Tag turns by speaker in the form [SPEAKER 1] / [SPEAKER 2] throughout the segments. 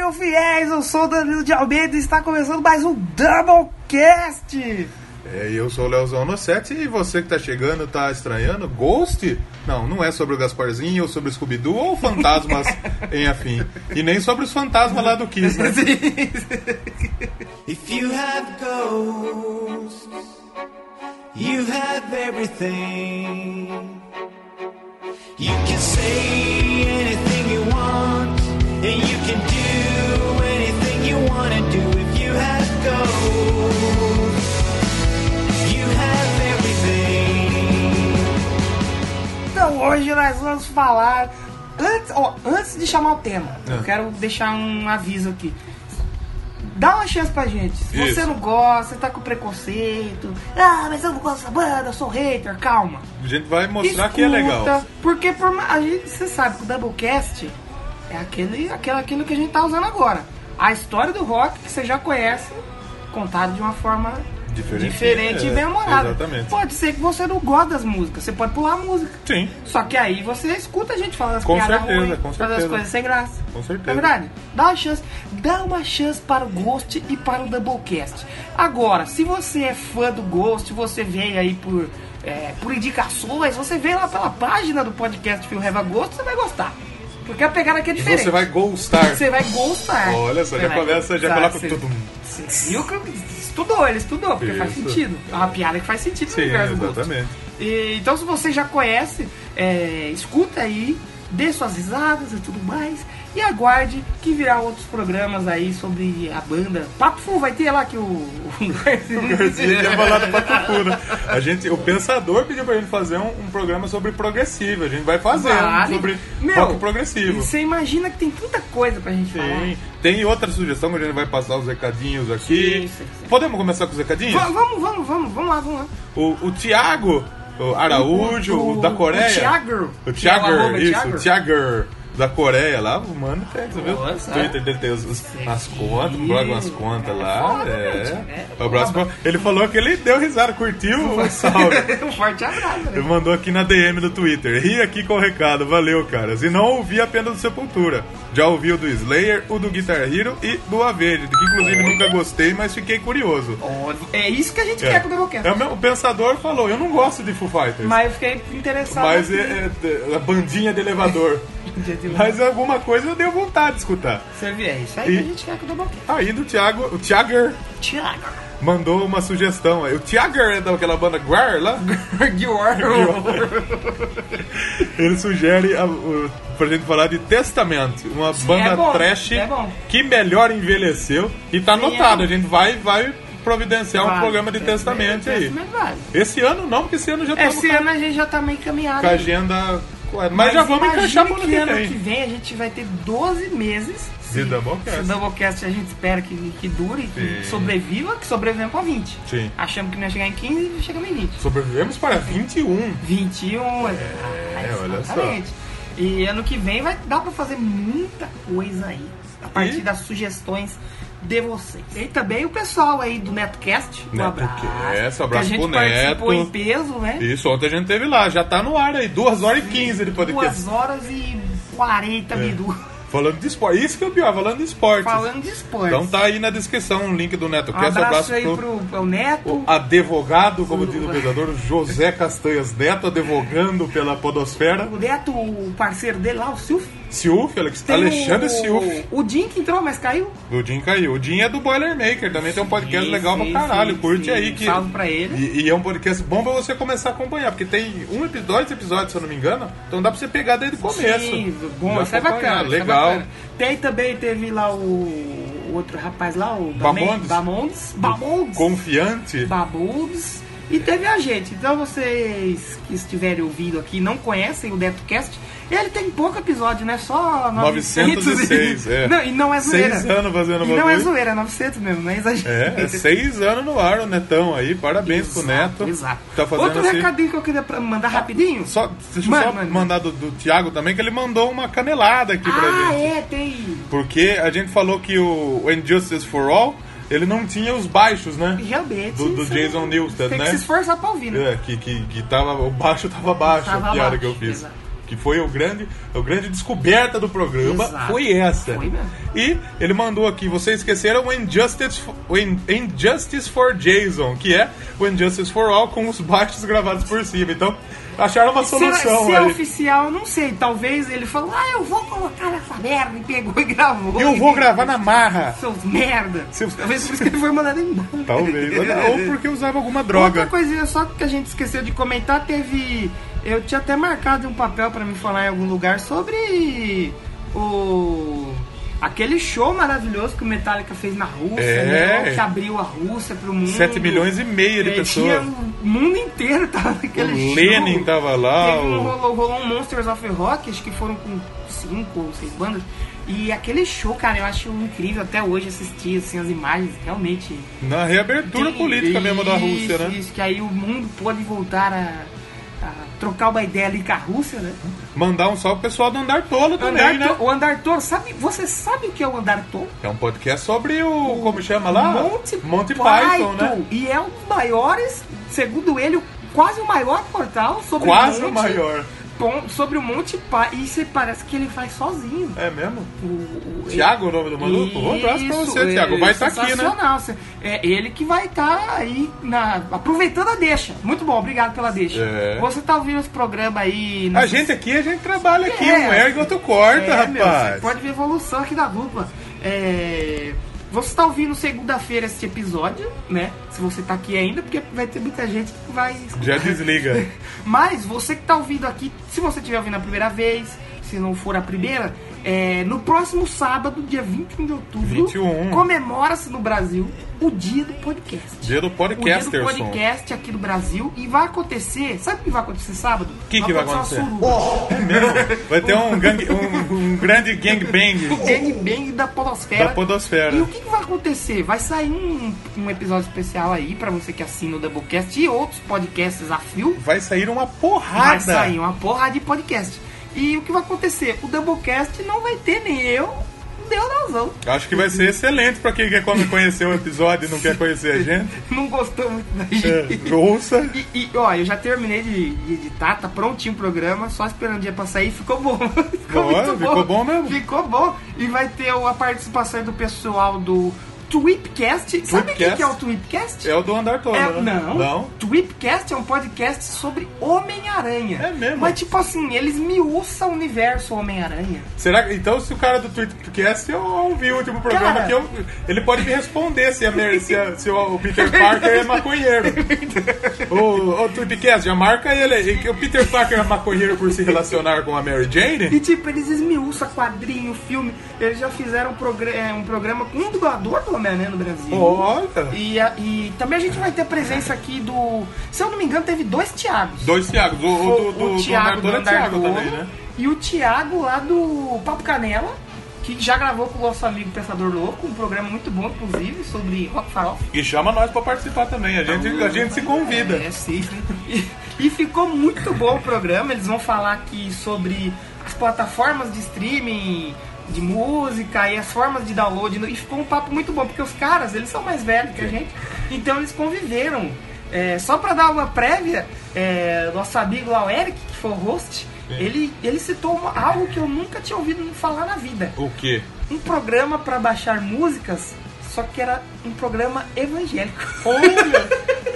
[SPEAKER 1] meu fiéis, eu sou o Danilo de Almeida e está começando mais um Doublecast.
[SPEAKER 2] Eu sou o Leozão no 7 e você que tá chegando, tá estranhando? Ghost? Não é sobre o Gasparzinho, ou sobre o Scooby-Doo, ou fantasmas em afim. E nem sobre os fantasmas lá do Kiss, né?
[SPEAKER 3] If you have ghosts, you have everything. You can say anything you want, and you can do anything you want to do. If you have ghosts, you have everything.
[SPEAKER 1] Então hoje nós vamos falar, antes de chamar o tema, eu quero deixar um aviso aqui. Dá uma chance pra gente. Se você não gosta, você tá com preconceito. Mas eu não gosto dessa banda, eu sou hater, calma.
[SPEAKER 2] A gente vai mostrar que é legal.
[SPEAKER 1] Porque a gente, você sabe que o Doublecast é aquilo que a gente tá usando agora. A história do rock que você já conhece, contada de uma forma diferente e bem humorada.
[SPEAKER 2] Exatamente.
[SPEAKER 1] Pode ser que você não goste das músicas, você pode pular a música.
[SPEAKER 2] Sim.
[SPEAKER 1] Só que aí você escuta a gente falando as
[SPEAKER 2] Com
[SPEAKER 1] piadas
[SPEAKER 2] certeza,
[SPEAKER 1] ruins,
[SPEAKER 2] com
[SPEAKER 1] falando as
[SPEAKER 2] certeza.
[SPEAKER 1] coisas sem graça.
[SPEAKER 2] Com certeza.
[SPEAKER 1] Não é verdade? Dá uma chance para o Ghost e para o Doublecast. Agora, se você é fã do Ghost, você veio aí por indicações, você veio lá pela página do podcast Feel Have a Ghost, você vai gostar. Porque a pegada aqui é diferente.
[SPEAKER 2] Você vai gostar.
[SPEAKER 1] Você vai gostar.
[SPEAKER 2] Olha só, já coloca tudo.
[SPEAKER 1] Você viu que ele estudou, porque faz sentido. É uma piada que faz sentido no
[SPEAKER 2] Sim,
[SPEAKER 1] universo do Ghost.
[SPEAKER 2] exatamente.
[SPEAKER 1] Então, se você já conhece, escuta aí, dê suas risadas e tudo mais. E aguarde que virá outros programas aí sobre a banda. Papo Fu vai ter lá que o
[SPEAKER 2] Garcia tinha falado pra Tucu, né? O Pensador pediu pra gente fazer um programa sobre progressivo. A gente vai fazer sobre rock progressivo.
[SPEAKER 1] Você imagina que tem tanta coisa pra gente falar.
[SPEAKER 2] Sim. Tem outra sugestão que a gente vai passar os recadinhos aqui.
[SPEAKER 1] Sim.
[SPEAKER 2] Podemos começar com os recadinhos?
[SPEAKER 1] Vamos lá.
[SPEAKER 2] O Thiago Araújo, o da Coreia. O Thiago da Coreia lá, o mano Texas, viu? O Twitter dele tem as contas, um blog, umas contas lá. O abraço. Ele falou que ele deu risada, curtiu o salve.
[SPEAKER 1] Um forte abraço, né?
[SPEAKER 2] Ele mandou aqui na DM do Twitter. Ri aqui com o recado, valeu, caras. E não ouvi apenas do Sepultura. Já ouvi o do Slayer, o do Guitar Hero e do Avenged, que inclusive nunca gostei, mas fiquei curioso.
[SPEAKER 1] É isso que a gente quer com o Doublecast.
[SPEAKER 2] O Pensador falou, eu não gosto de Foo Fighters.
[SPEAKER 1] Mas eu fiquei interessado.
[SPEAKER 2] Mas a bandinha de elevador. Mas alguma coisa eu dei vontade de escutar.
[SPEAKER 1] É isso aí que a gente quer com o Doublecast.
[SPEAKER 2] Aí do Thiago, o Thiago mandou uma sugestão. O Thiago é daquela banda Guar lá? Ele sugere pra gente falar de Testament, uma banda trash que melhor envelheceu. E tá anotado, a gente vai providenciar um programa de Testament aí. Esse ano não, porque esse ano já tá.
[SPEAKER 1] Esse ano a gente já tá meio caminhado.
[SPEAKER 2] Com a agenda. Mas já vamos encaixar pro ano que
[SPEAKER 1] ano
[SPEAKER 2] vem.
[SPEAKER 1] Que vem a gente vai ter 12 meses
[SPEAKER 2] de Doublecast.
[SPEAKER 1] O Doublecast a gente espera que dure, que sobrevivamos para 20.
[SPEAKER 2] Sim.
[SPEAKER 1] Achamos que não ia chegar em 15 e chegamos em 20.
[SPEAKER 2] Sobrevivemos para 21.
[SPEAKER 1] 21,
[SPEAKER 2] olha só.
[SPEAKER 1] E ano que vem vai dar para fazer muita coisa aí, a partir das sugestões de vocês. E também o pessoal aí do NetoCast. Um abraço
[SPEAKER 2] pro Neto.
[SPEAKER 1] A gente participou em peso, né?
[SPEAKER 2] Isso, ontem a gente teve lá, já tá no ar aí, 2 horas e 15 de podcast.
[SPEAKER 1] 2 horas e 40 minutos.
[SPEAKER 2] Falando de esporte, isso que é o pior, falando de esporte. Então tá aí na descrição o link do NetoCast.
[SPEAKER 1] Um abraço aí pro Neto.
[SPEAKER 2] O advogado, como diz o pensador, José Castanhas Neto, advogando pela podosfera.
[SPEAKER 1] O Neto, o parceiro dele lá, o
[SPEAKER 2] Silf, Alexandre Silf.
[SPEAKER 1] O Jim que entrou, mas caiu.
[SPEAKER 2] O Jim caiu. O Jim é do Boilermaker, também tem um podcast legal pra caralho. Curte aí.
[SPEAKER 1] Salve pra ele.
[SPEAKER 2] E é um podcast bom pra você começar a acompanhar, porque tem 2 episódios, se eu não me engano, então dá pra você pegar desde o começo.
[SPEAKER 1] Sim, bom, isso é bacana.
[SPEAKER 2] Legal.
[SPEAKER 1] Também teve lá o outro rapaz lá, o
[SPEAKER 2] Bamondes. Confiante.
[SPEAKER 1] Bamondes. E teve a gente. Então vocês que estiverem ouvindo aqui não conhecem o NetoCast, ele tem pouco episódio, né? Só
[SPEAKER 2] 906,
[SPEAKER 1] Não, e não é zoeira.
[SPEAKER 2] 6 anos fazendo
[SPEAKER 1] bagulho. Não é zoeira, é 900 mesmo, não é exagero.
[SPEAKER 2] 6 anos no ar o Netão aí, parabéns pro Neto.
[SPEAKER 1] Exato.
[SPEAKER 2] Tá fazendo
[SPEAKER 1] outro recadinho que eu queria mandar rapidinho.
[SPEAKER 2] Deixa eu mandar do Thiago também, que ele mandou uma canelada aqui pra gente.
[SPEAKER 1] Tem.
[SPEAKER 2] Porque a gente falou que o Injustice for All, ele não tinha os baixos, né?
[SPEAKER 1] Realmente.
[SPEAKER 2] Do Jason Newsted, né?
[SPEAKER 1] Tem que se esforçar pra ouvir, né?
[SPEAKER 2] Que tava, o baixo tava baixo, a piada que eu fiz.
[SPEAKER 1] Exato.
[SPEAKER 2] que foi a grande descoberta do programa. Exato. Foi essa.
[SPEAKER 1] Foi mesmo.
[SPEAKER 2] E ele mandou aqui, vocês esqueceram o Injustice for Jason, que é o Injustice for All com os baixos gravados por cima. Então, acharam uma solução.
[SPEAKER 1] Se é oficial, eu não sei. Talvez ele falou, eu vou colocar nessa merda, e pegou e gravou.
[SPEAKER 2] Eu vou gravar na marra.
[SPEAKER 1] Seus merda. Talvez por isso que ele foi mandado embora.
[SPEAKER 2] Talvez. Ou porque usava alguma droga.
[SPEAKER 1] Outra coisinha só que a gente esqueceu de comentar, teve... Eu tinha até marcado um papel pra me falar em algum lugar sobre aquele show maravilhoso que o Metallica fez na Rússia, né? Que abriu a Rússia pro mundo.
[SPEAKER 2] 7,5 milhões de pessoas.
[SPEAKER 1] O mundo inteiro tava naquele show.
[SPEAKER 2] O Lenin tava lá.
[SPEAKER 1] Rolou um Monsters of Rock, acho que foram com 5 ou 6 bandas. E aquele show, cara, eu acho incrível até hoje assistir assim, as imagens, realmente.
[SPEAKER 2] Na reabertura política mesmo da Rússia, né?
[SPEAKER 1] Isso, que aí o mundo pode voltar a trocar uma ideia ali com a Rússia, né?
[SPEAKER 2] Mandar um salve pro pessoal do Andar Tolo também, né?
[SPEAKER 1] O Andar Tolo, você sabe o que é o Andar Tolo?
[SPEAKER 2] É um podcast sobre como chama lá? Monty Python, né?
[SPEAKER 1] E é um dos maiores, segundo ele, quase o maior portal sobre
[SPEAKER 2] o maior.
[SPEAKER 1] Sobre o Monty Python. E isso parece que ele faz sozinho.
[SPEAKER 2] É mesmo? Tiago, o nome do maluco? Um abraço pra você, Tiago. Vai estar aqui, né?
[SPEAKER 1] É ele que vai estar aí aproveitando a deixa. Muito bom, obrigado pela deixa. Você tá ouvindo esse programa aí...
[SPEAKER 2] A gente trabalha aqui, um ergue, outro corta, rapaz.
[SPEAKER 1] Você pode ver a evolução aqui da dupla. Você tá ouvindo segunda-feira esse episódio, né? Se você tá aqui ainda, porque vai ter muita gente que vai escutar.
[SPEAKER 2] Já desliga.
[SPEAKER 1] Mas você que tá ouvindo aqui, se você estiver ouvindo a primeira vez, se não for a primeira, no próximo sábado, dia 21 de outubro, comemora-se no Brasil o dia do podcast.
[SPEAKER 2] Dia do podcast,
[SPEAKER 1] o dia do podcast aqui no Brasil. E vai acontecer, sabe o que vai acontecer sábado?
[SPEAKER 2] O que vai acontecer? Vai ter um grande gangbang.
[SPEAKER 1] O gangbang da podosfera. E o que vai acontecer? Vai sair um episódio especial aí pra você que assina o Doublecast e outros podcasts a fio.
[SPEAKER 2] Vai sair uma porrada.
[SPEAKER 1] Vai sair uma porrada de podcast. E o que vai acontecer? O Doublecast não vai ter nem eu, nem o Leozão.
[SPEAKER 2] Acho que vai ser excelente pra quem quer conhecer o episódio e não quer conhecer a gente.
[SPEAKER 1] Não gostou muito da gente.
[SPEAKER 2] Ouça.
[SPEAKER 1] Ó, eu já terminei de editar, tá prontinho o programa, só esperando o dia pra sair. Ficou bom.
[SPEAKER 2] Ficou bom mesmo.
[SPEAKER 1] Ficou bom. E vai ter a participação do pessoal do Tweepcast. Sabe o que é o Tweepcast?
[SPEAKER 2] É o do Andar Tolo,
[SPEAKER 1] né? Não. Tweepcast é um podcast sobre Homem-Aranha.
[SPEAKER 2] É mesmo?
[SPEAKER 1] Mas tipo assim, eles miuçam o universo Homem-Aranha.
[SPEAKER 2] Será que, então, se o cara do Tweepcast, eu ouvi o último programa aqui, ele pode me responder se o Peter Parker é maconheiro. O Tweepcast, já marca ele. Que o Peter Parker é maconheiro por se relacionar com a Mary Jane?
[SPEAKER 1] E tipo, eles esmiuçam quadrinho, filme. Eles já fizeram um programa com um dublador do Homem-Aranha no Brasil.
[SPEAKER 2] Olha!
[SPEAKER 1] E também a gente vai ter presença aqui do... Se eu não me engano, teve 2 Thiagos.
[SPEAKER 2] 2 Thiagos. O
[SPEAKER 1] Thiago do Andar Tolo
[SPEAKER 2] também, né?
[SPEAKER 1] E o Thiago lá do Papo Canela, que já gravou com o nosso amigo Pensador Louco, um programa muito bom, inclusive, sobre rock farofa.
[SPEAKER 2] E chama nós pra participar também, a gente se convida.
[SPEAKER 1] Sim. E ficou muito bom o programa, eles vão falar aqui sobre as plataformas de streaming, de música e as formas de download. E ficou um papo muito bom, porque os caras, eles são mais velhos que a gente, então eles conviveram. Só pra dar uma prévia, nosso amigo lá, o Eric, que foi o host, ele citou algo que eu nunca tinha ouvido falar na vida.
[SPEAKER 2] O quê?
[SPEAKER 1] Um programa pra baixar músicas, só que era um programa evangélico.
[SPEAKER 2] Olha!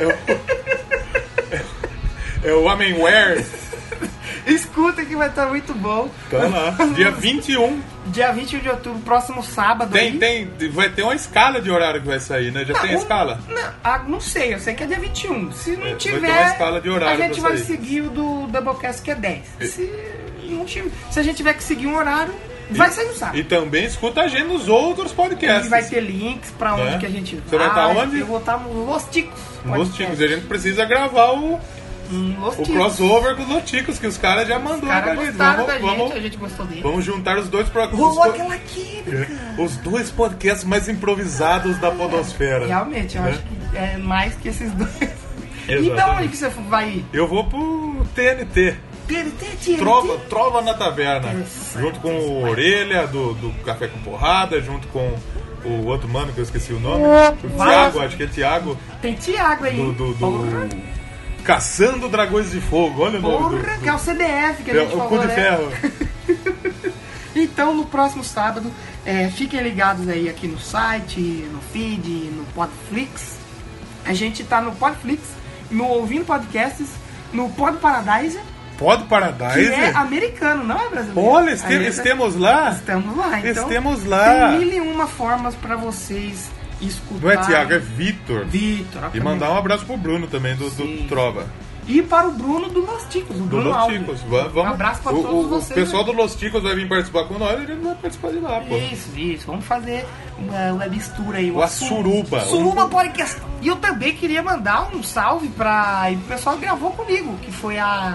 [SPEAKER 2] É o Amenware.
[SPEAKER 1] Escuta que vai estar muito bom.
[SPEAKER 2] Tá lá. Dia 21.
[SPEAKER 1] Dia 21 de outubro, próximo sábado.
[SPEAKER 2] Vai ter uma escala de horário que vai sair, né? Já tem a escala?
[SPEAKER 1] Não sei, eu sei que é dia 21. Se não tiver,
[SPEAKER 2] vai ter uma escala de horário,
[SPEAKER 1] a gente vai seguir o do Doublecast, que é 10. Se a gente tiver que seguir um horário, vai sair no sábado.
[SPEAKER 2] E também escuta a gente nos outros podcasts.
[SPEAKER 1] E vai ter links pra onde que a gente vai.
[SPEAKER 2] Você vai estar onde?
[SPEAKER 1] Eu vou estar no Los Ticos.
[SPEAKER 2] Los Ticos. A gente precisa gravar o crossover com os Loticos, que os caras já mandaram pra gente.
[SPEAKER 1] A gente gostou dele.
[SPEAKER 2] Vamos juntar os dois
[SPEAKER 1] Rolou aquela química.
[SPEAKER 2] Os 2 podcasts mais improvisados da podosfera.
[SPEAKER 1] Realmente, eu acho que é mais que esses 2. Então, onde que você vai ir?
[SPEAKER 2] Eu vou pro TNT. Trova na Taverna. Junto com o Orelha, do Café com Porrada, junto com o outro mano que eu esqueci o nome. O Thiago, acho que é Thiago.
[SPEAKER 1] Tem Thiago aí.
[SPEAKER 2] Caçando Dragões de Fogo, olha o nome.
[SPEAKER 1] Porra, que é o CDF que a gente falou,
[SPEAKER 2] o cu de ferro.
[SPEAKER 1] Então, no próximo sábado, fiquem ligados aí aqui no site, no feed, no Podflix. A gente tá no Podflix, no Ouvindo Podcasts, no Pod Paradise.
[SPEAKER 2] Pod Paradise?
[SPEAKER 1] Que é americano, não é brasileiro.
[SPEAKER 2] Olha, estamos lá?
[SPEAKER 1] Estamos lá. Então,
[SPEAKER 2] estamos lá.
[SPEAKER 1] Tem 1001 formas pra vocês escutar.
[SPEAKER 2] Não é Thiago, é Vitor.
[SPEAKER 1] Vitor.
[SPEAKER 2] E mandar um abraço pro Bruno também, do Trova.
[SPEAKER 1] E para o Bruno do Los Ticos, o Bruno Alves.
[SPEAKER 2] Vamos.
[SPEAKER 1] Um abraço para todos vocês.
[SPEAKER 2] O pessoal do Los Ticos vai vir participar com nós, ele não vai participar de lá, pô.
[SPEAKER 1] Isso. Vamos fazer uma mistura aí.
[SPEAKER 2] Uma suruba.
[SPEAKER 1] Suruba podcast. E eu também queria mandar um salve para o pessoal que gravou comigo, que foi a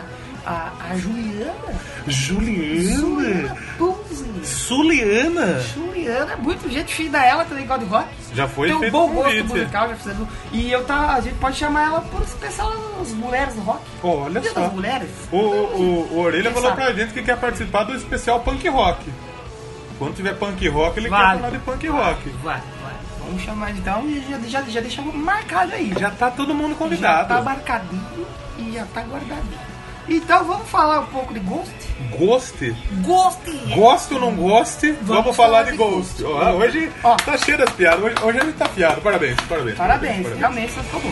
[SPEAKER 1] Juliana Puzzi. Juliana, muito gente fina, ela também gosta de rock.
[SPEAKER 2] Já foi
[SPEAKER 1] tem um
[SPEAKER 2] feito
[SPEAKER 1] bom gosto
[SPEAKER 2] convite.
[SPEAKER 1] musical, já fizemos. E a gente pode chamar ela por especial as mulheres do rock.
[SPEAKER 2] Olha
[SPEAKER 1] Dia
[SPEAKER 2] só.
[SPEAKER 1] das mulheres.
[SPEAKER 2] O Orelha falou
[SPEAKER 1] sabe?
[SPEAKER 2] pra gente que quer participar do especial punk rock. Quando tiver punk rock, ele quer falar de punk rock.
[SPEAKER 1] Vai. Vamos chamar então e já deixamos marcado aí.
[SPEAKER 2] Já tá todo mundo convidado.
[SPEAKER 1] Já tá marcadinho e já tá guardadinho. Então vamos falar um pouco de Ghost?
[SPEAKER 2] Ghost?
[SPEAKER 1] Goste
[SPEAKER 2] ou não goste, vamos falar de Ghost. Hoje tá cheio das piadas, hoje a gente tá afiado. Parabéns.
[SPEAKER 1] Realmente você ficou bom.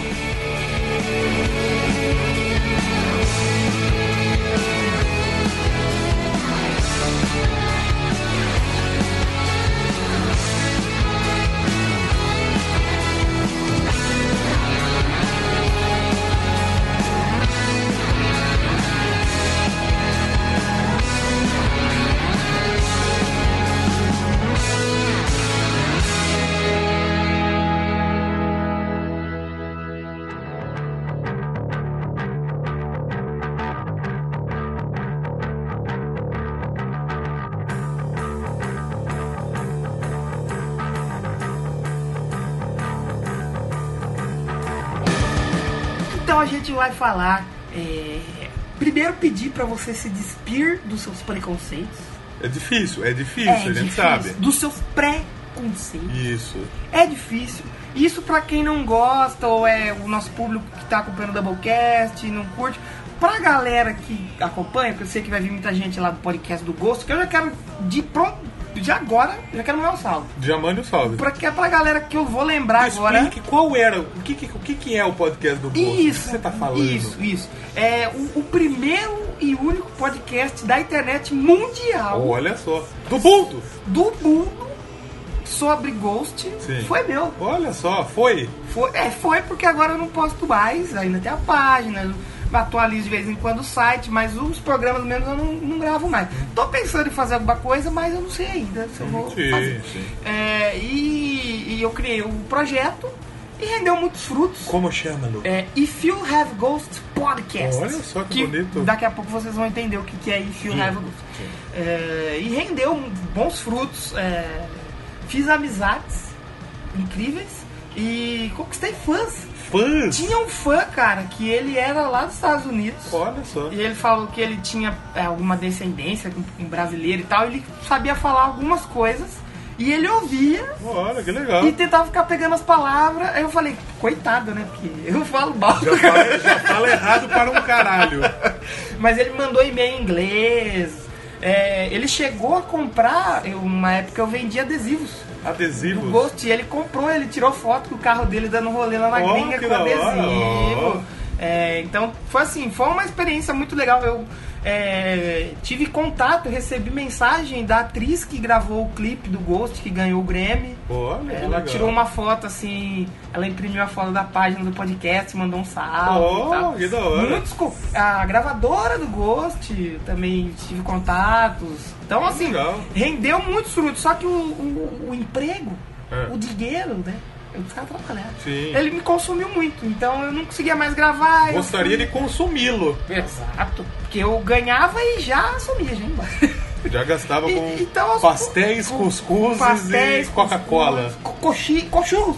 [SPEAKER 1] Então a gente vai falar. Primeiro pedir pra você se despir dos seus preconceitos.
[SPEAKER 2] É difícil, a gente sabe.
[SPEAKER 1] Dos seus preconceitos.
[SPEAKER 2] Isso.
[SPEAKER 1] É difícil. Isso pra quem não gosta, ou é o nosso público que tá acompanhando o Doublecast, não curte. Pra galera que acompanha, porque eu sei que vai vir muita gente lá do podcast do Gosto, que eu já quero de agora, já quero mandar um salve.
[SPEAKER 2] Já mande um salve.
[SPEAKER 1] Porque é pra galera que eu vou lembrar agora.
[SPEAKER 2] Explique qual era, o que é o podcast do Gosto?
[SPEAKER 1] Isso,
[SPEAKER 2] o que você tá falando?
[SPEAKER 1] Isso. É o primeiro e único podcast da internet mundial.
[SPEAKER 2] Olha só. Do mundo
[SPEAKER 1] sobre Ghost.
[SPEAKER 2] Sim.
[SPEAKER 1] Foi meu.
[SPEAKER 2] Olha só, foi
[SPEAKER 1] porque agora eu não posto mais, ainda tem a página, eu atualizo de vez em quando o site, mas os programas mesmo eu não gravo mais. Tô pensando em fazer alguma coisa, mas eu não sei ainda se eu vou fazer.
[SPEAKER 2] Sim.
[SPEAKER 1] E eu criei um projeto e rendeu muitos frutos.
[SPEAKER 2] Como chama-lo?
[SPEAKER 1] If You Have Ghost Podcast.
[SPEAKER 2] Olha só que bonito.
[SPEAKER 1] Daqui a pouco vocês vão entender o que é If You Have Ghost. E rendeu bons frutos. Fiz amizades incríveis e conquistei fãs. Tinha um fã, cara, que ele era lá dos Estados Unidos.
[SPEAKER 2] Olha só.
[SPEAKER 1] E ele falou que ele tinha alguma descendência com brasileiro e tal. Ele sabia falar algumas coisas. E ele ouvia.
[SPEAKER 2] Olha, que legal.
[SPEAKER 1] E tentava ficar pegando as palavras. Aí eu falei, coitado, né? Porque eu falo mal.
[SPEAKER 2] Já fala errado para um caralho.
[SPEAKER 1] Mas ele mandou e-mail em inglês. Ele chegou a comprar. Uma época eu vendia adesivos.
[SPEAKER 2] Adesivos?
[SPEAKER 1] Do Ghost, e ele comprou, ele tirou foto com o carro dele dando rolê lá na gringa com adesivo. Então foi uma experiência muito legal. Eu tive contato, recebi mensagem da atriz que gravou o clipe do Ghost, que ganhou o Grammy. Ela tirou uma foto assim, ela imprimiu a foto da página do podcast, mandou um salve.
[SPEAKER 2] Que da hora.
[SPEAKER 1] A gravadora do Ghost também tive contatos. Então assim, rendeu muitos frutos. Só que o emprego, o dinheiro, né? Eu precisava trabalhar.
[SPEAKER 2] Sim.
[SPEAKER 1] Ele me consumiu muito, então eu não conseguia mais gravar.
[SPEAKER 2] Gostaria de consumi-lo.
[SPEAKER 1] Exato. Porque eu ganhava e já sumia, gente.
[SPEAKER 2] Já gastava com pastéis, cuscuzes e Coca-Cola.
[SPEAKER 1] Cochurros.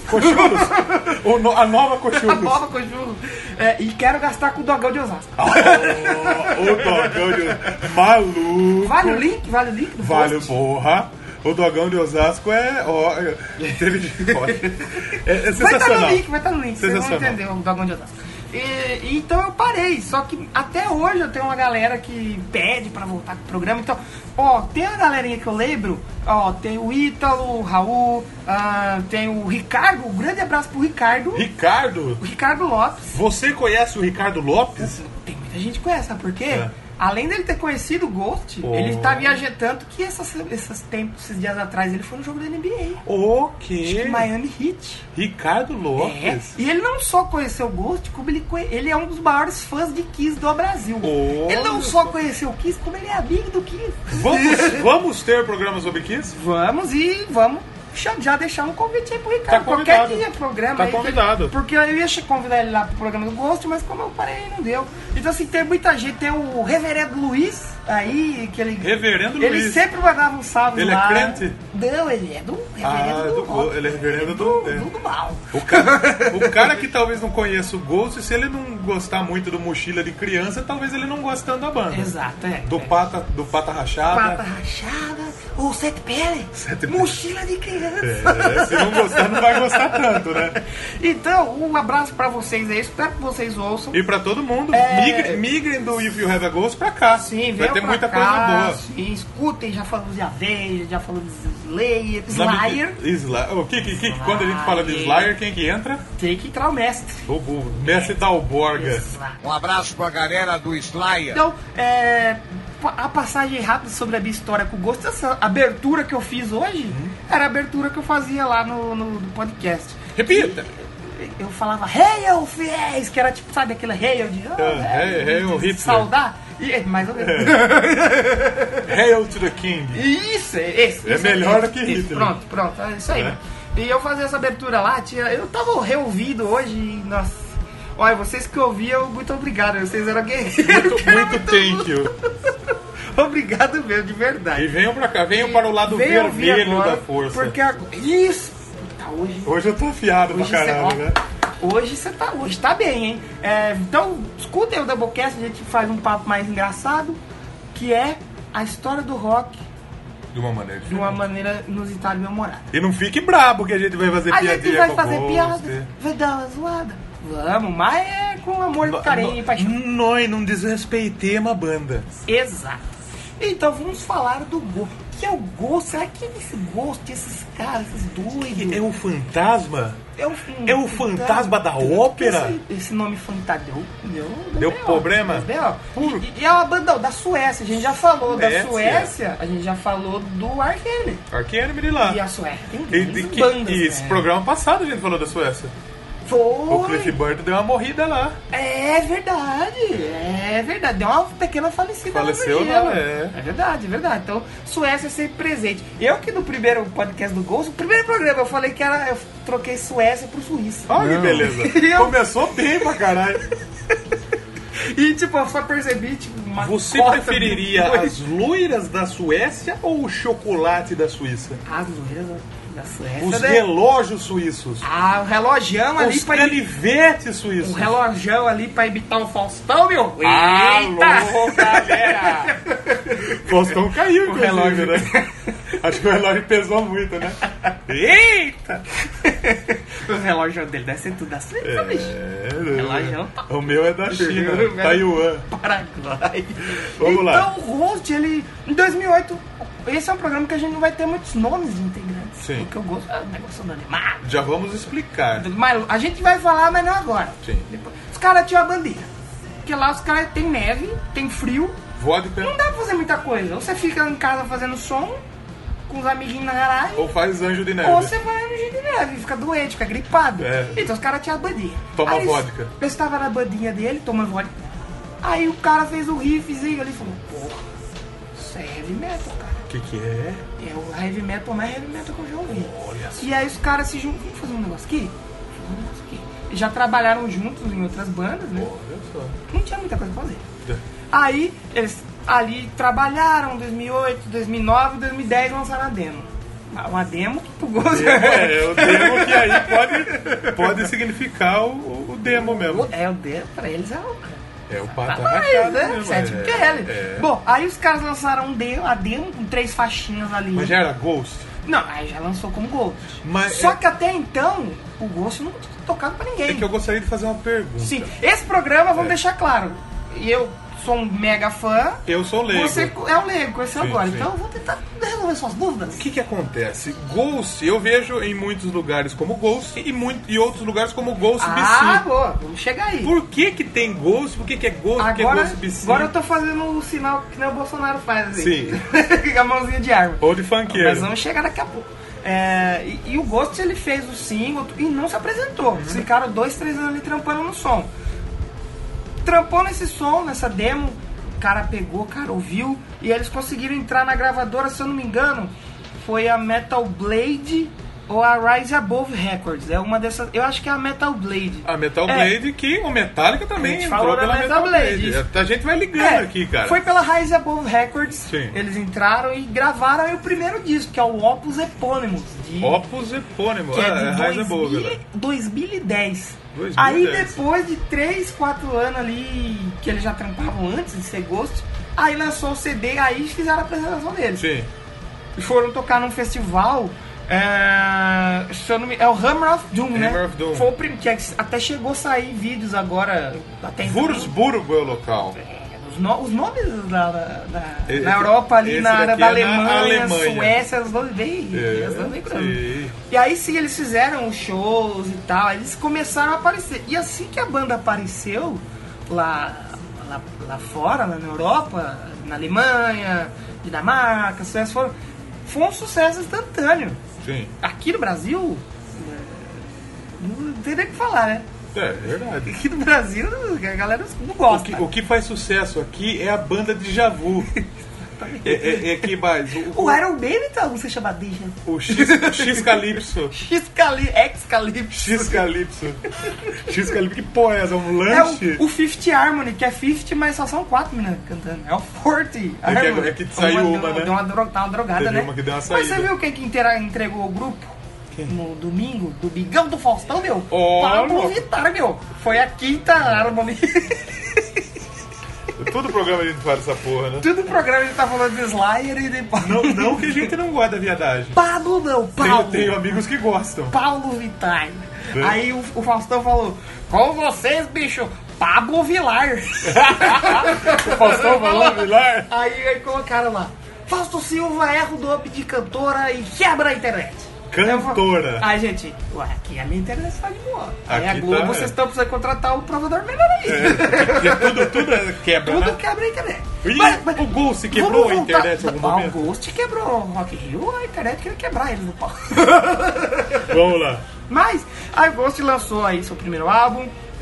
[SPEAKER 2] A nova cochurros.
[SPEAKER 1] A nova cochurros. E quero gastar com o Dogão de Osasco.
[SPEAKER 2] O Dogão de Osasco. Maluco.
[SPEAKER 1] Vale o link?
[SPEAKER 2] Vale, porra. O Dogão de Osasco é sensacional.
[SPEAKER 1] Vai estar no link. Vocês vão entender o Dogão de Osasco. Então eu parei, só que até hoje eu tenho uma galera que pede pra voltar pro programa. Então, tem a galerinha que eu lembro, tem o Ítalo, o Raul, tem o Ricardo, um grande abraço pro Ricardo.
[SPEAKER 2] Ricardo?
[SPEAKER 1] O Ricardo Lopes.
[SPEAKER 2] Você conhece o Ricardo Lopes?
[SPEAKER 1] Tem muita gente que conhece, sabe por quê? Além dele ter conhecido o Ghost, ele tá viajando tanto que esses dias atrás ele foi no jogo da NBA.
[SPEAKER 2] O quê?
[SPEAKER 1] Miami Heat.
[SPEAKER 2] Ricardo Lopes?
[SPEAKER 1] E ele não só conheceu o Ghost, como ele é um dos maiores fãs de Kiss do Brasil. Ele não só conheceu o Kiss, como ele é amigo do Kiss.
[SPEAKER 2] Vamos ter programa sobre Kiss?
[SPEAKER 1] Vamos já deixar um convite aí pro Ricardo.
[SPEAKER 2] Tá convidado.
[SPEAKER 1] Qualquer dia programa.
[SPEAKER 2] Tá convidado.
[SPEAKER 1] Porque eu ia convidar ele lá pro programa do Ghost, mas como eu parei, não deu. Então, assim, tem muita gente. Tem o Reverendo Luiz aí, que ele...
[SPEAKER 2] Reverendo
[SPEAKER 1] Luiz.
[SPEAKER 2] Ele
[SPEAKER 1] sempre mandava um salve
[SPEAKER 2] lá. Ele é crente?
[SPEAKER 1] Não, ele é do Reverendo do
[SPEAKER 2] ele é Reverendo do
[SPEAKER 1] mal.
[SPEAKER 2] O cara que talvez não conheça o Ghost, se ele não gostar muito do Mochila de Criança, talvez ele não goste tanto da banda.
[SPEAKER 1] Exato,
[SPEAKER 2] Do Pata Rachada.
[SPEAKER 1] Pata Rachada, o Sete Pele, Mochila de Criança.
[SPEAKER 2] Se não gostar, não vai gostar tanto, né?
[SPEAKER 1] Então, um abraço pra vocês aí, espero que vocês ouçam.
[SPEAKER 2] E pra todo mundo, migrem do If You Have a Ghost pra cá.
[SPEAKER 1] Sim,
[SPEAKER 2] vai ter muita coisa boa.
[SPEAKER 1] Sim, escutem, já falamos de Avenger, já falamos de Slayer.
[SPEAKER 2] Quando a gente fala de Slayer, quem que entra?
[SPEAKER 1] Tem que entrar o mestre.
[SPEAKER 2] O mestre Dalborga.
[SPEAKER 4] Um abraço pra galera do Slayer.
[SPEAKER 1] Então, a passagem rápida sobre a minha história com o Ghost, essa abertura que eu fiz hoje, era a abertura que eu fazia lá no podcast.
[SPEAKER 2] Repita!
[SPEAKER 1] Eu falava Hail Fiéis, que era tipo, sabe, aquele Hail de...
[SPEAKER 2] Hail Hitler.
[SPEAKER 1] Saudar. Mais ou menos.
[SPEAKER 2] Hail to the King.
[SPEAKER 1] Isso, esse.
[SPEAKER 2] É melhor do que Hitler.
[SPEAKER 1] Pronto, é isso aí. E eu fazia essa abertura lá, eu tava reouvindo hoje e, nossa... Olha, vocês que ouviam, muito obrigado, vocês eram guerreiros.
[SPEAKER 2] Muito thank you.
[SPEAKER 1] Obrigado mesmo, de verdade.
[SPEAKER 2] E venham pra cá, venham para o lado vermelho da força.
[SPEAKER 1] Porque isso!
[SPEAKER 2] Hoje eu tô afiado pra caralho, né?
[SPEAKER 1] Hoje tá bem, hein? Então, escutem o Doublecast, a gente faz um papo mais engraçado, que é a história do rock
[SPEAKER 2] de uma maneira diferente.
[SPEAKER 1] De uma maneira inusitada e memorável.
[SPEAKER 2] E não fique brabo que a gente vai fazer piadinha.
[SPEAKER 1] A gente vai fazer piada, vai dar uma zoada. Vamos, mas é com amor, carinho e paixão.
[SPEAKER 2] Nós não desrespeitemos a banda.
[SPEAKER 1] Exato. Então vamos falar do Ghost. O que é o Ghost? Será que é esse Ghost, esses caras, esses doidos?
[SPEAKER 2] É o fantasma? É o fantasma da ópera?
[SPEAKER 1] Esse nome fantasma
[SPEAKER 2] deu problema?
[SPEAKER 1] E é uma banda da Suécia. A gente já falou da Suécia, a gente já falou do Arch Enemy.
[SPEAKER 2] Arch Enemy de lá.
[SPEAKER 1] E a Suécia tem grandes bandas.
[SPEAKER 2] E esse programa passado a gente falou da Suécia.
[SPEAKER 1] Foi.
[SPEAKER 2] O Cliff Burton deu uma morrida lá.
[SPEAKER 1] É verdade. Deu uma pequena falecida.
[SPEAKER 2] Faleceu lá,
[SPEAKER 1] É verdade. Então, Suécia sempre presente. Eu que no primeiro podcast do Ghost, o primeiro programa, eu falei que eu troquei Suécia pro Suíça.
[SPEAKER 2] Olha que beleza. Começou bem pra caralho.
[SPEAKER 1] E tipo, eu só percebi,
[SPEAKER 2] Você preferiria as loiras da Suécia ou o chocolate da Suíça?
[SPEAKER 1] As loiras da Suécia.
[SPEAKER 2] Os relógios suíços.
[SPEAKER 1] O relojão ali
[SPEAKER 2] os canivetes suíços.
[SPEAKER 1] O relojão ali pra imitar o Faustão, meu.
[SPEAKER 2] Alô, galera! Faustão caiu,
[SPEAKER 1] o relógio,
[SPEAKER 2] né? Acho que o relógio pesou muito, né? Eita!
[SPEAKER 1] O relógio dele deve ser tudo da Suíça, bicho. Relógio tá...
[SPEAKER 2] O meu é da China, Taiwan.
[SPEAKER 1] Paraguai.
[SPEAKER 2] Vamos lá.
[SPEAKER 1] Então, o Ghost, ele... Em 2008, esse é um programa que a gente não vai ter muitos nomes de integrantes.
[SPEAKER 2] Sim.
[SPEAKER 1] Porque eu gosto do negócio do animado.
[SPEAKER 2] Já vamos explicar.
[SPEAKER 1] Mas a gente vai falar, mas não agora.
[SPEAKER 2] Sim.
[SPEAKER 1] Depois, os caras tinham a bandeira. Porque lá os caras tem neve, tem frio.
[SPEAKER 2] Vodka.
[SPEAKER 1] Não dá pra fazer muita coisa. Ou você fica em casa fazendo som, com os amiguinhos na garagem.
[SPEAKER 2] Ou faz anjo de neve.
[SPEAKER 1] Ou você vai no anjo de neve, fica doente, fica gripado. Então os caras tinham a bandinha.
[SPEAKER 2] Toma vodka.
[SPEAKER 1] Eu estava na bandinha dele, tomando vodka. Aí o cara fez um riffzinho ali e falou, porra, isso é heavy metal, cara.
[SPEAKER 2] O que é?
[SPEAKER 1] É o heavy metal, mais heavy metal que eu já ouvi.
[SPEAKER 2] Olha só.
[SPEAKER 1] E aí os caras se juntam, vamos fazer um negócio aqui? Vamos fazer um negócio aqui. E já trabalharam juntos em outras bandas, né?
[SPEAKER 2] Olha só.
[SPEAKER 1] Não tinha muita coisa pra fazer. Aí eles ali trabalharam 2008, 2009, 2010 lançaram a demo. Uma demo que tu gosta.
[SPEAKER 2] O demo que aí pode significar o demo mesmo.
[SPEAKER 1] O demo pra eles é o cara.
[SPEAKER 2] É o Pata Rachada, né?
[SPEAKER 1] Sete Kelly. Bom, aí os caras lançaram a demo com 3 faixinhas ali.
[SPEAKER 2] Mas já era Ghost?
[SPEAKER 1] Não, aí já lançou como Ghost.
[SPEAKER 2] Mas
[SPEAKER 1] só que até então, o Ghost não tinha tocado pra ninguém.
[SPEAKER 2] É que eu gostaria de fazer uma pergunta.
[SPEAKER 1] Sim, esse programa, vamos deixar claro, eu sou um mega fã.
[SPEAKER 2] Eu sou leigo.
[SPEAKER 1] Você é um leigo, conheceu agora.
[SPEAKER 2] Sim.
[SPEAKER 1] Então eu vou tentar resolver suas dúvidas.
[SPEAKER 2] O que acontece? Ghost, eu vejo em muitos lugares como Ghost e outros lugares como Ghost BC.
[SPEAKER 1] Ah, boa, vamos chegar aí.
[SPEAKER 2] Por que tem Ghost? Por que é Ghost? Por que é Ghost BC?
[SPEAKER 1] Agora eu tô fazendo um sinal que nem o Bolsonaro faz, assim.
[SPEAKER 2] Sim.
[SPEAKER 1] Com a mãozinha de arma.
[SPEAKER 2] Ou de funkeiro.
[SPEAKER 1] Mas vamos chegar daqui a pouco. E o Ghost, ele fez o single e não se apresentou. Ficaram 2-3 anos ali trampando no som. Trampou nesse som, nessa demo, o cara pegou, cara, ouviu, e eles conseguiram entrar na gravadora, se eu não me engano, foi a Metal Blade ou a Rise Above Records. É uma dessas, eu acho que é a Metal Blade.
[SPEAKER 2] A Metal Blade, que o Metallica também
[SPEAKER 1] entrou pela Metal Blade.
[SPEAKER 2] A gente vai ligando aqui, cara.
[SPEAKER 1] Foi pela Rise Above Records.
[SPEAKER 2] Sim.
[SPEAKER 1] Eles entraram e gravaram aí o primeiro disco, que é o Opus Epônimos.
[SPEAKER 2] Opus Epônimos,
[SPEAKER 1] que é de
[SPEAKER 2] Rise Above.
[SPEAKER 1] 2010. Aí depois de 3, 4 anos ali que eles já trampavam antes de ser Ghost, aí lançou o CD, aí fizeram a apresentação deles.
[SPEAKER 2] Sim.
[SPEAKER 1] E foram tocar num festival, é o Hammer of Doom, né?
[SPEAKER 2] Hammer of Doom.
[SPEAKER 1] Foi o primeiro, que até chegou a sair vídeos agora.
[SPEAKER 2] Würzburgo é o local.
[SPEAKER 1] Os nomes na Europa ali, na área da Alemanha, Suécia, os nomes bem grandes. E aí sim, eles fizeram os shows e tal, eles começaram a aparecer. E assim que a banda apareceu lá fora, lá na Europa, na Alemanha, Dinamarca, Suécia, foi um sucesso instantâneo.
[SPEAKER 2] Sim.
[SPEAKER 1] Aqui no Brasil, não tem nem o que falar, né?
[SPEAKER 2] É verdade.
[SPEAKER 1] Aqui no Brasil, a galera não gosta.
[SPEAKER 2] O que faz sucesso aqui é a banda de Javu. É que mais.
[SPEAKER 1] O Iron Maiden tá você chama Deja.
[SPEAKER 2] O X-Calypso.
[SPEAKER 1] X-Calypso.
[SPEAKER 2] X-Calypso, que porra é essa? Um lanche?
[SPEAKER 1] É o Fifth Harmony, que é 50, mas só são 4 meninas cantando. É o 40 Harmony.
[SPEAKER 2] É que saiu uma, né?
[SPEAKER 1] Deu uma drogada,
[SPEAKER 2] teve
[SPEAKER 1] né?
[SPEAKER 2] Uma que deu uma saída.
[SPEAKER 1] Mas você viu quem que entregou o grupo? No domingo, do Bigão do Faustão, meu. Pablo Vittar, meu. Foi a quinta Harmony.
[SPEAKER 2] Todo programa a gente fala dessa porra, né?
[SPEAKER 1] Todo programa a gente tá falando de Slayer e de Pablo.
[SPEAKER 2] Não que a gente não gosta da viadagem.
[SPEAKER 1] Paulo.
[SPEAKER 2] Tenho amigos que gostam.
[SPEAKER 1] Paulo Vittar. Aí o Faustão falou, com vocês, bicho, Pablo Vilar.
[SPEAKER 2] O Faustão falou Vilar?
[SPEAKER 1] Aí colocaram lá, Fausto Silva erra o dope de cantora e quebra a internet.
[SPEAKER 2] Cantora.
[SPEAKER 1] Aí, gente, aqui a minha internet tá de boa. Aí
[SPEAKER 2] aqui
[SPEAKER 1] a Globo, vocês estão precisando contratar um provedor melhor aí.
[SPEAKER 2] Tudo quebra,
[SPEAKER 1] tudo
[SPEAKER 2] né?
[SPEAKER 1] quebra a internet.
[SPEAKER 2] O Ghost quebrou a internet em algum momento?
[SPEAKER 1] O Ghost quebrou o Rock in Rio, a internet queria quebrar eles no pau.
[SPEAKER 2] Vamos lá.
[SPEAKER 1] Mas a Ghost lançou aí seu primeiro álbum.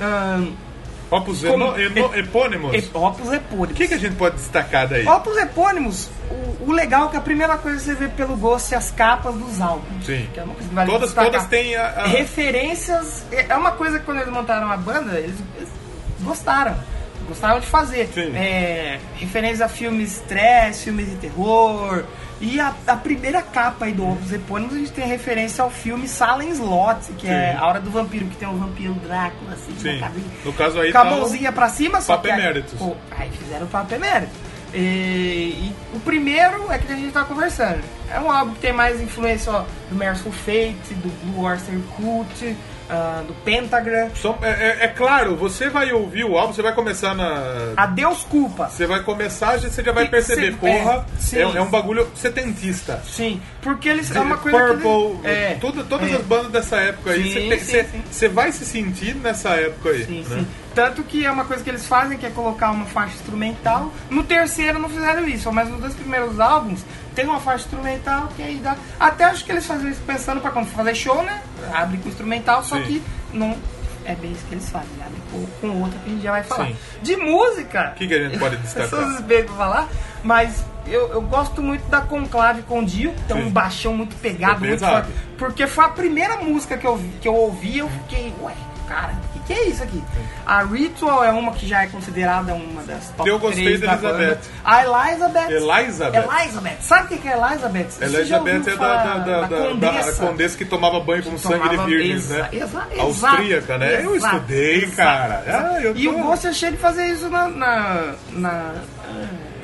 [SPEAKER 2] Opus Epônimos?
[SPEAKER 1] Opus Epônimos.
[SPEAKER 2] O que a gente pode destacar daí?
[SPEAKER 1] Opus Epônimos, o legal é que a primeira coisa que você vê pelo Ghost é as capas dos álbuns.
[SPEAKER 2] Sim.
[SPEAKER 1] Que é uma coisa que vale
[SPEAKER 2] todas têm
[SPEAKER 1] referências. É uma coisa que quando eles montaram a banda, eles gostaram de fazer. Referências a filmes trash, filmes de terror. E a primeira capa aí do Opus Epônimos, a gente tem referência ao filme Salem Slot, que é A Hora do Vampiro, que tem o vampiro Drácula, assim,
[SPEAKER 2] sim.
[SPEAKER 1] Na cabinha.
[SPEAKER 2] No caso aí
[SPEAKER 1] com a mãozinha pra cima, só
[SPEAKER 2] Papo Eméritos.
[SPEAKER 1] Aí fizeram o Papo Eméritos. E o primeiro é que a gente tá conversando. É um álbum que tem mais influência do Merciful Fate, do Blue Oyster Cult, do Pentagram.
[SPEAKER 2] É claro, você vai ouvir o álbum, você vai começar
[SPEAKER 1] Adeus Culpa.
[SPEAKER 2] Você vai começar, você já vai perceber, é um bagulho setentista.
[SPEAKER 1] Sim, porque eles é uma coisa
[SPEAKER 2] Purple, todas as bandas dessa época aí, você vai se sentir nessa época aí.
[SPEAKER 1] Sim,
[SPEAKER 2] né?
[SPEAKER 1] sim. Tanto que é uma coisa que eles fazem, que é colocar uma faixa instrumental. No terceiro não fizeram isso, mas nos 2 primeiros álbuns tem uma faixa instrumental que aí dá... Até acho que eles faziam isso pensando pra quando fazer show, né? Abre com instrumental, só que não é bem isso que eles fazem. Abre com outra que a gente já vai falar.
[SPEAKER 2] Sim.
[SPEAKER 1] De música...
[SPEAKER 2] O que a gente pode destacar?
[SPEAKER 1] Eu sou suspeito pra falar, mas eu gosto muito da Conclave com Dio, que tem um baixão muito pegado, muito forte. Porque foi a primeira música que eu ouvi, eu fiquei... Ué, cara, o que é isso aqui? A Ritual é uma que já é considerada uma das top 3
[SPEAKER 2] eu gostei da Elizabeth.
[SPEAKER 1] A Elizabeth.
[SPEAKER 2] Elizabeth.
[SPEAKER 1] Sabe o que é Elizabeth?
[SPEAKER 2] Elizabeth é da condessa que tomava banho com sangue de virgens, né? Austríaca, né? Eu estudei, cara.
[SPEAKER 1] E o Ghost é cheio de fazer isso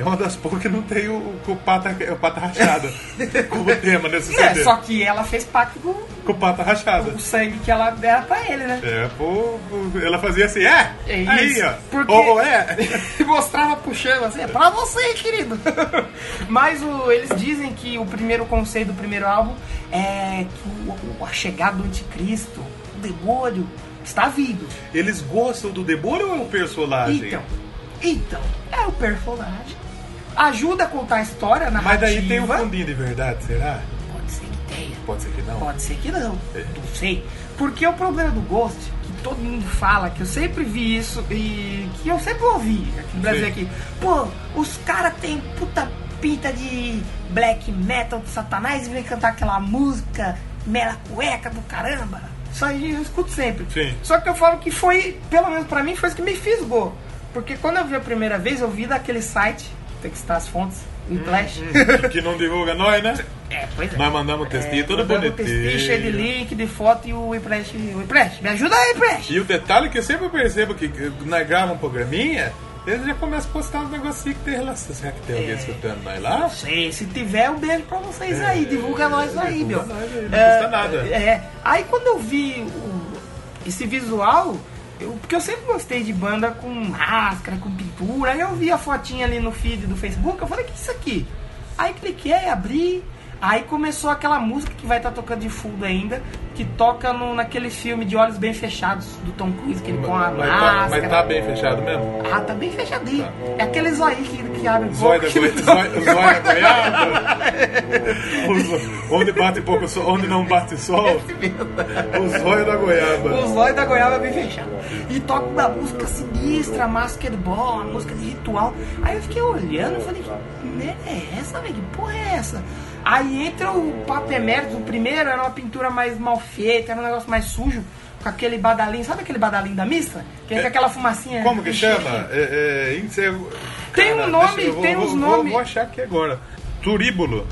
[SPEAKER 2] É uma das poucas que não tem o pata rachada como tema nesse CD.
[SPEAKER 1] Só que ela fez pacto
[SPEAKER 2] com pata rachada.
[SPEAKER 1] O sangue que ela dera pra ele, né?
[SPEAKER 2] Ela fazia assim, aí, ó.
[SPEAKER 1] Porque mostrava puxando assim, é pra você, querido. Mas eles dizem que o primeiro conceito do primeiro álbum é que a chegada do anticristo, o demônio, está vindo.
[SPEAKER 2] Eles gostam do demônio ou é o personagem?
[SPEAKER 1] Então, é o personagem. Ajuda a contar a história, a narrativa.
[SPEAKER 2] Mas daí tem um fundinho de verdade, será?
[SPEAKER 1] Pode ser que tenha.
[SPEAKER 2] Pode ser que não?
[SPEAKER 1] Pode ser que não. Não sei. Porque o problema do Ghost, que todo mundo fala, que eu sempre vi isso e que eu sempre ouvi aqui no Brasil, aqui. Pô, os caras têm puta pinta de black metal do Satanás e vem cantar aquela música mela cueca do caramba. Isso aí eu escuto sempre.
[SPEAKER 2] Sim.
[SPEAKER 1] Só que eu falo que foi, pelo menos pra mim, foi isso que me fisgou. Porque quando eu vi a primeira vez, eu vi daquele site, tem que estar as fontes, o Flash.
[SPEAKER 2] Que não divulga nós, né?
[SPEAKER 1] Pois é.
[SPEAKER 2] Nós mandamos textinho tudo bonitinho.
[SPEAKER 1] Textinho cheio de link, de foto e o Flash. Me ajuda aí, Flash!
[SPEAKER 2] E o detalhe que eu sempre percebo que nós gravamos um programinha, eles já começam a postar uns negocinhos que tem relação. Será que tem alguém escutando nós lá?
[SPEAKER 1] Não sei, se tiver, um beijo pra vocês aí. Divulga nós aí, meu.
[SPEAKER 2] Não custa nada.
[SPEAKER 1] Aí quando eu vi esse visual, porque eu sempre gostei de banda com máscara, com pintura. Aí eu vi a fotinha ali no feed do Facebook, eu falei, que é isso aqui? Aí cliquei, abri, aí começou aquela música que vai estar tocando de fundo ainda, que toca naquele filme de Olhos Bem Fechados, do Tom Cruise, que ele põe a máscara.
[SPEAKER 2] Mas tá bem fechado mesmo?
[SPEAKER 1] Ah, tá bem fechadinho. Tá. É aqueles aí que abre um
[SPEAKER 2] pouco.
[SPEAKER 1] O
[SPEAKER 2] zóio da goiaba? Onde bate pouco sol, onde não bate sol? O zóio da goiaba.
[SPEAKER 1] O zóio da goiaba é bem fechado. E toca uma música sinistra, Masked Ball, uma música de ritual. Aí eu fiquei olhando e falei, que merda é essa, velho? Que porra é essa? Aí entra o Papo Emérito, o primeiro era uma pintura mais mal feita, era um negócio mais sujo, com aquele badalinho, sabe aquele badalinho da missa? Que entra aquela fumacinha.
[SPEAKER 2] Como que chama?
[SPEAKER 1] Tem um nome, tem uns nomes.
[SPEAKER 2] Vou achar aqui agora. Turíbulo,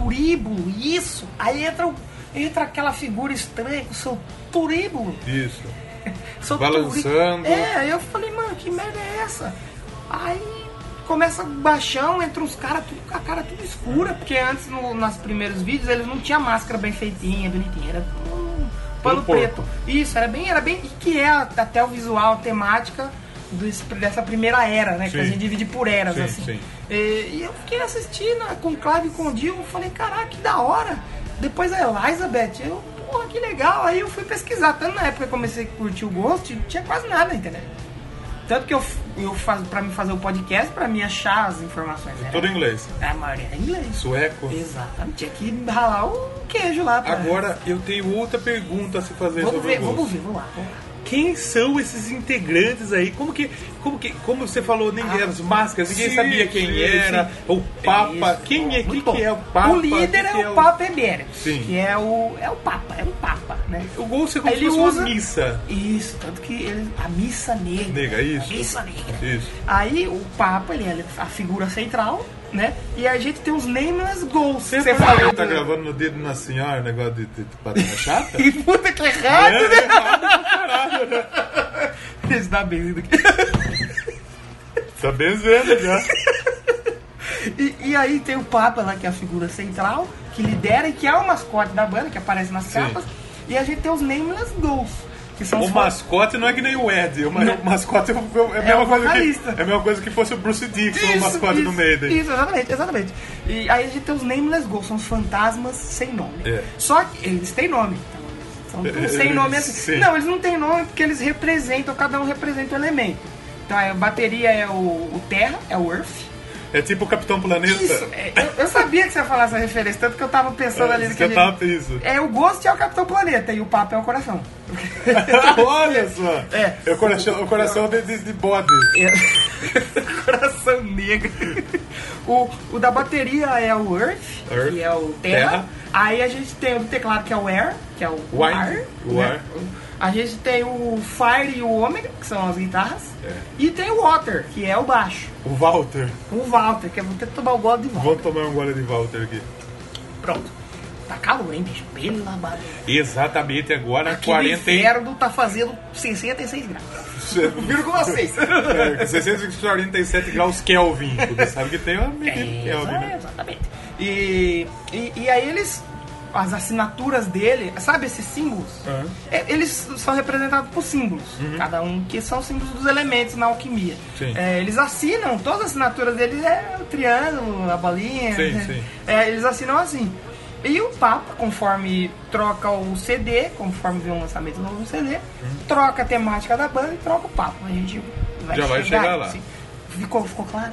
[SPEAKER 1] isso. Aí entra aquela figura estranha com o seu turíbulo.
[SPEAKER 2] Isso. Balançando.
[SPEAKER 1] Aí eu falei, mano, que merda é essa? Aí começa baixão, entra uns caras com a cara tudo escura, porque antes, nos primeiros vídeos, eles não tinham máscara bem feitinha, bonitinha, era um pano preto. Isso, era bem, e que é até o visual, a temática dessa primeira era, né? Sim. Que a gente divide por eras, assim. Sim. E eu fiquei assistindo com Clive e com o Dio, eu falei, caraca, que da hora. Depois a Elizabeth, porra, que legal. Aí eu fui pesquisar, tanto na época que eu comecei a curtir o Ghost, não tinha quase nada na internet. Tanto que eu pra mim fazer o podcast, pra mim achar as informações.
[SPEAKER 2] Tudo em inglês.
[SPEAKER 1] A maioria é inglês.
[SPEAKER 2] Sueco.
[SPEAKER 1] Exatamente. Tinha que ralar o queijo lá.
[SPEAKER 2] Agora, eu tenho outra pergunta a se fazer sobre o Ghost.
[SPEAKER 1] Vamos lá.
[SPEAKER 2] Quem são esses integrantes aí? Como você falou, ninguém era as máscaras, ninguém sabia quem era, o Papa. Quem é o Papa?
[SPEAKER 1] O líder é o Papa Emérito,
[SPEAKER 2] sim.
[SPEAKER 1] Que é o Papa, né?
[SPEAKER 2] O Ghost é como se fosse uma missa.
[SPEAKER 1] Isso, tanto que a missa negra.
[SPEAKER 2] Isso.
[SPEAKER 1] A missa negra.
[SPEAKER 2] Isso.
[SPEAKER 1] Aí o Papa, ele é a figura central, né? E a gente tem os Nameless Ghosts.
[SPEAKER 2] Você falou que tá gravando no dedo na senhora, negócio de patrona chata?
[SPEAKER 1] Que puta que errado, né? Caralho, né? Esse dá benzido aqui.
[SPEAKER 2] Tá benzendo já.
[SPEAKER 1] E aí tem o Papa lá, que é a figura central, que lidera e que é o mascote da banda, que aparece nas capas. E a gente tem os Nameless Ghosts. Que são
[SPEAKER 2] mascote não é que nem o Ed, o mascote é a mesma coisa que fosse o Bruce Dixon, o mascote do Maiden.
[SPEAKER 1] Isso, exatamente. E aí a gente tem os Nameless Ghosts, são os fantasmas sem nome. Só que eles têm nome. São sem nome assim.
[SPEAKER 2] Sim.
[SPEAKER 1] Não, eles não têm nome porque eles representam, cada um representa um elemento. Então a bateria é o Terra, é o Earth.
[SPEAKER 2] É tipo o Capitão Planeta.
[SPEAKER 1] Isso, eu sabia que você ia falar essa referência, tanto que eu tava pensando ali naquele...
[SPEAKER 2] Isso.
[SPEAKER 1] O Ghost é o Capitão Planeta e o Papa é o coração.
[SPEAKER 2] Olha só! É o coração de bode.
[SPEAKER 1] Coração negro. O da bateria é o Earth, que é o Terra. Aí a gente tem o do teclado, que é o Air, que é o ar. A gente tem o Fire e o Omega, que são as guitarras. E tem o Water, que é o baixo.
[SPEAKER 2] O Walter,
[SPEAKER 1] que é vou ter que tomar um gole de Walter.
[SPEAKER 2] Vamos tomar um gole de Walter aqui.
[SPEAKER 1] Pronto. tá calor, hein, bicho? Pelo amado.
[SPEAKER 2] Exatamente, agora
[SPEAKER 1] aqui
[SPEAKER 2] 40...
[SPEAKER 1] no inverno tá fazendo 66 graus. 0,6.
[SPEAKER 2] 647 graus Kelvin. Você sabe que tem uma medida Kelvin, né?
[SPEAKER 1] Exatamente. E aí eles... As assinaturas dele, sabe esses símbolos? Uhum. Eles são representados por símbolos, cada um, que são símbolos dos elementos na alquimia. Eles assinam, todas as assinaturas deles é o triângulo, a bolinha.
[SPEAKER 2] Sim.
[SPEAKER 1] Eles assinam assim. E o Papa, conforme troca o CD, conforme vê um lançamento novo no CD, troca a temática da banda e troca o Papa. A gente
[SPEAKER 2] vai chegar lá.
[SPEAKER 1] Assim. Ficou claro?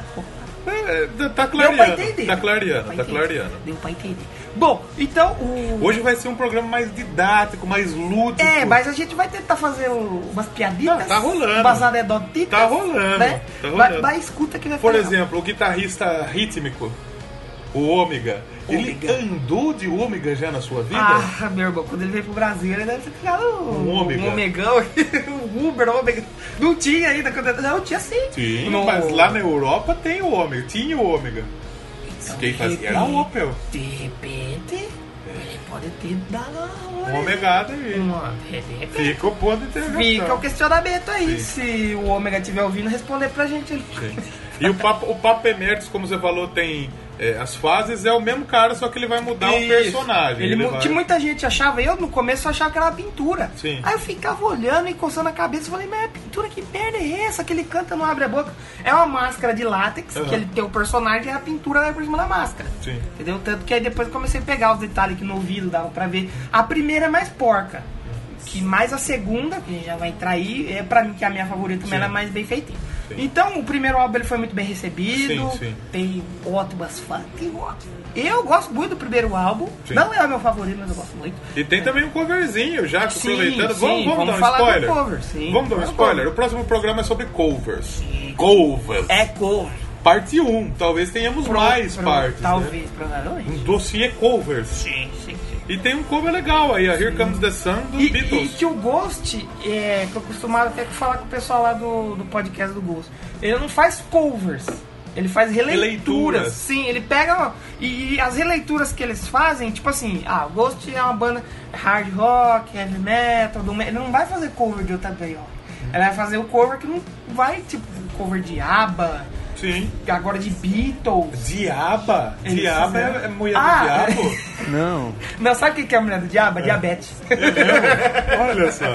[SPEAKER 2] Tá clareando.
[SPEAKER 1] Deu pra entender. Bom, então
[SPEAKER 2] hoje vai ser um programa mais didático, mais lúdico.
[SPEAKER 1] Mas a gente vai tentar fazer umas piaditas.
[SPEAKER 2] Tá rolando.
[SPEAKER 1] Umas anedotitas.
[SPEAKER 2] Tá rolando.
[SPEAKER 1] Né?
[SPEAKER 2] Tá rolando.
[SPEAKER 1] Vai escuta que vai
[SPEAKER 2] Por exemplo, o guitarrista rítmico, o Ômega. Ele andou de Ômega já na sua vida?
[SPEAKER 1] Ah, meu irmão, quando ele veio pro Brasil, ele deve ter criado
[SPEAKER 2] um Ômega.
[SPEAKER 1] Um Omegão, um Uber, um Ômega. Não tinha ainda, não tinha sim.
[SPEAKER 2] Tinha, mas lá na Europa tem o Ômega, tinha o Ômega. Então, quem fazia era a Opel.
[SPEAKER 1] De repente, ele pode ter dado
[SPEAKER 2] uma omegada aí. Fica o ponto de interrogação.
[SPEAKER 1] Fica o questionamento aí. Sim. Se o Ômega estiver ouvindo, responder pra gente.
[SPEAKER 2] Sim. E o Papa Emeritus, como você falou, tem as fases, é o mesmo cara, só que ele vai mudar o personagem.
[SPEAKER 1] Que muita gente achava, eu no começo achava que era uma pintura.
[SPEAKER 2] Sim.
[SPEAKER 1] Aí eu ficava olhando e coçando a cabeça e falei, mas é pintura, que merda é essa? Que ele canta, não abre a boca. É uma máscara de látex, que ele tem o personagem e a pintura vai por cima da máscara.
[SPEAKER 2] Sim.
[SPEAKER 1] Entendeu? Tanto que aí depois eu comecei a pegar os detalhes que no ouvido dava pra ver. A primeira é mais porca. Que mais a segunda, que a gente já vai entrar aí, é pra mim que é a minha favorita, mas ela é mais bem feitinha. Então, o primeiro álbum ele foi muito bem recebido, tem ótimas fãs. Eu gosto muito do primeiro álbum, não é o meu favorito, mas eu gosto muito.
[SPEAKER 2] E tem também um coverzinho, já que aproveitando. Vamos dar um
[SPEAKER 1] falar
[SPEAKER 2] spoiler?
[SPEAKER 1] Do cover,
[SPEAKER 2] vamos dar um spoiler? O próximo programa é sobre covers. Covers.
[SPEAKER 1] É cover.
[SPEAKER 2] Parte 1, talvez tenhamos mais partes.
[SPEAKER 1] Talvez, provavelmente.
[SPEAKER 2] Um dossiê covers.
[SPEAKER 1] Sim.
[SPEAKER 2] E tem um cover legal aí, a Here Comes the Sun do Beatles.
[SPEAKER 1] E que o Ghost, que eu costumava até falar com o pessoal lá do podcast do Ghost, ele não faz covers, ele faz releituras. Sim, ele pega... E as releituras que eles fazem, tipo assim, o Ghost é uma banda hard rock, heavy metal, ele não vai fazer cover de outra banda, ele vai fazer o cover que não vai, tipo, cover de ABBA...
[SPEAKER 2] Sim.
[SPEAKER 1] Agora de Beatles.
[SPEAKER 2] Diaba? Diaba é mulher do diabo?
[SPEAKER 1] Não, sabe o que é a mulher do diabo? Diabetes.
[SPEAKER 2] Olha só.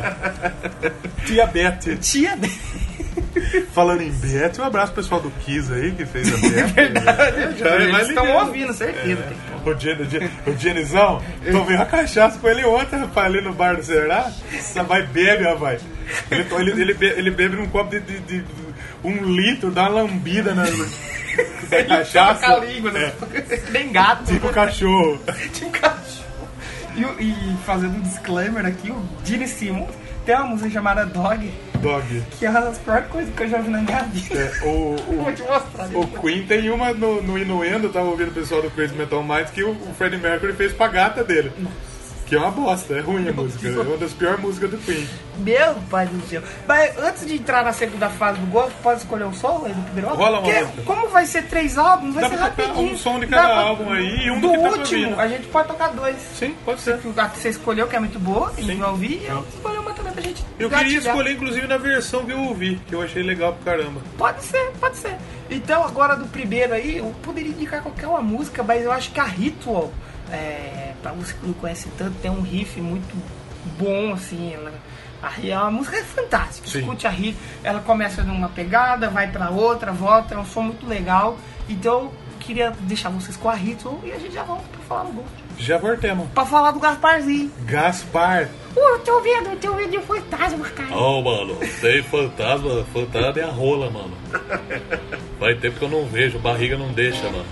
[SPEAKER 2] Diabetes. Falando em Beth, um abraço pro pessoal do Kiss aí que fez a Beth.
[SPEAKER 1] Eles estão ouvindo, certeza.
[SPEAKER 2] O Jenizão, tomei uma cachaça com ele ontem, rapaz, ali no bar do Ceará. Você vai bebe, rapaz. Ele bebe num copo de 1 litro, dá uma lambida na cachaça.
[SPEAKER 1] Toca a língua, né? Bem gato.
[SPEAKER 2] Tipo cachorro.
[SPEAKER 1] E fazendo um disclaimer aqui, o Gene Simmons tem uma música chamada Dog. Que é uma das piores coisas que eu já vi na minha vida.
[SPEAKER 2] Vou te mostrar. O Queen tem uma no Inuendo, eu tava ouvindo o pessoal do Crazy Metal Minds, que o Freddie Mercury fez pra gata dele. Nossa. Que é uma bosta, é ruim a música. É uma das piores músicas do Queen.
[SPEAKER 1] Meu pai do céu. Mas antes de entrar na segunda fase do Ghost, pode escolher um som aí do primeiro álbum?
[SPEAKER 2] Rola uma música.
[SPEAKER 1] Como vai ser 3 álbuns, vai ser rapidinho.
[SPEAKER 2] Um som de cada álbum aí e um
[SPEAKER 1] do
[SPEAKER 2] que tá
[SPEAKER 1] último, a gente pode tocar 2.
[SPEAKER 2] Sim, pode ser.
[SPEAKER 1] A que você escolheu, que é muito boa, a gente vai ouvir, e eu escolhi uma também pra gente
[SPEAKER 2] Eu queria escolher, inclusive, na versão que eu ouvi, que eu achei legal pra caramba.
[SPEAKER 1] Pode ser. Então, agora do primeiro aí, eu poderia indicar qualquer uma música, mas eu acho que a Ritual... pra você que não conhece tanto, tem um riff muito bom, assim, a música é fantástica.
[SPEAKER 2] Sim.
[SPEAKER 1] Escute a riff, ela começa numa pegada, vai pra outra, volta, é um som muito legal. Então eu queria deixar vocês com a Ritual e a gente já volta pra falar do Ghost.
[SPEAKER 2] Já voltemos.
[SPEAKER 1] Pra falar do Gasparzinho.
[SPEAKER 2] Gaspar.
[SPEAKER 1] Eu tenho medo de fantasma, cara.
[SPEAKER 5] Mano, tem fantasma é a rola, mano. Faz tempo que eu não vejo, barriga não deixa, mano.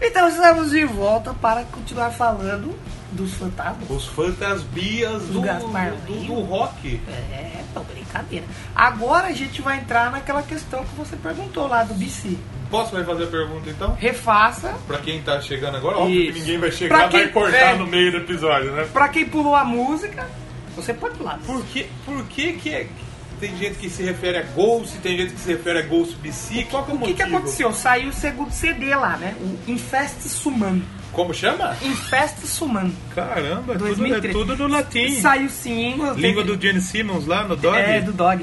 [SPEAKER 1] Então estamos de volta para continuar falando dos fantasmas.
[SPEAKER 2] Os fantasmias do rock.
[SPEAKER 1] Não, brincadeira. Agora a gente vai entrar naquela questão que você perguntou lá do BC.
[SPEAKER 2] Posso fazer a pergunta então?
[SPEAKER 1] Refaça.
[SPEAKER 2] Pra quem tá chegando agora, óbvio que ninguém vai chegar e vai cortar no meio do episódio, né?
[SPEAKER 1] Pra quem pulou a música, você pode pular.
[SPEAKER 2] Por que tem gente que se refere a Ghost, tem gente que se refere a Ghost BC? Qual que é o motivo?
[SPEAKER 1] O que aconteceu? Saiu o segundo CD lá, né? O Infest Suman.
[SPEAKER 2] Como chama?
[SPEAKER 1] Infest Suman.
[SPEAKER 2] Caramba, é tudo no latim.
[SPEAKER 1] Saiu single.
[SPEAKER 2] Língua do Gene Simmons lá no Dog?
[SPEAKER 1] Do Dog.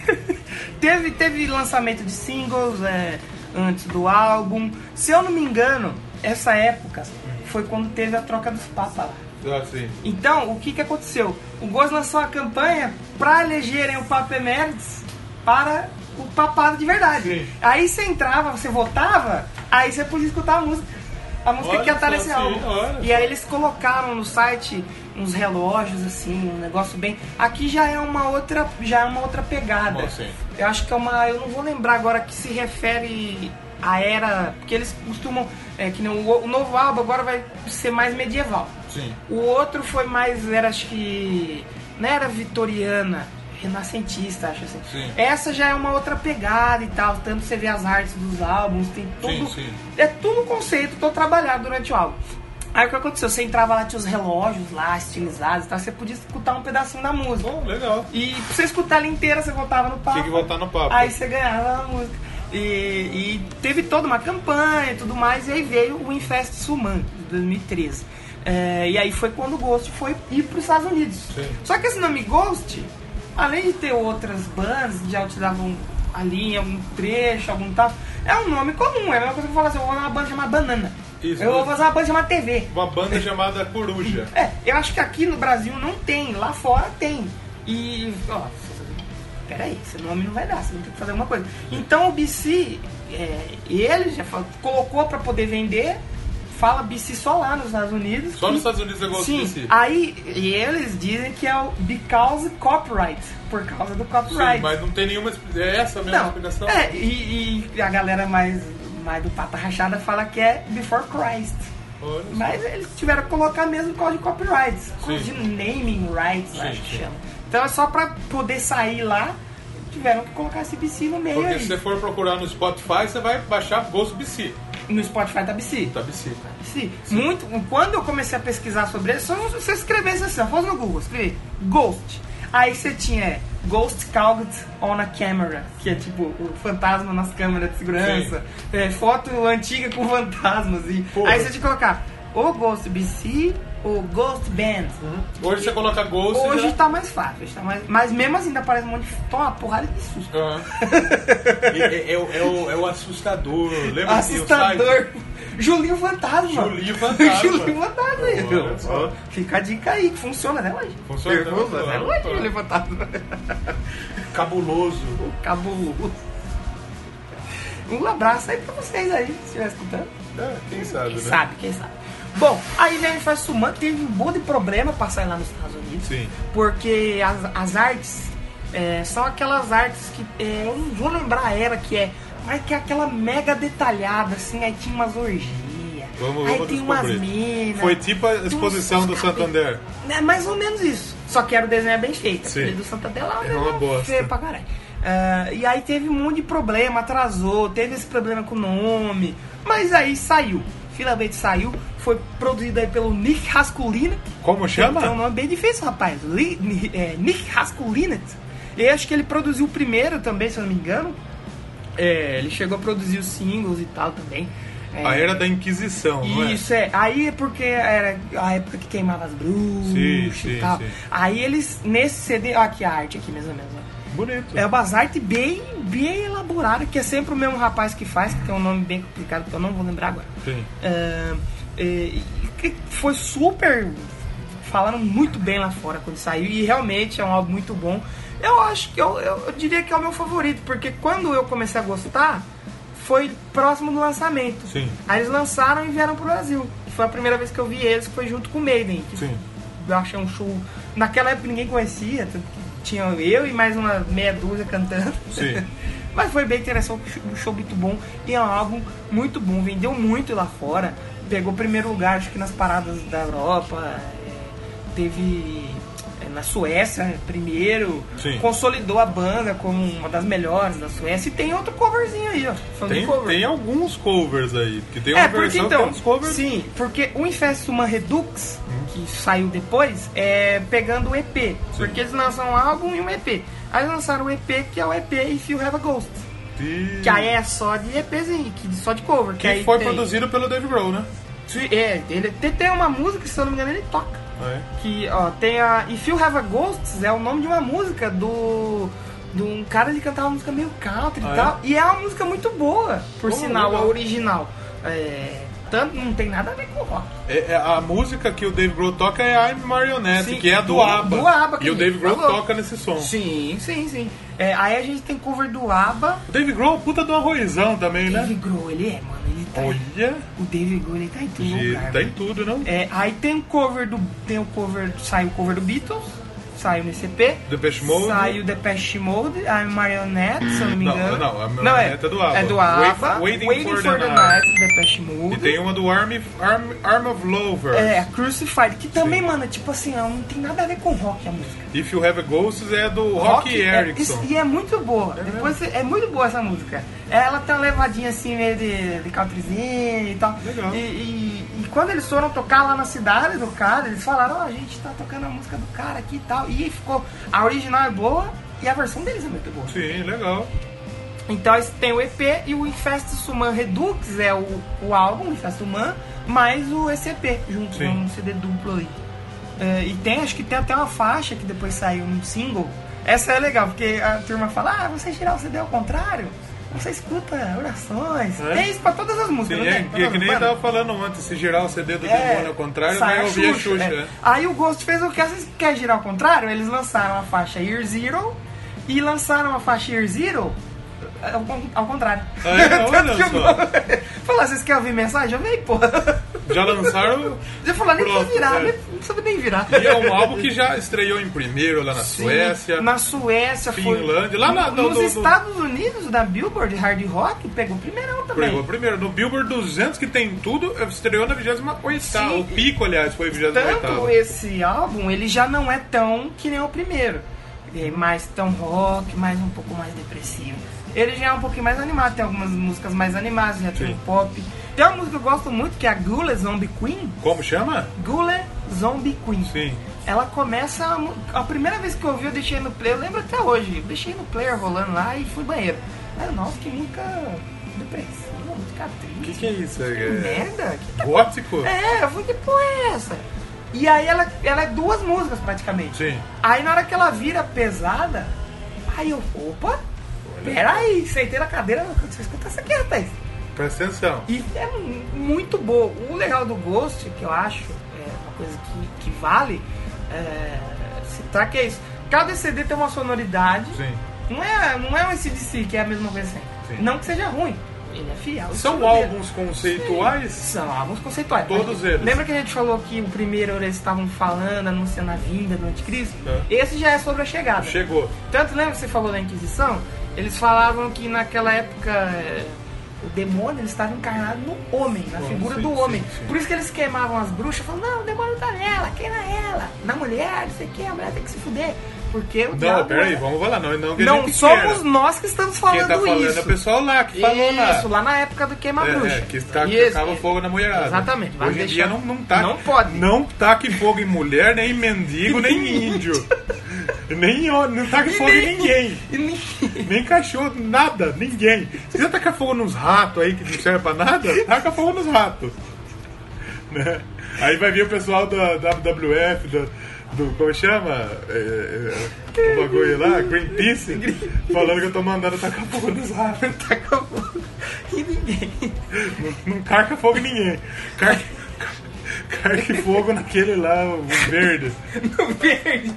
[SPEAKER 1] teve lançamento de singles antes do álbum. Se eu não me engano, essa época foi quando teve a troca dos papas lá.
[SPEAKER 2] Sim.
[SPEAKER 1] Então, o que aconteceu? O Ghost lançou a campanha para elegerem o Papa Emeritus para o papado de verdade. Sim. Aí você entrava, você votava, aí você podia escutar a música que ia estar nesse álbum. E aí eles colocaram no site uns relógios, assim, um negócio bem... Aqui já é uma outra pegada. Eu acho que eu não vou lembrar agora que se refere à era... Porque eles costumam... que nem o novo álbum agora vai ser mais medieval.
[SPEAKER 2] Sim.
[SPEAKER 1] O outro foi mais... acho que... Não era vitoriana, renascentista, acho assim.
[SPEAKER 2] Sim.
[SPEAKER 1] Essa já é uma outra pegada e tal. Tanto você vê as artes dos álbuns, tem tudo...
[SPEAKER 2] Sim.
[SPEAKER 1] É tudo conceito, todo trabalhado durante o álbum. Aí o que aconteceu? Você entrava lá, tinha os relógios lá, estilizados e tal, você podia escutar um pedacinho da música.
[SPEAKER 2] Legal.
[SPEAKER 1] E pra você escutar ela inteira, você voltava no papo.
[SPEAKER 2] Tinha que voltar no papo.
[SPEAKER 1] Aí você ganhava a música. E teve toda uma campanha e tudo mais, e aí veio o Infest Suman, de 2013. E aí foi quando o Ghost foi ir pros Estados Unidos.
[SPEAKER 2] Sim.
[SPEAKER 1] Só que esse nome Ghost, além de ter outras bandas que já utilizavam ali em algum trecho, algum tal, é um nome comum, é a mesma coisa que eu falar assim, eu vou fazer uma banda chamada Banana.
[SPEAKER 2] Isso,
[SPEAKER 1] eu vou fazer uma banda chamada TV.
[SPEAKER 2] Uma banda chamada Coruja.
[SPEAKER 1] Eu acho que aqui no Brasil não tem, lá fora tem. E, peraí, esse nome não vai dar, você vai ter que fazer alguma coisa. Então o BC, ele já colocou pra poder vender, fala BC só lá nos Estados Unidos.
[SPEAKER 2] Só nos Estados Unidos eu gosto de BC.
[SPEAKER 1] Aí eles dizem que é o because copyright, por causa do copyright.
[SPEAKER 2] Sim, mas não tem nenhuma... É essa mesma explicação?
[SPEAKER 1] E a galera mais do pata rachada fala que é before Christ. Mas eles tiveram que colocar mesmo código de copyright, código de naming rights, acho que chama. Então é só pra poder sair lá, tiveram que colocar esse BC no meio.
[SPEAKER 2] Porque
[SPEAKER 1] aí.
[SPEAKER 2] se você for procurar no Spotify, você vai baixar Ghost BC.
[SPEAKER 1] No Spotify tá BC.
[SPEAKER 2] Tá BC.
[SPEAKER 1] Sim. Muito. Quando eu comecei a pesquisar sobre ele, só se você escrevesse assim, fosse no Google, escrever Ghost. Aí você tinha Ghost Caught on a Camera, que é tipo o fantasma nas câmeras de segurança. Foto antiga com fantasmas. Aí você tinha que colocar o Ghost BC, o Ghost Band.
[SPEAKER 2] Hoje você coloca Ghost.
[SPEAKER 1] Hoje tá mais fácil. Mas mesmo assim ainda parece um monte de. Toma uma porrada de susto.
[SPEAKER 2] É o assustador. Lembra
[SPEAKER 1] assustador. Julinho Fantasma.
[SPEAKER 2] Julinho Fantasma
[SPEAKER 1] aí. Fica a dica aí, que funciona até hoje.
[SPEAKER 2] Funciona até
[SPEAKER 1] hoje, Julinho Fantasma.
[SPEAKER 2] Cabuloso.
[SPEAKER 1] Cabuloso. Um abraço aí pra vocês aí, se estiver escutando.
[SPEAKER 2] Quem sabe,
[SPEAKER 1] Quem sabe. Bom, aí vem a Infest Suman, teve um monte de problema pra sair lá nos Estados Unidos.
[SPEAKER 2] Sim.
[SPEAKER 1] Porque as artes são aquelas artes que eu não vou lembrar a era que é, mas que é aquela mega detalhada, assim, aí tinha umas orgias. Aí tem umas minas.
[SPEAKER 2] Foi tipo a exposição do Santander.
[SPEAKER 1] É mais ou menos isso. Só que era o desenho bem feito.
[SPEAKER 2] Sim.
[SPEAKER 1] Aquele do Santander lá
[SPEAKER 2] é uma bosta.
[SPEAKER 1] Feio pra caralho. E aí teve um monte de problema, atrasou, teve esse problema com o nome. Mas aí saiu. Finalmente saiu. Foi produzido aí pelo Nick Raskulinecz.
[SPEAKER 2] Como chama?
[SPEAKER 1] É um nome bem difícil, rapaz. Nick Raskulinecz. Eu acho que ele produziu o primeiro também, se eu não me engano. Ele chegou a produzir os singles e tal também.
[SPEAKER 2] A era da Inquisição, não é?
[SPEAKER 1] Isso, Aí é porque era a época que queimava as bruxas e tal. Sim. Aí eles, nesse CD... Olha aqui a arte aqui, mais ou menos.
[SPEAKER 2] Bonito.
[SPEAKER 1] É uma arte bem elaborada, que é sempre o mesmo rapaz que faz, que tem um nome bem complicado, que eu não vou lembrar agora.
[SPEAKER 2] Sim.
[SPEAKER 1] Que foi super... Falaram muito bem lá fora quando saiu, e realmente é um álbum muito bom. Eu acho que eu diria que é o meu favorito, porque quando eu comecei a gostar, foi próximo do lançamento.
[SPEAKER 2] Sim.
[SPEAKER 1] Aí eles lançaram e vieram pro Brasil. Foi a primeira vez que eu vi eles, foi junto com o Maiden.
[SPEAKER 2] Sim.
[SPEAKER 1] Eu achei um show... Naquela época ninguém conhecia, tinha eu e mais uma meia dúzia cantando.
[SPEAKER 2] Sim.
[SPEAKER 1] Mas foi bem interessante, um show muito bom. E é um álbum muito bom, vendeu muito lá fora. pegou primeiro lugar, acho que nas paradas da Europa, teve na Suécia primeiro, consolidou a banda como uma das melhores da Suécia, e tem outro coverzinho aí, ó.
[SPEAKER 2] Tem alguns covers aí, porque tem uma versão que tem uns covers.
[SPEAKER 1] Sim, porque o Infest Human Redux, que saiu depois, é pegando o EP, porque eles lançam um álbum e um EP. Aí eles lançaram o EP, que é o EP If You Have a Ghost. Que aí é só de EPzinho, só de cover.
[SPEAKER 2] Que aí foi produzido pelo Dave Grohl, né?
[SPEAKER 1] Ele tem uma música, se eu não me engano, ele toca. Que, ó, tem a If You Have a Ghost, é o nome de uma música de um cara, ele cantava uma música meio country e tal. E é uma música muito boa, por sinal, a original. Tanto não tem nada a ver com o rock.
[SPEAKER 2] A música que o Dave Grohl toca é I'm Marionette, que é a do ABBA.
[SPEAKER 1] Do ABBA,
[SPEAKER 2] e o Dave Grohl toca nesse som.
[SPEAKER 1] Sim. Aí a gente tem cover do ABBA.
[SPEAKER 2] O Dave Grohl, puta do arrozão também, né?
[SPEAKER 1] O Dave Grohl, ele é, mano. Ele tá
[SPEAKER 2] Olha!
[SPEAKER 1] O Dave Grohl, ele tá em tudo.
[SPEAKER 2] Ele tá em tudo, não?
[SPEAKER 1] Aí tem o cover saiu o cover do Beatles. Saiu nesse EP.
[SPEAKER 2] Depeche Mode.
[SPEAKER 1] Saiu Depeche Mode, I'm Marionette, se eu não me engano.
[SPEAKER 2] Não, a Marionette é do ABBA.
[SPEAKER 1] É do ABBA.
[SPEAKER 2] Waiting for the Night,
[SPEAKER 1] Depeche Mode.
[SPEAKER 2] E tem uma do Arm of Lovers.
[SPEAKER 1] A Crucified, que também, mano, tipo assim, não tem nada a ver com rock a música.
[SPEAKER 2] If You Have a Ghost é do Rocky Erickson.
[SPEAKER 1] E é muito boa. É muito boa essa música. Ela tem uma levadinha assim, meio de countryzinho e tal.
[SPEAKER 2] Legal.
[SPEAKER 1] E quando eles foram tocar lá na cidade do cara, eles falaram, a gente tá tocando a música do cara aqui e tal. E ficou. A original é boa e a versão deles é muito boa.
[SPEAKER 2] Sim, legal.
[SPEAKER 1] Então tem o EP e o Infest Human Redux é o álbum, Infest Human, mais esse EP junto, com um CD duplo ali. E acho que tem até uma faixa que depois saiu um single. Essa é legal, porque a turma fala, você girar o CD ao contrário, você escuta orações. Tem isso pra todas as músicas,
[SPEAKER 2] sim,
[SPEAKER 1] não tem?
[SPEAKER 2] Que nem eu tava falando antes, se girar o CD do demônio ao contrário, vai ouvir a Xuxa.
[SPEAKER 1] Aí o Ghost fez o que? Vocês querem girar ao contrário? Eles lançaram a faixa Year Zero e lançaram a faixa Year Zero ao contrário.
[SPEAKER 2] Olha só.
[SPEAKER 1] Falar, vocês querem ouvir mensagem? Eu veio, porra.
[SPEAKER 2] Já lançaram.
[SPEAKER 1] Já falaram, nem precisa virar, não precisa nem virar.
[SPEAKER 2] E é um álbum que já estreou em primeiro lá na Suécia.
[SPEAKER 1] Na Suécia,
[SPEAKER 2] Finlândia, lá
[SPEAKER 1] nos Estados Unidos, da Billboard Hard Rock, pegou primeirão também.
[SPEAKER 2] Pegou primeiro. No Billboard 200, que tem tudo, estreou na 28ª. O pico, aliás, foi 28ª.
[SPEAKER 1] Tanto esse álbum, ele já não é tão que nem o primeiro. É mais tão rock, mais um pouco mais depressivo. Ele já é um pouquinho mais animado, tem algumas músicas mais animadas, já tem pop. Tem uma música que eu gosto muito, que é a Gule Zombie Queen.
[SPEAKER 2] Como chama?
[SPEAKER 1] Gule Zombie Queen.
[SPEAKER 2] Sim.
[SPEAKER 1] Ela começa... A primeira vez que eu ouvi, eu deixei no player, eu lembro até hoje, eu deixei no player rolando lá e fui banheiro. Nossa, que música depressiva, música triste.
[SPEAKER 2] Que é isso?
[SPEAKER 1] Que merda?
[SPEAKER 2] Gótico?
[SPEAKER 1] Eu falei, que porra é essa? E aí ela é duas músicas praticamente.
[SPEAKER 2] Sim.
[SPEAKER 1] Aí na hora que ela vira pesada, aí eu, opa, peraí, sentei na cadeira, você escuta essa aqui, rapaz.
[SPEAKER 2] Presta atenção.
[SPEAKER 1] E é muito boa. O legal do Ghost, que eu acho, uma coisa que vale citar, que é isso. Cada CD tem uma sonoridade.
[SPEAKER 2] Sim.
[SPEAKER 1] Não é um AC/DC, que é a mesma coisa sempre. Sim. Não que seja ruim. Ele é fiel.
[SPEAKER 2] São álbuns conceituais?
[SPEAKER 1] Sim. São álbuns conceituais.
[SPEAKER 2] Todos eles.
[SPEAKER 1] Lembra que a gente falou que o primeiro eles estavam falando, anunciando a vinda do Anticristo? Esse já é sobre a chegada.
[SPEAKER 2] Chegou.
[SPEAKER 1] Tanto lembra que você falou da Inquisição? Eles falavam que naquela época o demônio ele estava encarnado no homem, na figura do homem. Sim. Por isso que eles queimavam as bruxas, falando, não, o demônio tá nela, queima ela. Na mulher, não sei o que, a mulher tem que se fuder. Porque o
[SPEAKER 2] não, peraí, vamos falar, não que
[SPEAKER 1] não somos nós que estamos falando isso.
[SPEAKER 2] Quem tá falando é o pessoal lá que falou lá.
[SPEAKER 1] Isso, lá na época do queima-bruxa.
[SPEAKER 2] Que tacava fogo na mulherada.
[SPEAKER 1] Exatamente.
[SPEAKER 2] Hoje em dia não
[SPEAKER 1] pode.
[SPEAKER 2] Não taque fogo em mulher, nem em mendigo, nem índio. Não taque fogo em ninguém. Nem cachorro, nada, ninguém. Se quiser tacar fogo nos ratos aí, que não serve pra nada, taca fogo nos ratos. Né? Aí vai vir o pessoal da WWF, como chama? O bagulho lá, Greenpeace, falando que eu tô mandando tacar fogo nos ratos.
[SPEAKER 1] Taca fogo em ninguém.
[SPEAKER 2] Não carca fogo em ninguém. Carque fogo naquele lá, o verde.
[SPEAKER 1] No verde.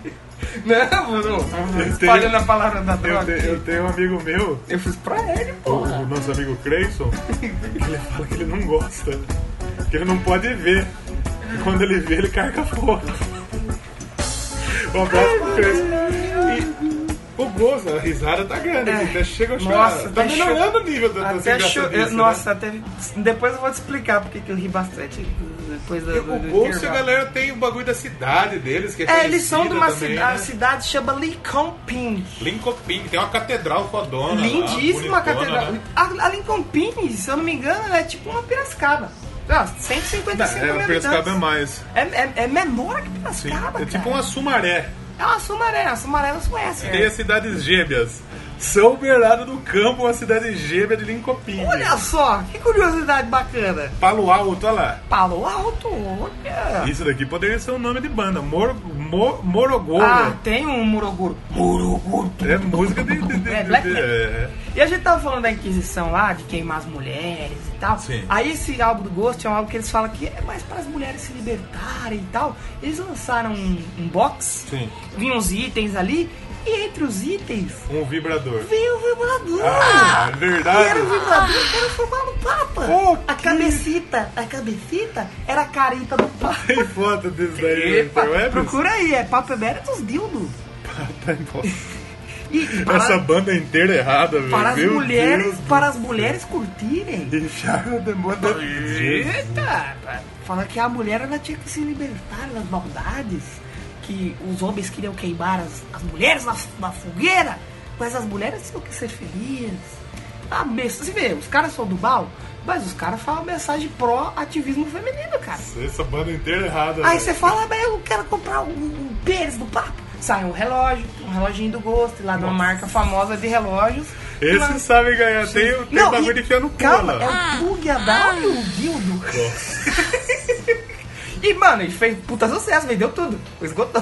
[SPEAKER 1] Não, espalhando a palavra da droga.
[SPEAKER 2] Eu tenho um amigo meu.
[SPEAKER 1] Eu fiz pra ele, porra.
[SPEAKER 2] O nosso amigo Creyson, ele fala que ele não gosta. Que ele não pode ver. E quando ele vê, ele carca fogo. Um abraço pro Creyson. O Ghost, a risada tá grande, até chega a chorar.
[SPEAKER 1] Nossa,
[SPEAKER 2] tá melhorando o nível da
[SPEAKER 1] Nossa, até... Depois eu vou te explicar porque que eu ri bastante. Depois
[SPEAKER 2] o Ghost, a galera tem o bagulho da cidade deles, que é
[SPEAKER 1] eles são de uma
[SPEAKER 2] também,
[SPEAKER 1] cidade, né? A cidade chama Lincoln Pines.
[SPEAKER 2] Lincoln Pines, tem uma catedral fodona.
[SPEAKER 1] Lindíssima
[SPEAKER 2] lá,
[SPEAKER 1] catedral.
[SPEAKER 2] Né?
[SPEAKER 1] A Lincoln Pines, se eu não me engano, ela é tipo uma Piracicaba. 155 mil
[SPEAKER 2] Piracicaba é mais.
[SPEAKER 1] É menor que Piracicaba,
[SPEAKER 2] é tipo uma Sumaré.
[SPEAKER 1] É uma Sumaré na Suécia.
[SPEAKER 2] Tem as cidades gêmeas. São Bernardo do Campo, uma cidade gêmea de Lincoln Pines.
[SPEAKER 1] Olha só, que curiosidade bacana.
[SPEAKER 2] Palo Alto, olha lá.
[SPEAKER 1] Palo Alto, olha.
[SPEAKER 2] Isso daqui poderia ser o nome de banda. Morogoro.
[SPEAKER 1] Ah, tem um Morogoro. Morogoro.
[SPEAKER 2] É música de
[SPEAKER 1] Black Metal. E a gente tava falando da Inquisição lá, de queimar as mulheres e tal.
[SPEAKER 2] Sim.
[SPEAKER 1] Aí esse álbum do Ghost é um álbum que eles falam que é mais para as mulheres se libertarem e tal. Eles lançaram um box.
[SPEAKER 2] Sim.
[SPEAKER 1] Vinham uns itens ali. E entre os itens...
[SPEAKER 2] Um vibrador.
[SPEAKER 1] Veio o vibrador.
[SPEAKER 2] Ah, é verdade.
[SPEAKER 1] E era o vibrador que era formado no Papa.
[SPEAKER 2] Oh,
[SPEAKER 1] a cabecita era a carita do Papa.
[SPEAKER 2] Tem foto desse daí.
[SPEAKER 1] Epa, procura aí, é Papa Emeritus Dildo.
[SPEAKER 2] Essa banda inteira errada, velho.
[SPEAKER 1] Para as mulheres curtirem.
[SPEAKER 2] Deixaram da moda.
[SPEAKER 1] Eita! Fala que a mulher ela tinha que se libertar das maldades. Que os homens queriam queimar as mulheres na fogueira, mas as mulheres tinham que ser felizes. Você vê, os caras são do mal, mas os caras falam mensagem pró-ativismo feminino, cara.
[SPEAKER 2] Essa banda inteira errada.
[SPEAKER 1] Aí você fala, mas eu quero comprar um pênis do Papa. Sai um relógio, um reloginho do Ghost, lá de uma marca famosa de relógios.
[SPEAKER 2] Esse sabe ganhar, tem o bagulho de enfiar no
[SPEAKER 1] calma,
[SPEAKER 2] pulo.
[SPEAKER 1] É o Plug AW, o Dildo. E, mano, ele fez puta sucesso, vendeu tudo. Esgotou.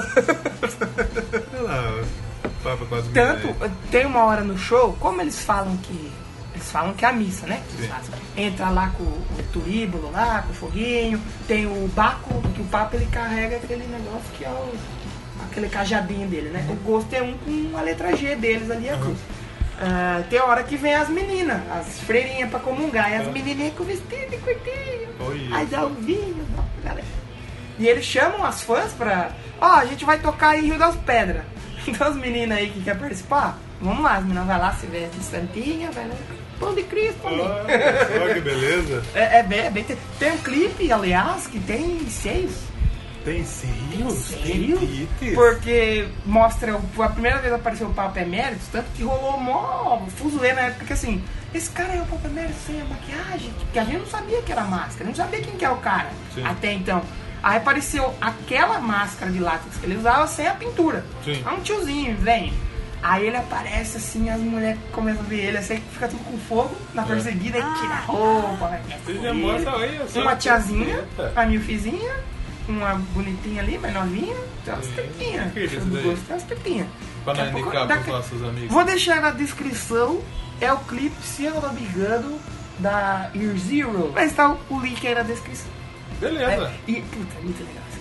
[SPEAKER 2] Olha lá, Papa quase.
[SPEAKER 1] Tanto, tem uma hora no show, como eles falam que é a missa, né? Entra lá com o turíbulo lá, com o foguinho. Tem o Baco, que o Papa ele carrega aquele negócio que é aquele cajadinho dele, né? O Ghost é um com a letra G deles ali, a cruz. Tem a hora que vem as meninas, as freirinhas pra comungar. E as menininhas com vestido de curtinho. Aí dá um vinho, galera. E eles chamam as fãs pra... a gente vai tocar em Rio das Pedras. Então as meninas aí que querem participar, vamos lá, as meninas vai lá, se veste de santinha, vai lá, pão de Cristo ali.
[SPEAKER 2] Olha que beleza.
[SPEAKER 1] É bem... Tem um clipe, aliás, que tem seios.
[SPEAKER 2] Tem seios?
[SPEAKER 1] Tem porque mostra... A primeira vez apareceu o Papa Emeritus, tanto que rolou mó fuzuê na época, que assim... Esse cara é o Papa Emeritus sem a maquiagem, porque a gente não sabia que era máscara, não sabia quem que é o cara. Sim. Até então. Aí apareceu aquela máscara de látex que ele usava sem a pintura.
[SPEAKER 2] Sim.
[SPEAKER 1] É um tiozinho, vem. Aí ele aparece assim, as mulheres começam a ver ele, assim, fica tudo com fogo na perseguida, e tira a roupa, vai uma tiazinha, a milfizinha, uma bonitinha ali, mais novinha, tem umas tetinhas. Tem umas tetinhas.
[SPEAKER 2] Pra não indicar pros nossos amigos.
[SPEAKER 1] Vou deixar na descrição, é o clipe, se eu não me engano, da Year Zero. Mas tá o link aí na descrição.
[SPEAKER 2] Beleza.
[SPEAKER 1] Puta, é muito legal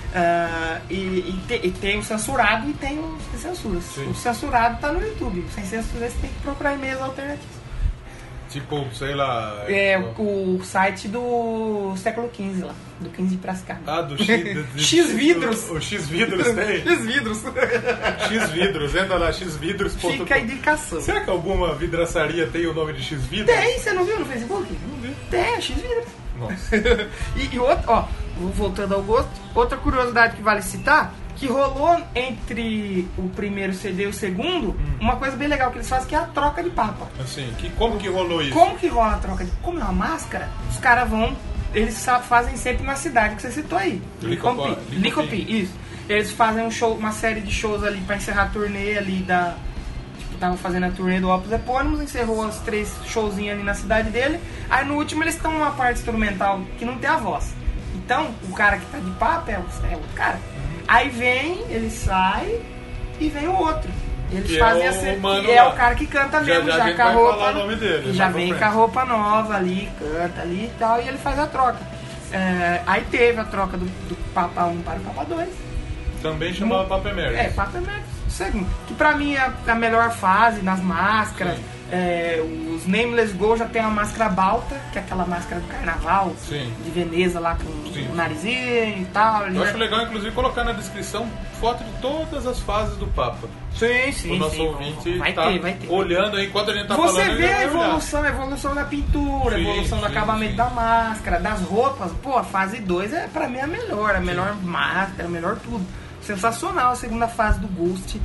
[SPEAKER 1] isso aqui. E tem o censurado e tem o sem censura.
[SPEAKER 2] Sim.
[SPEAKER 1] O censurado tá no YouTube. O sem censura você tem que procurar e-mails alternativos.
[SPEAKER 2] Tipo, sei lá...
[SPEAKER 1] o site do século XV lá. Do 15 de Piracicaba.
[SPEAKER 2] Do
[SPEAKER 1] X-Vidros.
[SPEAKER 2] O X-Vidros tem?
[SPEAKER 1] X-Vidros.
[SPEAKER 2] X-Vidros, entra lá, xvidros.com.
[SPEAKER 1] Fica a indicação.
[SPEAKER 2] Será que alguma vidraçaria tem o nome de X-Vidros?
[SPEAKER 1] Tem, você não viu no Facebook?
[SPEAKER 2] Não vi.
[SPEAKER 1] Tem, X-Vidros.
[SPEAKER 2] Nossa.
[SPEAKER 1] E outro, voltando ao gosto, outra curiosidade que vale citar, que rolou entre o primeiro CD e o segundo, uma coisa bem legal que eles fazem, que é a troca de papa.
[SPEAKER 2] Assim, como que rolou isso?
[SPEAKER 1] Como que rola a troca de... Como é uma máscara, os caras vão... Eles fazem sempre na cidade que você citou aí. Licopim, isso. Eles fazem uma série de shows ali pra encerrar a turnê ali da... Estavam fazendo a turnê do Opus Epônimos, encerrou os 3 showzinhos ali na cidade dele. Aí no último eles estão numa parte instrumental que não tem a voz. Então o cara que tá de papo é outro cara. Aí vem, ele sai e vem o outro. Eles
[SPEAKER 2] que
[SPEAKER 1] fazem
[SPEAKER 2] é
[SPEAKER 1] o cara que canta mesmo, já com a roupa. O nome dele, já vem com a roupa nova ali, canta ali e tal, e ele faz a troca. Aí teve a troca do Papa 1 para o Papa 2.
[SPEAKER 2] Também chamava Papa Emeritus.
[SPEAKER 1] Papa Emeritus. segundo. Que pra mim é a melhor fase nas máscaras. Os Nameless Gold já tem a máscara Balta, que é aquela máscara do carnaval.
[SPEAKER 2] Sim.
[SPEAKER 1] De Veneza lá com o narizinho e tal.
[SPEAKER 2] Eu acho legal, inclusive, colocar na descrição foto de todas as fases do Papa.
[SPEAKER 1] Sim.
[SPEAKER 2] O nosso ouvinte
[SPEAKER 1] vai
[SPEAKER 2] tá
[SPEAKER 1] ter.
[SPEAKER 2] olhando aí, enquanto a gente tá
[SPEAKER 1] Você
[SPEAKER 2] falando...
[SPEAKER 1] Você vê a evolução da pintura, a evolução do acabamento da máscara, das roupas. Pô, a fase 2 é pra mim a melhor máscara, a melhor tudo. Sensacional a segunda fase do Ghost,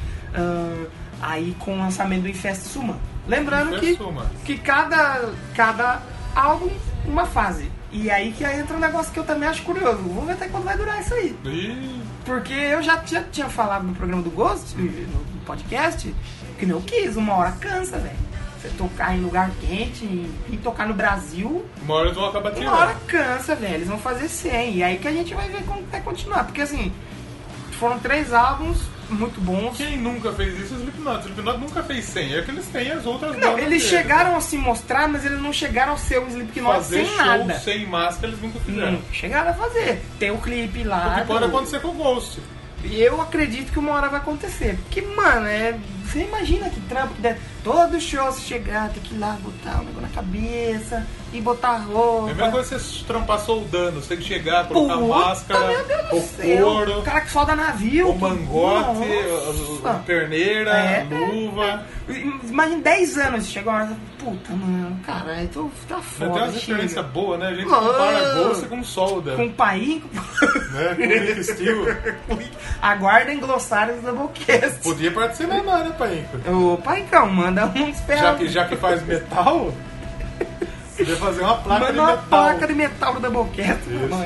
[SPEAKER 1] aí com o lançamento do Infest Suman. Lembrando que cada álbum, uma fase. E aí que entra um negócio que eu também acho curioso. Vamos ver até quando vai durar isso aí. Porque eu já tinha falado no programa do Ghost, no podcast, que não quis, uma hora cansa, velho. Você tocar em lugar quente e tocar no Brasil...
[SPEAKER 2] Uma hora eles vão acabar tirando.
[SPEAKER 1] Uma hora cansa, velho. Eles vão fazer 100. E aí que a gente vai ver como vai continuar. Porque assim, foram 3 álbuns muito bons.
[SPEAKER 2] Quem nunca fez isso? O Slipknot nunca fez 100. É que eles têm as outras bandas.
[SPEAKER 1] Não, eles chegaram a se mostrar, mas eles não chegaram a ser o Slipknot sem nada.
[SPEAKER 2] Fazer show sem máscara eles nunca fizeram.
[SPEAKER 1] Não, chegaram a fazer. Tem o clipe lá.
[SPEAKER 2] O que pode acontecer com o Ghost.
[SPEAKER 1] E eu acredito que uma hora vai acontecer. Porque, mano, você imagina que trampo que deve. Todo show você chegar, tem que ir lá botar o negócio na cabeça e botar roupa.
[SPEAKER 2] É a mesma coisa você trampar soldando, você tem que chegar, colocar máscara, o couro,
[SPEAKER 1] o cara que solda navio,
[SPEAKER 2] o mangote, a perneira, luva.
[SPEAKER 1] Imagina 10 anos, chegou uma hora, puta, mano, caralho, tá foda.
[SPEAKER 2] Tem uma referência boa, né? A gente compara Ghost com solda.
[SPEAKER 1] Com paim,
[SPEAKER 2] né? Com Nick Steel.
[SPEAKER 1] Aguardem glossários da Doublecast.
[SPEAKER 2] Podia participar, né, Painco?
[SPEAKER 1] Ô, Paicão, manda uns pés.
[SPEAKER 2] Já que faz metal, podia fazer uma placa de metal.
[SPEAKER 1] Manda uma placa de metal do Doublecast.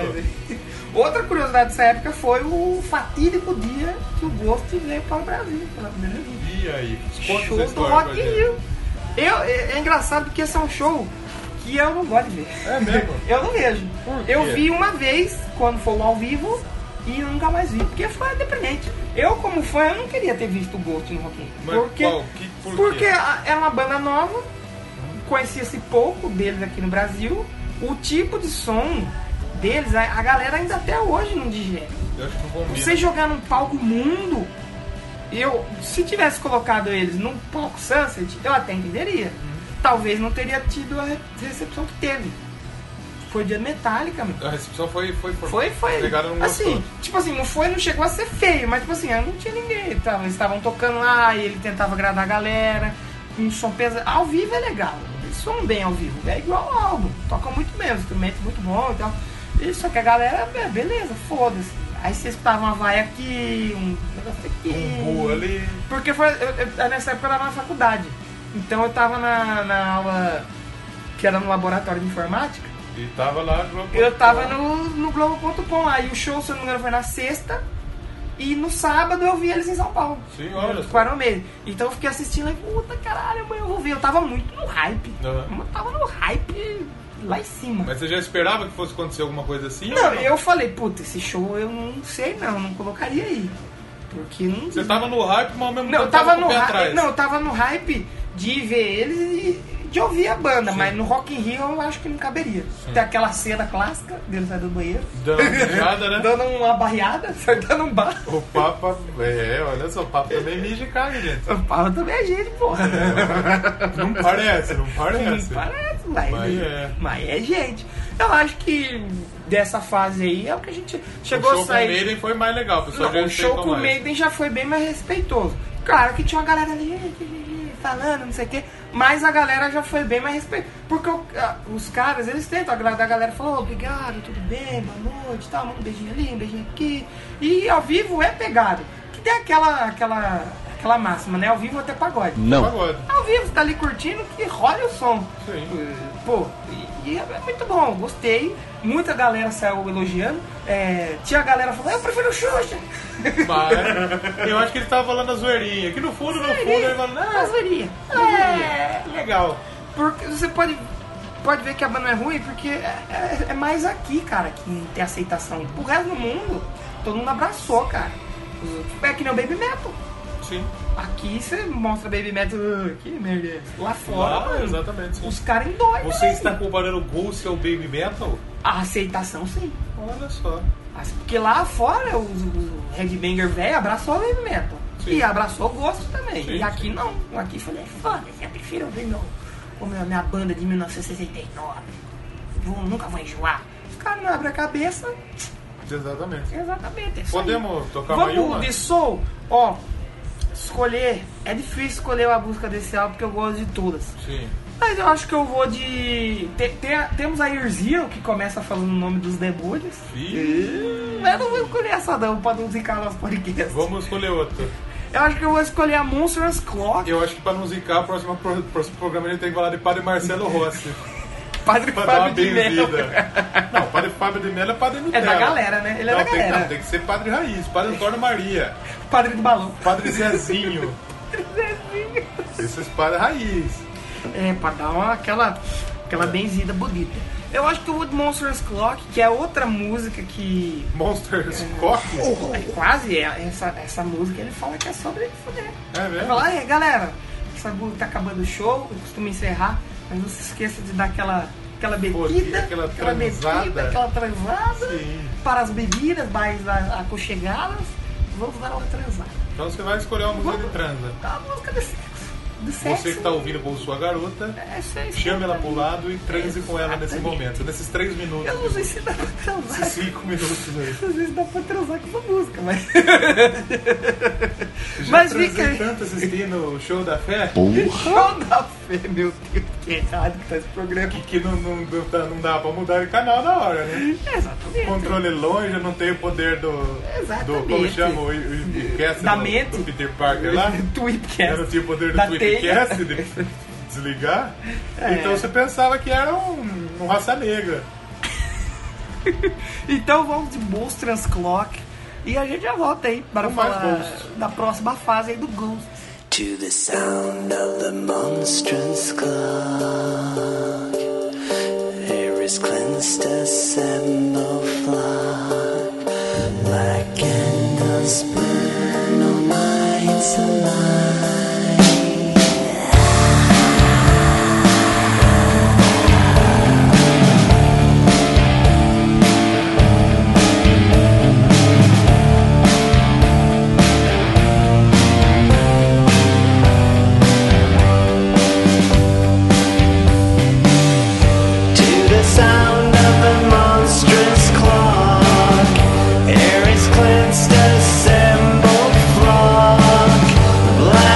[SPEAKER 1] Outra curiosidade dessa época foi o fatídico dia que o Ghost veio para o Brasil, pela primeira vez.
[SPEAKER 2] E aí?
[SPEAKER 1] Show do Rock in Rio. É engraçado porque esse é um show que eu não gosto de ver.
[SPEAKER 2] É mesmo?
[SPEAKER 1] Eu não vejo.
[SPEAKER 2] Por quê?
[SPEAKER 1] Eu vi uma vez, quando foi ao vivo, e nunca mais vi, porque foi deprimente. Eu, como fã, eu não queria ter visto o Ghost no Rock in Rio.
[SPEAKER 2] Mas
[SPEAKER 1] porque era uma banda nova, conhecia-se pouco deles aqui no Brasil, o tipo de som deles, a galera ainda até hoje não digere.
[SPEAKER 2] Eu acho que não combina.
[SPEAKER 1] Você jogar num palco mundo, se tivesse colocado eles num palco Sunset, eu até entenderia. Talvez não teria tido a recepção que teve. Foi dia Metallica, meu.
[SPEAKER 2] A recepção foi.
[SPEAKER 1] Pegaram no assim, tipo assim, não chegou a ser feio, mas tipo assim, não tinha ninguém. Eles estavam tocando lá e ele tentava agradar a galera. Um som pesado. Ao vivo é legal. Eles são bem ao vivo. É igual ao álbum. Tocam muito bem, os instrumentos muito bons e tal. Só que a galera, beleza, foda-se. Aí você escutava uma vai aqui, um negócio aqui.
[SPEAKER 2] Um bu ali.
[SPEAKER 1] Porque nessa época eu tava na faculdade. Então eu tava na aula que era no laboratório de informática.
[SPEAKER 2] E tava lá no Globo.com.
[SPEAKER 1] Eu tava no Globo.com. Aí o show, se eu não me engano, foi na sexta. E no sábado eu vi eles em São Paulo.
[SPEAKER 2] Sim, olha.
[SPEAKER 1] Iron Maiden. Então eu fiquei assistindo e puta caralho, mãe, eu vou ver. Eu tava muito no hype. Eu tava no hype lá em cima.
[SPEAKER 2] Mas você já esperava que fosse acontecer alguma coisa assim?
[SPEAKER 1] Não, eu falei, puta, esse show eu não sei não colocaria aí. Porque não.
[SPEAKER 2] Você tava no hype, mas ao mesmo tempo
[SPEAKER 1] eu tava no
[SPEAKER 2] hype.
[SPEAKER 1] Atrás. Não, eu tava no hype de ver eles e de ouvir a banda, mas no Rock in Rio eu acho que não caberia. Sim. Tem aquela cena clássica dele sair do banheiro.
[SPEAKER 2] Dando uma mijada, né?
[SPEAKER 1] Dando uma barriada, dando um bar.
[SPEAKER 2] O Papa, olha só, o Papa também mija e caga, gente.
[SPEAKER 1] O Papa também é gente, porra.
[SPEAKER 2] Não parece.
[SPEAKER 1] Não parece, mas é gente. Eu acho que dessa fase aí é o que a gente chegou a sair.
[SPEAKER 2] O show com o Maiden foi mais legal, pessoal.
[SPEAKER 1] O show com o Maiden já foi bem mais respeitoso. Claro que tinha uma galera ali falando, não sei o que, mas a galera já foi bem mais respeitosa. Porque os caras, eles tentam agradar a galera, falam, obrigado, tudo bem, boa noite, tá, manda um beijinho ali, um beijinho aqui. E ao vivo é pegado. Que tem aquela máxima, né? Ao vivo até pagode.
[SPEAKER 2] Não.
[SPEAKER 1] Ao vivo, tá ali curtindo, que rola o som.
[SPEAKER 2] Sim.
[SPEAKER 1] Pô, e é muito bom, gostei. Muita galera saiu elogiando. Tinha a galera falando, eu prefiro o Xuxa.
[SPEAKER 2] Mas eu acho que ele tava falando a zoeirinha. Que no fundo, ele fala,
[SPEAKER 1] a zoeirinha.
[SPEAKER 2] Legal.
[SPEAKER 1] Porque você pode ver que a banda é ruim, porque é mais aqui, cara, que tem aceitação. Pro resto do mundo, todo mundo abraçou, cara. É que nem o Baby Metal.
[SPEAKER 2] Sim.
[SPEAKER 1] Aqui você mostra Baby Metal, que merda. Lá fora,
[SPEAKER 2] exatamente, sim.
[SPEAKER 1] Os caras endoidam.
[SPEAKER 2] Você está comparando o Ghost ao Baby Metal?
[SPEAKER 1] A aceitação, sim.
[SPEAKER 2] Olha só.
[SPEAKER 1] Porque lá fora, o Headbanger velho abraçou o Baby Metal. Sim. E abraçou o gosto também.
[SPEAKER 2] Sim,
[SPEAKER 1] e aqui não. Aqui falei, foda-se, eu prefiro ouvir minha banda de 1969. Nunca vou enjoar. Os caras não abrem a cabeça.
[SPEAKER 2] Exatamente.
[SPEAKER 1] Exatamente.
[SPEAKER 2] Podemos tocar uma?
[SPEAKER 1] Vamos de soul? Ó, escolher. É difícil escolher a música desse álbum porque eu gosto de todas.
[SPEAKER 2] Sim.
[SPEAKER 1] Mas eu acho que eu vou de. Temos a Year Zero, que começa falando o nome dos demônios. Eu não vou escolher essa não, pra não zicar nosso podcast.
[SPEAKER 2] Vamos escolher outra.
[SPEAKER 1] Eu acho que eu vou escolher a Monsters Clock.
[SPEAKER 2] Eu acho que pra não zicar, o próximo programa ele tem que falar de Padre Marcelo Rossi.
[SPEAKER 1] Padre Fábio de Mello.
[SPEAKER 2] Não, Padre Fábio de Mello é Padre Nutella.
[SPEAKER 1] É da galera, né? Ele é da galera.
[SPEAKER 2] Tem que ser Padre Raiz, Padre Antônio Maria.
[SPEAKER 1] Padre do Balão.
[SPEAKER 2] Padre Zezinho. Esses Padre Raiz.
[SPEAKER 1] É, pra dar aquela benzida bonita. Eu acho que o Wood Monsters Clock, que é outra música que...
[SPEAKER 2] Monsters Clock?
[SPEAKER 1] Quase, essa música ele fala que é sobre foder.
[SPEAKER 2] É mesmo?
[SPEAKER 1] Ele fala, galera, tá acabando o show, eu costumo encerrar, mas não se esqueça de dar aquela bebida, aquela transada,
[SPEAKER 2] sim,
[SPEAKER 1] para as bebidas mais aconchegadas, vamos dar uma transada.
[SPEAKER 2] Então você vai escolher uma música de transa.
[SPEAKER 1] Uma música de sexo.
[SPEAKER 2] Você que está ouvindo com sua garota, chame ela pro lado e transe com ela nesse momento, nesses 3 minutos.
[SPEAKER 1] Eu não sei se dá pra transar.
[SPEAKER 2] Esses 5 minutos aí.
[SPEAKER 1] Às vezes dá pra transar com essa música, mas...
[SPEAKER 2] Já transei tanto assistindo o Show da Fé?
[SPEAKER 1] Show da Fé, meu Deus, que errado que tá esse programa.
[SPEAKER 2] Que não dá pra mudar de canal na hora, né?
[SPEAKER 1] Exatamente.
[SPEAKER 2] Controle longe, não tem o poder do como chama o Ipcast
[SPEAKER 1] da mente.
[SPEAKER 2] do Peter Parker lá?
[SPEAKER 1] Tweepcast.
[SPEAKER 2] Eu não tinha o poder do Tweepcast de desligar. Então você pensava que era um raça negra.
[SPEAKER 1] Então vamos de Monsters Clock e a gente já volta aí para falar da próxima fase aí do Ghost.
[SPEAKER 3] To the sound of the monstrous clock, air is cleansed, assemble flock, black candles burn all nights alive. Black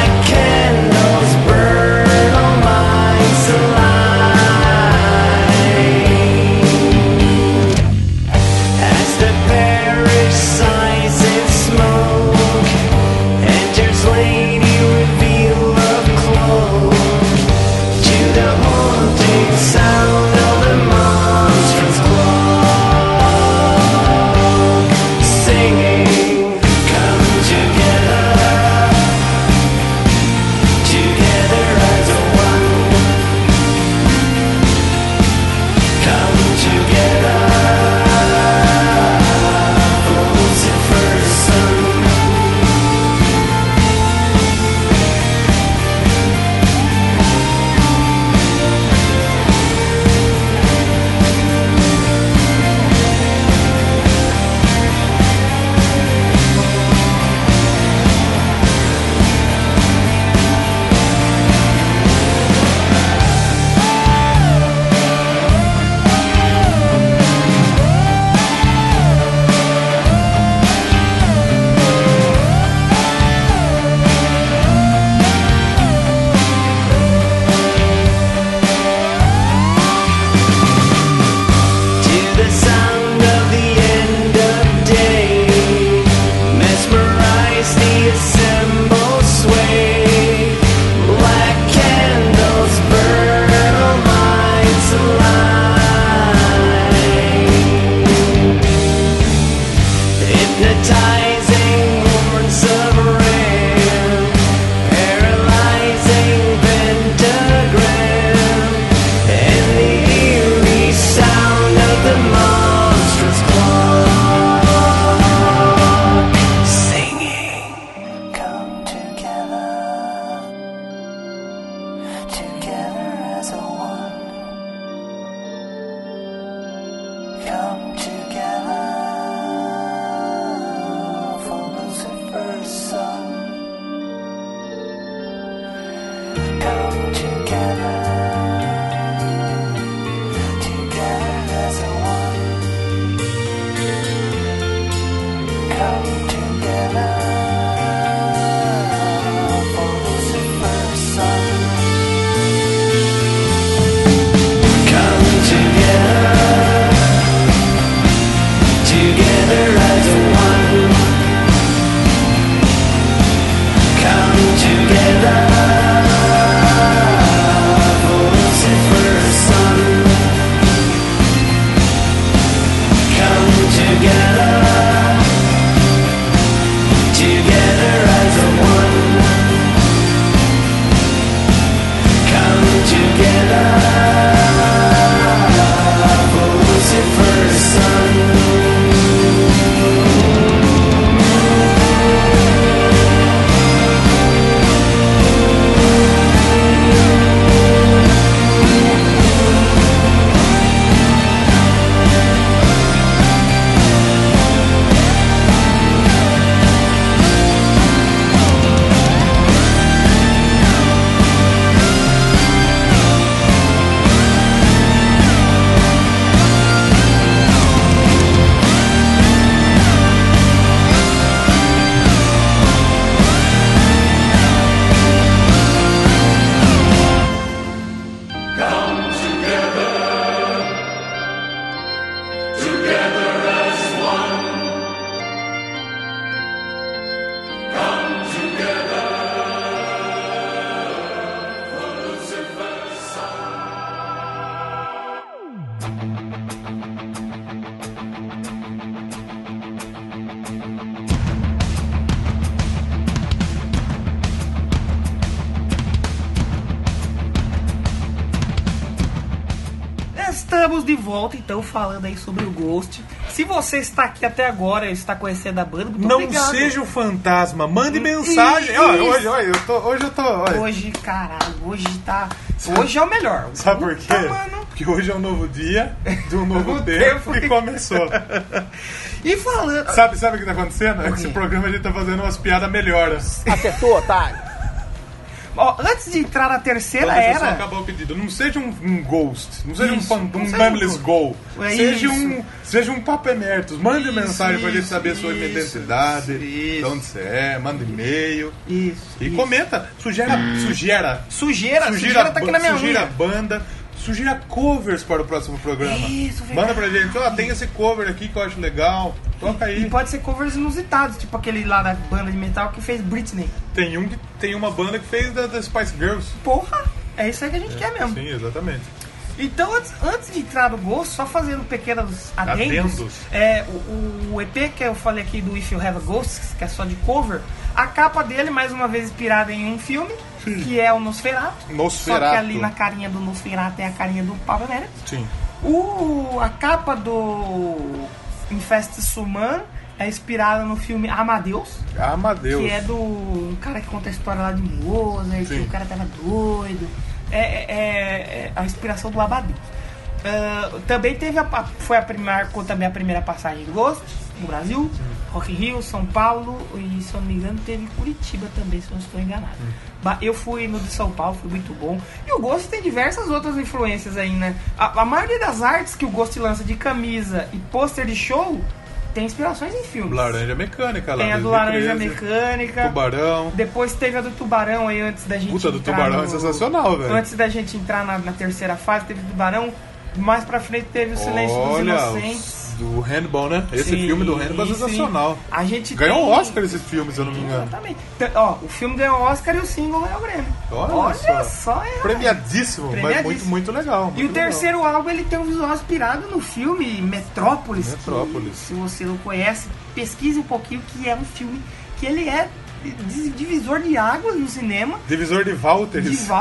[SPEAKER 3] come together, together as one. Come together for Lucifer's son. Come together, together as one. Come together for Lucifer's son. Come together, together as one. Come together for Lucifer's son.
[SPEAKER 1] Estamos de volta, então, falando aí sobre o Ghost. Se você está aqui até agora e está conhecendo a banda, muito
[SPEAKER 2] Não
[SPEAKER 1] obrigado.
[SPEAKER 2] seja o fantasma, mande mensagem.
[SPEAKER 1] Isso.
[SPEAKER 2] Hoje eu tô. Olha.
[SPEAKER 1] Hoje, caralho, hoje é o melhor.
[SPEAKER 2] Sabe por quê?
[SPEAKER 1] Mano.
[SPEAKER 2] Porque hoje é um novo dia de um novo tempo que começou.
[SPEAKER 1] E falando...
[SPEAKER 2] Sabe o que tá acontecendo? É que esse programa a gente tá fazendo umas piadas melhoras.
[SPEAKER 6] Acertou, otário.
[SPEAKER 1] Ó, antes de entrar na terceira
[SPEAKER 2] Então, deixa eu só
[SPEAKER 1] era...
[SPEAKER 2] acabar o pedido. Não seja um ghost, não seja
[SPEAKER 1] Isso,
[SPEAKER 2] um
[SPEAKER 1] não seja
[SPEAKER 2] nameless
[SPEAKER 1] um
[SPEAKER 2] go.
[SPEAKER 1] É
[SPEAKER 2] seja
[SPEAKER 1] isso.
[SPEAKER 2] seja um papo emertos. Mande mensagem pra gente saber a sua
[SPEAKER 1] isso,
[SPEAKER 2] identidade,
[SPEAKER 1] isso.
[SPEAKER 2] de onde você é, manda e-mail.
[SPEAKER 1] Isso.
[SPEAKER 2] E
[SPEAKER 1] isso.
[SPEAKER 2] comenta, sugira
[SPEAKER 1] Sujeira tá aqui na minha
[SPEAKER 2] sugira
[SPEAKER 1] unha.
[SPEAKER 2] banda, sugira covers para o próximo programa.
[SPEAKER 1] Isso, verdade.
[SPEAKER 2] Manda pra gente, tem esse cover aqui que eu acho legal. Toca aí.
[SPEAKER 1] E pode ser covers inusitados, tipo aquele lá da banda de metal que fez Britney.
[SPEAKER 2] Tem uma banda que fez da Spice Girls.
[SPEAKER 1] Porra, é isso aí que a gente quer mesmo.
[SPEAKER 2] Sim, exatamente.
[SPEAKER 1] Então, antes de entrar no Ghost, só fazendo pequenos adendos. O EP que eu falei aqui do If You Have a Ghost, que é só de cover, a capa dele, mais uma vez inspirada em um filme, que é o Nosferatu. Só que ali na carinha do Nosferatu é a carinha do Papa América.
[SPEAKER 2] Sim.
[SPEAKER 1] A capa do Infestus Human é inspirada no filme Amadeus. Que é do um cara que conta a história lá de Mozart, que o cara tava doido. É a inspiração do Amadeus. Também foi também a primeira passagem do Ghost no Brasil, Rock in Rio, São Paulo e, se eu não me engano, teve Curitiba também, se eu não estou enganado. Eu fui no de São Paulo, foi muito bom. E o Ghost tem diversas outras influências aí, né? A maioria das artes que o Ghost lança de camisa e pôster de show tem inspirações em filmes.
[SPEAKER 2] Laranja Mecânica lá.
[SPEAKER 1] Tem a do Laranja Mecânica.
[SPEAKER 2] Tubarão.
[SPEAKER 1] Depois teve a do Tubarão aí antes da gente
[SPEAKER 2] Puta, do Tubarão é sensacional, velho.
[SPEAKER 1] Antes da gente entrar na terceira fase, teve o Tubarão. Mais pra frente teve o Silêncio dos Inocentes.
[SPEAKER 2] Do Hannibal, né? Esse filme do Hannibal é sensacional.
[SPEAKER 1] A gente
[SPEAKER 2] ganhou um Oscar esse filme, se eu não me engano.
[SPEAKER 1] Exatamente. O filme ganhou o Oscar e o single ganhou o Grêmio.
[SPEAKER 2] Olha só.
[SPEAKER 1] É,
[SPEAKER 2] Premiadíssimo, mas muito, muito legal. Muito
[SPEAKER 1] e o terceiro álbum, ele tem um visual inspirado no filme Metrópolis.
[SPEAKER 2] Metrópolis.
[SPEAKER 1] Que, se você não conhece, pesquise um pouquinho, que é um filme que ele é divisor de águas no cinema.
[SPEAKER 2] Divisor de Walters.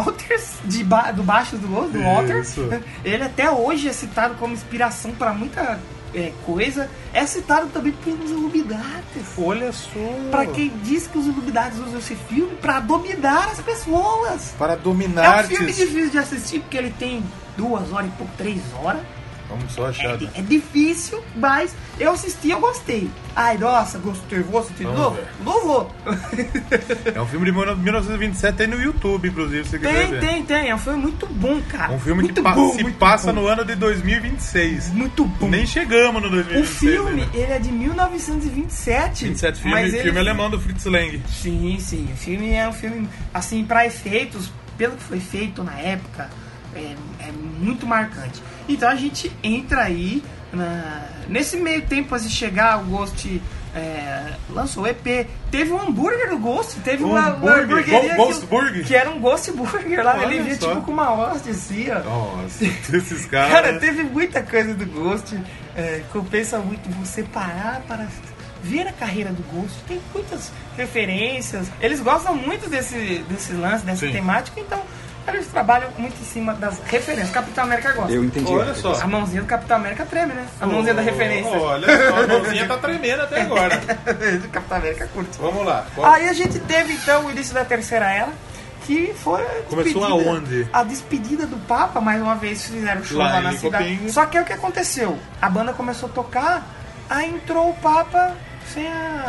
[SPEAKER 1] Do Baixo do Gol, do Walters. Ele até hoje é citado como inspiração para muita coisa. É citado também pelos Illuminates.
[SPEAKER 2] Olha só.
[SPEAKER 1] Para quem diz que os Illuminates usam esse filme para dominar as pessoas.
[SPEAKER 2] Para dominar.
[SPEAKER 1] É um filme difícil de assistir porque ele tem 2 horas e pouco, 3 horas.
[SPEAKER 2] Vamos só achar.
[SPEAKER 1] É difícil, mas eu assisti e eu gostei. Ai, nossa, gostei. Vou assistir de novo? Não vou.
[SPEAKER 2] É um filme de 1927, tem no YouTube, inclusive, se você quiser ver.
[SPEAKER 1] Tem. É um filme muito bom, cara.
[SPEAKER 2] Um filme
[SPEAKER 1] muito
[SPEAKER 2] que passa no ano de 2026.
[SPEAKER 1] Muito bom.
[SPEAKER 2] Nem chegamos no 2026.
[SPEAKER 1] O filme, ainda. Ele é de 1927.
[SPEAKER 2] 27, filme alemão do Fritz Lang.
[SPEAKER 1] Sim. O filme é um filme, assim, pra efeitos, pelo que foi feito na época, é muito marcante. Então a gente entra aí, nesse meio tempo, antes de chegar, o Ghost lançou o EP. Teve um hambúrguer do Ghost, teve uma hamburgueria
[SPEAKER 2] Ghost Burger?
[SPEAKER 1] Que era um Ghost Burger lá.
[SPEAKER 2] Olha
[SPEAKER 1] ele vinha
[SPEAKER 2] só.
[SPEAKER 1] tipo com uma hóstia assim, ó.
[SPEAKER 2] Nossa, esses caras...
[SPEAKER 1] Cara, teve muita coisa do Ghost, compensa muito você parar para ver a carreira do Ghost. Tem muitas referências, eles gostam muito desse lance, dessa temática, então eles trabalham muito em cima das referências. Capitão América gosta.
[SPEAKER 6] Eu entendi.
[SPEAKER 2] Olha só.
[SPEAKER 1] A mãozinha do Capitão América treme, né? A mãozinha da referência.
[SPEAKER 2] Olha só, a mãozinha tá tremendo até agora.
[SPEAKER 1] O Capitão América curte.
[SPEAKER 2] Vamos lá.
[SPEAKER 1] Aí a gente teve então o início da Terceira Era, que foi
[SPEAKER 2] Começou aonde?
[SPEAKER 1] A despedida do Papa. Mais uma vez fizeram show lá na cidade. Só que é o que aconteceu. A banda começou a tocar, aí entrou o Papa sem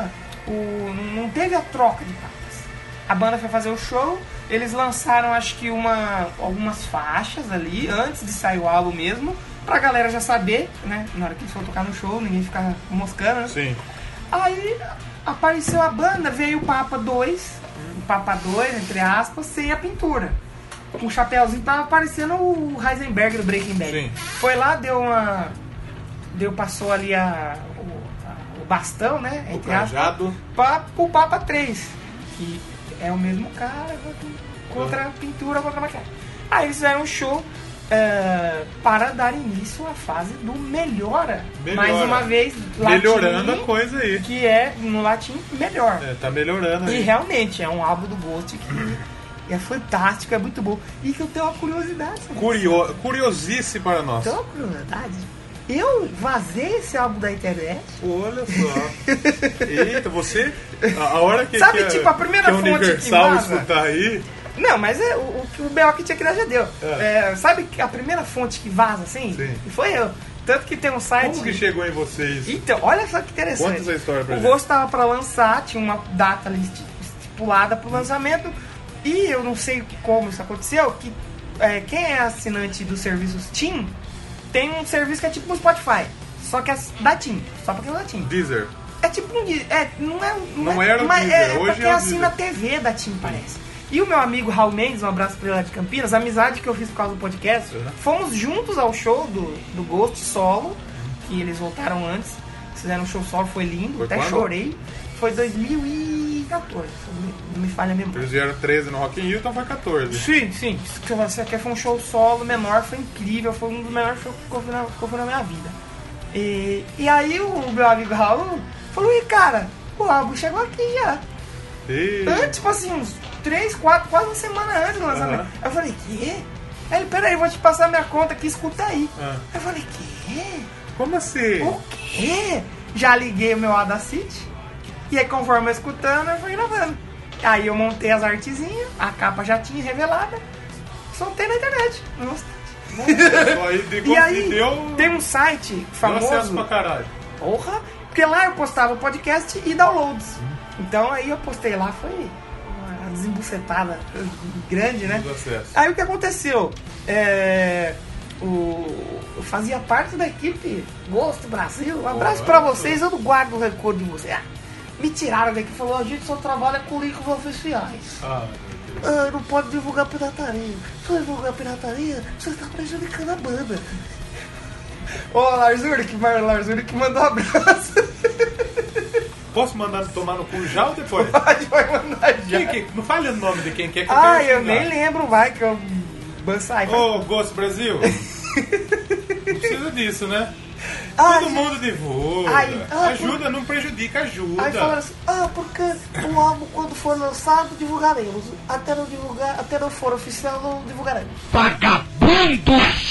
[SPEAKER 1] não teve a troca de papas. A banda foi fazer o show. Eles lançaram, acho que algumas faixas ali, antes de sair o álbum mesmo, pra galera já saber, né? Na hora que eles for tocar no show, ninguém ficar moscando, né?
[SPEAKER 2] Sim.
[SPEAKER 1] Aí apareceu a banda, veio o Papa 2, entre aspas, sem a pintura. Com o chapéuzinho, tava parecendo o Heisenberg do Breaking Bad.
[SPEAKER 2] Sim.
[SPEAKER 1] Foi lá, passou ali o bastão, né? Entre
[SPEAKER 2] cajado.
[SPEAKER 1] Pro Papa 3, que é o mesmo cara contra a pintura, contra a maquiagem. Aí eles fizeram um show para dar início à fase do Melhora. Mais uma vez, latim,
[SPEAKER 2] melhorando a coisa aí.
[SPEAKER 1] Que é, no latim, melhor.
[SPEAKER 2] Tá melhorando aí.
[SPEAKER 1] E realmente, é um álbum do Ghost que é fantástico, é muito bom. E que eu tenho uma curiosidade.
[SPEAKER 2] Curiosice para nós.
[SPEAKER 1] Tenho uma curiosidade. Eu vazei esse álbum da internet.
[SPEAKER 2] Olha só. Eita, você... A hora que...
[SPEAKER 1] Sabe, tipo, a primeira fonte
[SPEAKER 2] Universal
[SPEAKER 1] que vaza...
[SPEAKER 2] escutar aí...
[SPEAKER 1] Não, mas o B.O. que tinha que dar já deu. Sabe a primeira fonte que vaza, assim?
[SPEAKER 2] Sim.
[SPEAKER 1] Foi eu. Tanto que tem um site...
[SPEAKER 2] Como que chegou em vocês?
[SPEAKER 1] Então, olha só que interessante.
[SPEAKER 2] Conta essa história pra gente.
[SPEAKER 1] O Ghost tava pra lançar, tinha uma data ali estipulada pro lançamento. E eu não sei como isso aconteceu, que quem é assinante dos serviços TIM... Tem um serviço que é tipo um Spotify, só que é da TIM, só pra quem é da TIM.
[SPEAKER 2] Deezer.
[SPEAKER 1] É tipo um Deezer,
[SPEAKER 2] não era o Deezer, hoje
[SPEAKER 1] pra quem assina a TV da TIM, parece. E o meu amigo Raul Mendes, um abraço pra ele lá de Campinas, a amizade que eu fiz por causa do podcast, fomos juntos ao show do Ghost solo, que eles voltaram antes, fizeram um show solo, foi lindo, até chorei. Foi 2014, não me falha a memória.
[SPEAKER 2] Eles vieram 13 no Rock in Rio, então foi 14.
[SPEAKER 1] Sim. Isso aqui foi um show solo menor, foi incrível, foi um dos melhores shows que eu fui na minha vida. E aí o meu amigo Raul falou, e cara, o álbum chegou aqui já. Antes, tipo assim, uns 3, 4, quase uma semana antes do lançamento. Eu falei, quê? Aí ele, peraí, vou te passar minha conta aqui, escuta aí. Eu falei, quê?
[SPEAKER 2] Como assim?
[SPEAKER 1] O quê? Já liguei o meu Audacity. E aí, conforme eu escutando, eu fui gravando. Aí eu montei as artezinhas, a capa já tinha revelada, soltei na internet. E aí, tem um site famoso.
[SPEAKER 2] Deu acesso pra caralho.
[SPEAKER 1] Porra! Porque lá eu postava o podcast e downloads. Então aí eu postei lá, foi uma desembucetada grande, né? Aí o que aconteceu? Eu fazia parte da equipe Ghost Brasil. Um abraço pra vocês, eu não guardo o recorde de vocês. Me tiraram daqui e falaram, a gente só trabalha com links oficiais. Não pode divulgar pirataria. Se eu divulgar pirataria, você está prejudicando a banda. Ô, Lars Ulrich mandou um abraço.
[SPEAKER 2] Posso mandar tomar no cu já ou depois?
[SPEAKER 1] Vai mandar já.
[SPEAKER 2] Não fale o nome de quem quer que
[SPEAKER 1] eu nem lembro, que eu...
[SPEAKER 2] Ô, Ghost Brasil. Não precisa disso, né? Todo mundo divulga. Ajuda, não prejudica, ajuda.
[SPEAKER 1] Aí falaram assim, porque o álbum quando for lançado divulgaremos. Até não for oficial, não divulgaremos.
[SPEAKER 4] Vagabundos!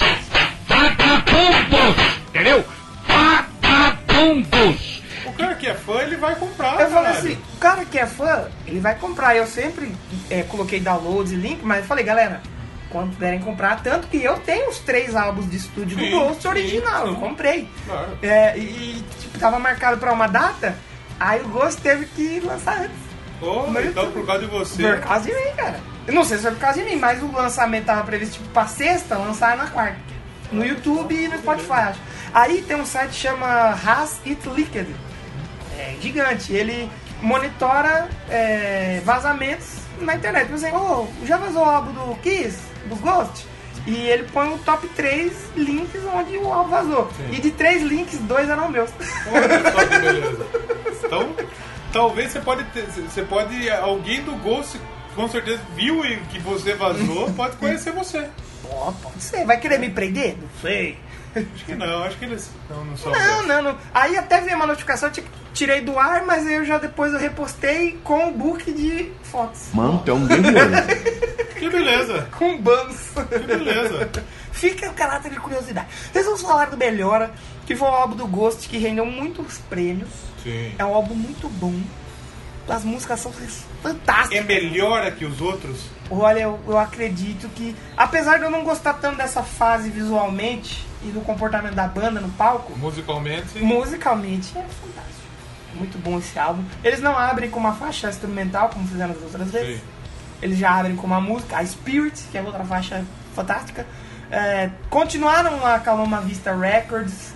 [SPEAKER 4] Entendeu? Vagabundos!
[SPEAKER 2] O cara que é fã, ele vai comprar.
[SPEAKER 1] Eu falei assim, o cara que é fã, ele vai comprar. Eu sempre coloquei downloads e link, mas eu falei, galera, quando puderem comprar. Tanto que eu tenho os 3 álbuns de estúdio do Ghost original, eu comprei.
[SPEAKER 2] Claro.
[SPEAKER 1] Tipo, tava marcado pra uma data, aí o Ghost teve que lançar antes.
[SPEAKER 2] Então por causa de você.
[SPEAKER 1] Por causa de mim, cara. Eu não sei se foi por causa de mim, mas o lançamento tava previsto tipo pra sexta, lançaram na quarta. No YouTube e no Spotify, acho. Aí tem um site que chama Has It Leaked. É gigante. Ele monitora vazamentos na internet. Por exemplo, já vazou o álbum do Kiss, do Ghost? E ele põe o top 3 links onde o álbum vazou. Sim. E de 3 links, 2 eram meus.
[SPEAKER 2] Olha só que beleza. Então, talvez você pode. Alguém do Ghost com certeza viu que você vazou, pode conhecer você.
[SPEAKER 1] Pode ser. Vai querer me prender? Não sei.
[SPEAKER 2] Acho que não, acho que eles não são.
[SPEAKER 1] Não. Aí até veio uma notificação, eu tirei do ar, mas eu repostei com o book de fotos.
[SPEAKER 6] Mano, tem um guerreiro.
[SPEAKER 2] Que beleza.
[SPEAKER 1] Com bans.
[SPEAKER 2] Que beleza.
[SPEAKER 1] Fica o caráter de curiosidade. Vocês vão falar do Melhora, que foi um álbum do Ghost que rendeu muitos prêmios.
[SPEAKER 2] Sim.
[SPEAKER 1] É um álbum muito bom. As músicas são fantásticas.
[SPEAKER 2] É melhor que os outros?
[SPEAKER 1] Olha, eu acredito que, apesar de eu não gostar tanto dessa fase visualmente e do comportamento da banda no palco, musicalmente é fantástico. Muito bom esse álbum. Eles não abrem com uma faixa instrumental como fizeram as outras vezes. Sim. Eles já abrem com uma música, a Spirit, que é outra faixa fantástica. Continuaram a Caloma Vista Records.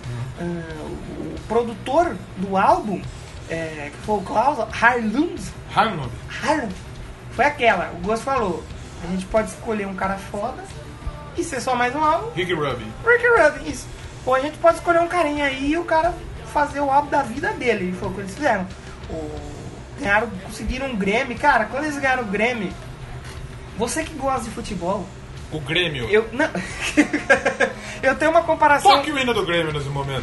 [SPEAKER 1] O produtor do álbum, que foi o Klaus Harlund, foi aquela. O Ghost falou: a gente pode escolher um cara foda e ser só mais um álbum.
[SPEAKER 2] Rick Rubin,
[SPEAKER 1] isso. Ou a gente pode escolher um carinha aí e o cara fazer o álbum da vida dele. E foi o que eles fizeram. Conseguiram um Grammy. Cara, quando eles ganharam o Grammy, você que gosta de futebol,
[SPEAKER 2] o Grêmio.
[SPEAKER 1] Eu tenho uma comparação.
[SPEAKER 2] Toque o hino do Grêmio nesse momento.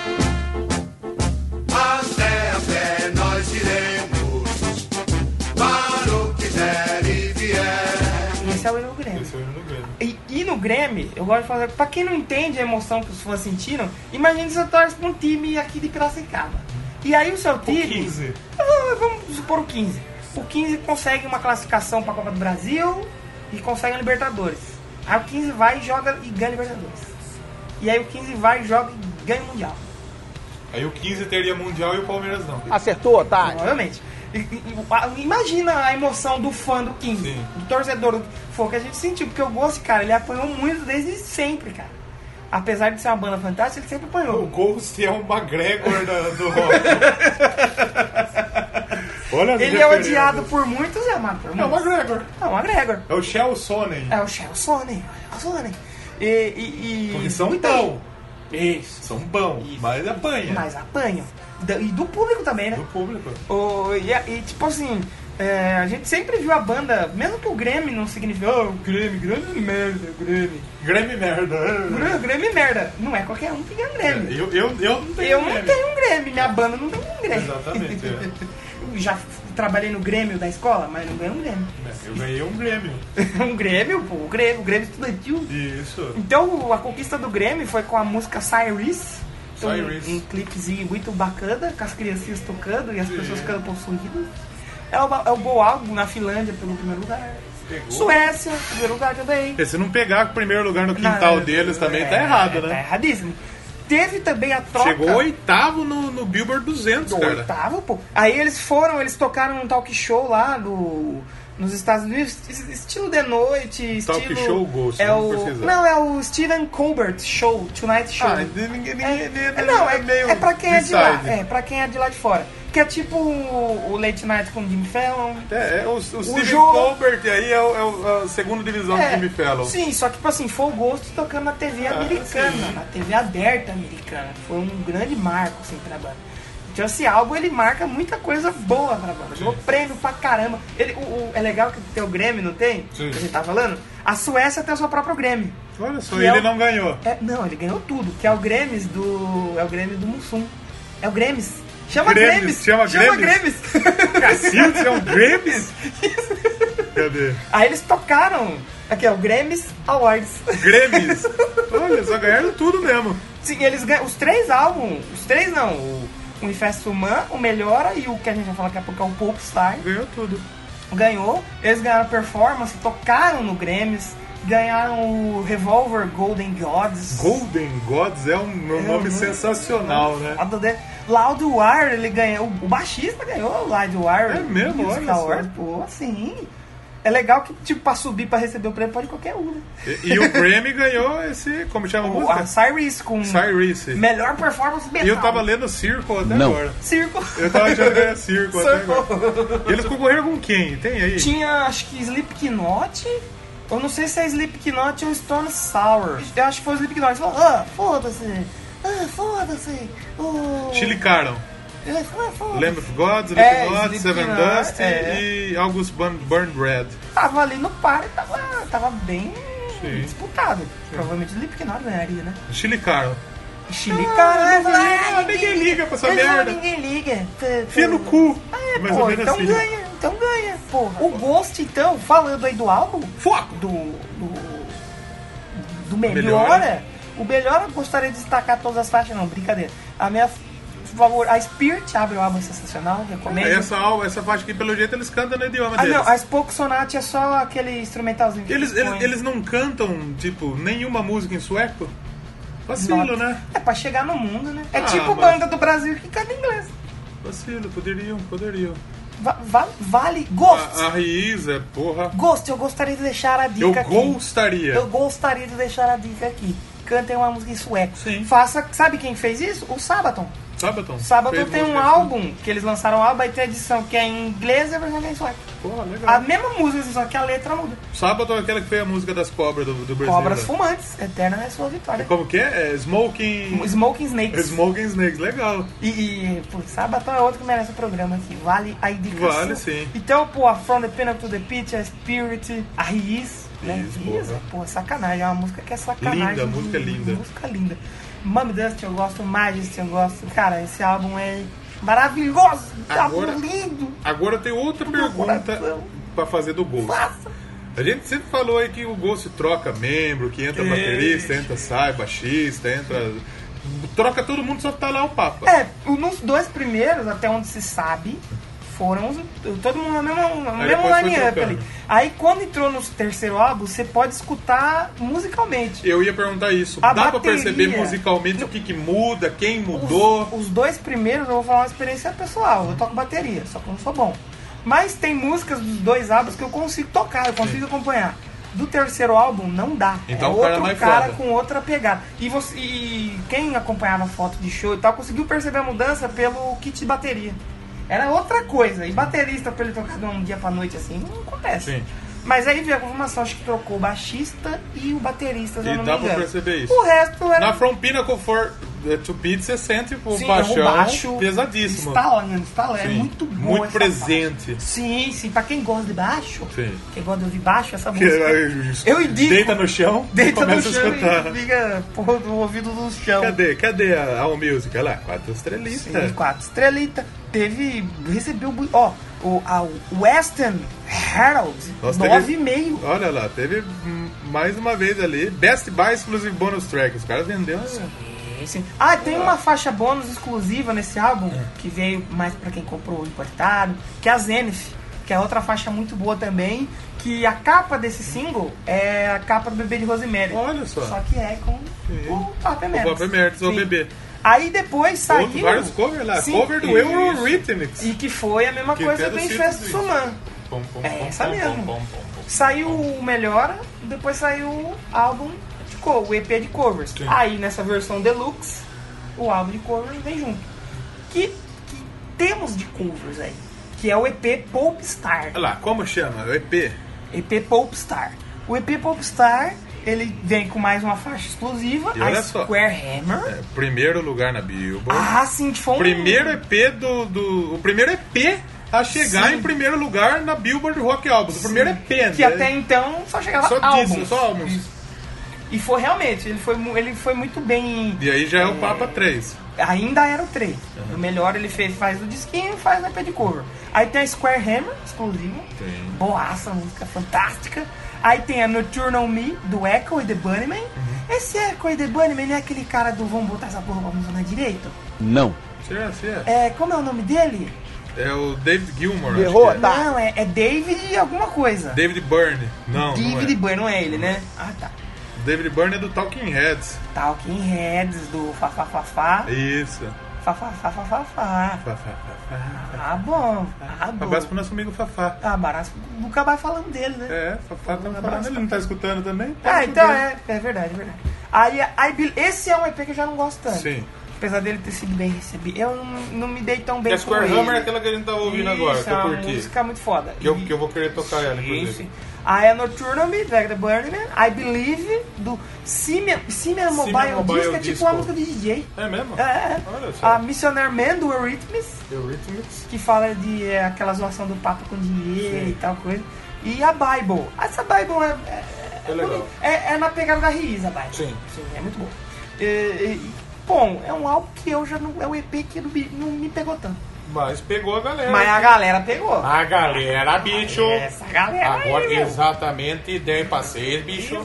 [SPEAKER 7] Até nós iremos para o que der e vier.
[SPEAKER 1] Esse é o hino do Grêmio. E no Grêmio, eu gosto de fazer. Pra quem não entende a emoção que os fãs sentiram, imagine se você torce pra um time aqui de Piracicaba. E aí o seu time.
[SPEAKER 2] O 15.
[SPEAKER 1] Vamos supor o 15. O 15 consegue uma classificação pra Copa do Brasil e consegue a Libertadores. Aí o 15 vai e joga e ganha a Libertadores. E aí o 15 vai e joga e ganha o Mundial.
[SPEAKER 2] Aí o 15 teria Mundial e o Palmeiras não.
[SPEAKER 1] Acertou, otário? Provavelmente. Imagina a emoção do fã do 15, sim, do torcedor. Foi o que a gente sentiu, porque o Ghost, cara, ele apanhou muito desde sempre, cara. Apesar de ser uma banda fantástica, ele sempre apanhou.
[SPEAKER 2] O Ghost é um McGregor do rock. Olha,
[SPEAKER 1] ele é odiado por muitos e amado por muitos.
[SPEAKER 2] É o McGregor.
[SPEAKER 1] É o McGregor.
[SPEAKER 2] É o Chael Sonnen.
[SPEAKER 1] Eles
[SPEAKER 2] são bons.
[SPEAKER 1] Isso.
[SPEAKER 2] São bons, mas apanham.
[SPEAKER 1] E do público também, né?
[SPEAKER 2] Do público.
[SPEAKER 1] E tipo assim, a gente sempre viu a banda, mesmo que o Grêmio não significa, Grêmio merda, Grêmio merda. Não é qualquer um que ganha um Grêmio.
[SPEAKER 2] Eu
[SPEAKER 1] não tenho um Grêmio, minha banda não tem um Grêmio.
[SPEAKER 2] Exatamente.
[SPEAKER 1] Eu já trabalhei no Grêmio da escola, mas não ganhei um Grêmio.
[SPEAKER 2] Eu ganhei um Grêmio.
[SPEAKER 1] Um Grêmio, pô, o Grêmio estudantil.
[SPEAKER 2] Isso.
[SPEAKER 1] Então a conquista do Grêmio foi com a música Cyrus. Um clipezinho muito bacana, com as criancinhas tocando e as pessoas ficando possuídas. É o bom álbum na Finlândia pelo primeiro lugar. Pegou. Suécia, primeiro lugar também.
[SPEAKER 2] Se não pegar o primeiro lugar no quintal deles também tá errado, né?
[SPEAKER 1] Tá erradíssimo. Teve também a troca.
[SPEAKER 2] Chegou 8º no Billboard 200, cara.
[SPEAKER 1] 8º, pô. Aí eles tocaram num talk show lá nos Estados Unidos, estilo de noite,
[SPEAKER 2] talk show Ghost,
[SPEAKER 1] é o Stephen Colbert Show, Tonight Show. É pra quem é de lá, pra quem é de lá de fora. Que é tipo o Late Night com o Jimmy Fallon.
[SPEAKER 2] O Stephen Colbert aí é a segunda divisão do Jimmy Fallon.
[SPEAKER 1] Sim, só que tipo assim, foi o Ghost tocando na TV americana, na TV aberta americana. Foi um grande marco assim pra banda. Então esse álbum ele marca muita coisa boa pra banda. Ganhou prêmio pra caramba. É legal que tem o Grêmio, não tem? Sim. Que a gente tá falando. A Suécia tem o seu próprio Grêmio.
[SPEAKER 2] Olha só, ele não ganhou.
[SPEAKER 1] Não, ele ganhou tudo. Que é o Grêmio do Mussum. É o Grêmio. Chama Grêmio.
[SPEAKER 2] Cacilde, é um Grêmio? Cadê?
[SPEAKER 1] Aí eles tocaram. Aqui é o Grêmio Awards.
[SPEAKER 2] Grêmio. Olha, só ganharam tudo mesmo.
[SPEAKER 1] Sim, eles ganham os 3 álbuns. Os 3 não. O Infesto Human, o Melhora e o que a gente vai falar daqui a pouco é o Popstar.
[SPEAKER 2] Ganhou tudo.
[SPEAKER 1] ganhou. Eles ganharam performance, tocaram no Grammys, ganharam o Revolver Golden Gods.
[SPEAKER 2] Golden Gods é um nome sensacional, né?
[SPEAKER 1] Loudwire, ele ganhou. O baixista ganhou o Loudwire.
[SPEAKER 2] É mesmo? Olha só.
[SPEAKER 1] Pô, sim. É legal que, tipo, pra subir, pra receber o prêmio, pode qualquer um, né?
[SPEAKER 2] E o Grammy ganhou esse... Como chama a música?
[SPEAKER 1] A Cyrus com... Melhor performance metal.
[SPEAKER 2] E eu tava lendo Circle até agora.
[SPEAKER 1] Circle.
[SPEAKER 2] Eu tava achando que era Circle até agora. E eles concorreram com quem? Tem aí?
[SPEAKER 1] Tinha, acho que Slipknot. Eu não sei se é Slipknot ou Stone Sour. Eu acho que foi Slipknot. Eles falaram, foda-se. Foda-se.
[SPEAKER 2] Chilicaram. Lamb of God, Slipknot, Seven Dust e August Burn Red. Tava
[SPEAKER 1] ali no par, tava bem disputado. Provavelmente Slipknot ganharia, né?
[SPEAKER 2] Chilicaram.
[SPEAKER 1] Ninguém
[SPEAKER 2] liga pra essa merda.
[SPEAKER 1] Ninguém liga.
[SPEAKER 2] Fia no cu.
[SPEAKER 1] Pô, então assim. Então ganha, porra. O Ghost, então, falando aí do álbum,
[SPEAKER 2] foco!
[SPEAKER 1] Do melhor, o melhor eu gostaria de destacar todas as faixas, não, brincadeira. A minha favor, a Spirit abre o álbum sensacional, recomendo.
[SPEAKER 2] Essa faixa aqui, pelo jeito, eles cantam no idioma deles.
[SPEAKER 1] Não, a Spoke Sonata é só aquele instrumentalzinho que
[SPEAKER 2] eles não cantam, tipo, nenhuma música em sueco? Vacilo, né?
[SPEAKER 1] É pra chegar no mundo, né? É tipo banda do Brasil que canta em inglês.
[SPEAKER 2] Vacilo, poderiam.
[SPEAKER 1] Vale. Ghost.
[SPEAKER 2] A raiz é, porra.
[SPEAKER 1] Ghost, eu gostaria de deixar a dica aqui.
[SPEAKER 2] Eu
[SPEAKER 1] gostaria de deixar a dica aqui. Cantem uma música em sueco.
[SPEAKER 2] Sim.
[SPEAKER 1] Sabe quem fez isso? O Sabaton.
[SPEAKER 2] Sabaton
[SPEAKER 1] tem um álbum, que eles lançaram um álbum, aí tem a edição que é em inglês e a versão que é em sueco.
[SPEAKER 2] Porra, legal.
[SPEAKER 1] A mesma música, só que a letra muda.
[SPEAKER 2] Sabaton é aquela que fez a música das cobras do Brasil.
[SPEAKER 1] Cobras fumantes, eterna é sua vitória.
[SPEAKER 2] Como que é? Smoking
[SPEAKER 1] Snakes.
[SPEAKER 2] Smoking Snakes, legal.
[SPEAKER 1] Sabaton é outro que merece o programa aqui. Vale a indicação.
[SPEAKER 2] Vale, sim.
[SPEAKER 1] Então, From the Pinnacle to the Pitch, a Spirit, a Riz, né? Sacanagem. É uma música que é sacanagem.
[SPEAKER 2] Linda, música linda.
[SPEAKER 1] Música linda. Mummy Dust eu gosto, Majesty eu gosto. Cara, esse álbum é maravilhoso. Álbum lindo.
[SPEAKER 2] Agora tem outra pergunta pra fazer do Ghost. A gente sempre falou aí que o Ghost troca membro, que entra baterista, sai baixista, troca todo mundo, só tá lá o Papa.
[SPEAKER 1] Nos dois primeiros, até onde se sabe, foram todo mundo na mesma line-up ali. Aí quando entrou no terceiro álbum, você pode escutar musicalmente.
[SPEAKER 2] Eu ia perguntar isso. Dá pra perceber musicalmente o que muda, quem mudou?
[SPEAKER 1] Os dois primeiros, eu vou falar uma experiência pessoal. Eu toco bateria, só que eu não sou bom. Mas tem músicas dos dois álbuns que eu consigo tocar, eu consigo acompanhar. Do terceiro álbum, não dá.
[SPEAKER 2] Então,
[SPEAKER 1] outro cara com outra pegada. E quem acompanhava foto de show e tal, conseguiu perceber a mudança pelo kit de bateria. Era outra coisa. E baterista pra ele tocar de um dia pra noite assim, não acontece.
[SPEAKER 2] Sim.
[SPEAKER 1] Mas aí veio a confirmação, acho que trocou o baixista e o baterista, se eu não me engano.
[SPEAKER 2] E dá pra perceber isso.
[SPEAKER 1] O resto era...
[SPEAKER 2] Na From Pinnacle to Pitch, você sente o baixo pesadíssimo.
[SPEAKER 1] Instalando. É muito bom.
[SPEAKER 2] Muito presente.
[SPEAKER 1] Parte. Sim. Pra quem gosta de baixo, quem gosta de ouvir baixo, essa música...
[SPEAKER 2] Eu indico. Deita no chão e começa a escutar.
[SPEAKER 1] E fica do ouvido no chão.
[SPEAKER 2] Cadê a All Music? Olha lá, 4 estrelitas.
[SPEAKER 1] Sim, 4 estrelitas. Recebeu... a Western Herald, 9,5.
[SPEAKER 2] Olha lá, teve mais uma vez ali Best Buy Exclusive Bonus Track. Os caras venderam.
[SPEAKER 1] Sim. Tem uma faixa bônus exclusiva nesse álbum que veio mais pra quem comprou importado, que é a Zenith, que é outra faixa muito boa também. Que a capa desse single é a capa do Bebê de Rosemary.
[SPEAKER 2] Olha só.
[SPEAKER 1] Só que é com o Papa Emerits.
[SPEAKER 2] O Papa Emerits, o bebê.
[SPEAKER 1] Aí depois saiu...
[SPEAKER 2] vários covers lá. Cover do Eurythmics.
[SPEAKER 1] E que foi a mesma coisa do Infest Suman. Essa mesmo. Saiu o Melhora, depois saiu o álbum o EP de covers.
[SPEAKER 2] Sim.
[SPEAKER 1] Aí nessa versão deluxe, o álbum de covers vem junto. Que temos de covers aí? Que é o EP Popstar.
[SPEAKER 2] Olha lá, como chama? O EP?
[SPEAKER 1] EP Popstar. O EP Popstar... Ele vem com mais uma faixa exclusiva, a Square Hammer.
[SPEAKER 2] Primeiro lugar na Billboard.
[SPEAKER 1] Sim, foi
[SPEAKER 2] primeiro EP o primeiro EP a chegar em primeiro lugar na Billboard Rock Albums. O primeiro EP,
[SPEAKER 1] que até então só chegava álbuns.
[SPEAKER 2] Só álbuns.
[SPEAKER 1] E foi realmente, ele foi muito bem...
[SPEAKER 2] E aí já é o Papa 3.
[SPEAKER 1] Ainda era o 3. O melhor ele faz o disquinho e faz o EP de cover. Aí tem a Square Hammer, exclusiva. Boaça, música fantástica. Aí tem a Nocturnal Me, do Echo e The Bunnymen. Esse Echo e The Bunnymen é aquele cara do vamos botar essa porra pra funcionar direito?
[SPEAKER 6] Não.
[SPEAKER 2] Sim.
[SPEAKER 1] Como é o nome dele?
[SPEAKER 2] É o David Gilmour,
[SPEAKER 6] Errou,
[SPEAKER 2] acho que é.
[SPEAKER 6] tá.
[SPEAKER 1] Não, é David alguma coisa.
[SPEAKER 2] David Byrne. Não,
[SPEAKER 1] David
[SPEAKER 2] não
[SPEAKER 1] Byrne, não é ele, né? Ah, tá.
[SPEAKER 2] é. David Byrne é do Talking Heads.
[SPEAKER 1] Talking Heads, do Fafá.
[SPEAKER 2] Isso.
[SPEAKER 1] Fafá.
[SPEAKER 2] Fafá.
[SPEAKER 1] Ah, bom.
[SPEAKER 2] Abraço pro nosso amigo Fafá.
[SPEAKER 1] Ah, Barasco nunca vai falando dele, né?
[SPEAKER 2] É, Fafá tá falando, ele não tá escutando também?
[SPEAKER 1] Ah, então é verdade. Aí, esse é um EP que eu já não gosto tanto.
[SPEAKER 2] Sim.
[SPEAKER 1] Apesar dele ter sido bem recebido. Eu não me dei tão bem
[SPEAKER 2] E a
[SPEAKER 1] com
[SPEAKER 2] Square
[SPEAKER 1] ele.
[SPEAKER 2] Hammer é aquela que a gente tá ouvindo agora, que
[SPEAKER 1] é
[SPEAKER 2] eu
[SPEAKER 1] uma
[SPEAKER 2] curti.
[SPEAKER 1] música muito foda.
[SPEAKER 2] Que eu vou querer tocar ela, inclusive.
[SPEAKER 1] Sim. Aí a Nocturnal, Drag the Burning, I Believe, do Simian Mobile Disco, é tipo uma música de DJ.
[SPEAKER 2] É mesmo?
[SPEAKER 1] É.
[SPEAKER 2] Olha só.
[SPEAKER 1] A Missionaire Man, do Eurythmics,
[SPEAKER 2] Eurythmics.
[SPEAKER 1] que fala de aquela zoação do papo com dinheiro
[SPEAKER 2] Sim.
[SPEAKER 1] e tal coisa. E a Bible. Essa Bible
[SPEAKER 2] É legal.
[SPEAKER 1] é na pegada da Riz, a Bible.
[SPEAKER 2] Sim.
[SPEAKER 1] É muito bom. Bom, é um álbum que eu já não. É um EP que não me pegou tanto.
[SPEAKER 2] Mas pegou a galera.
[SPEAKER 1] Mas a galera pegou.
[SPEAKER 2] A galera, bicho.
[SPEAKER 1] Essa galera.
[SPEAKER 2] Agora,
[SPEAKER 1] aí, meu.
[SPEAKER 2] exatamente, 10 pra 6, bicho.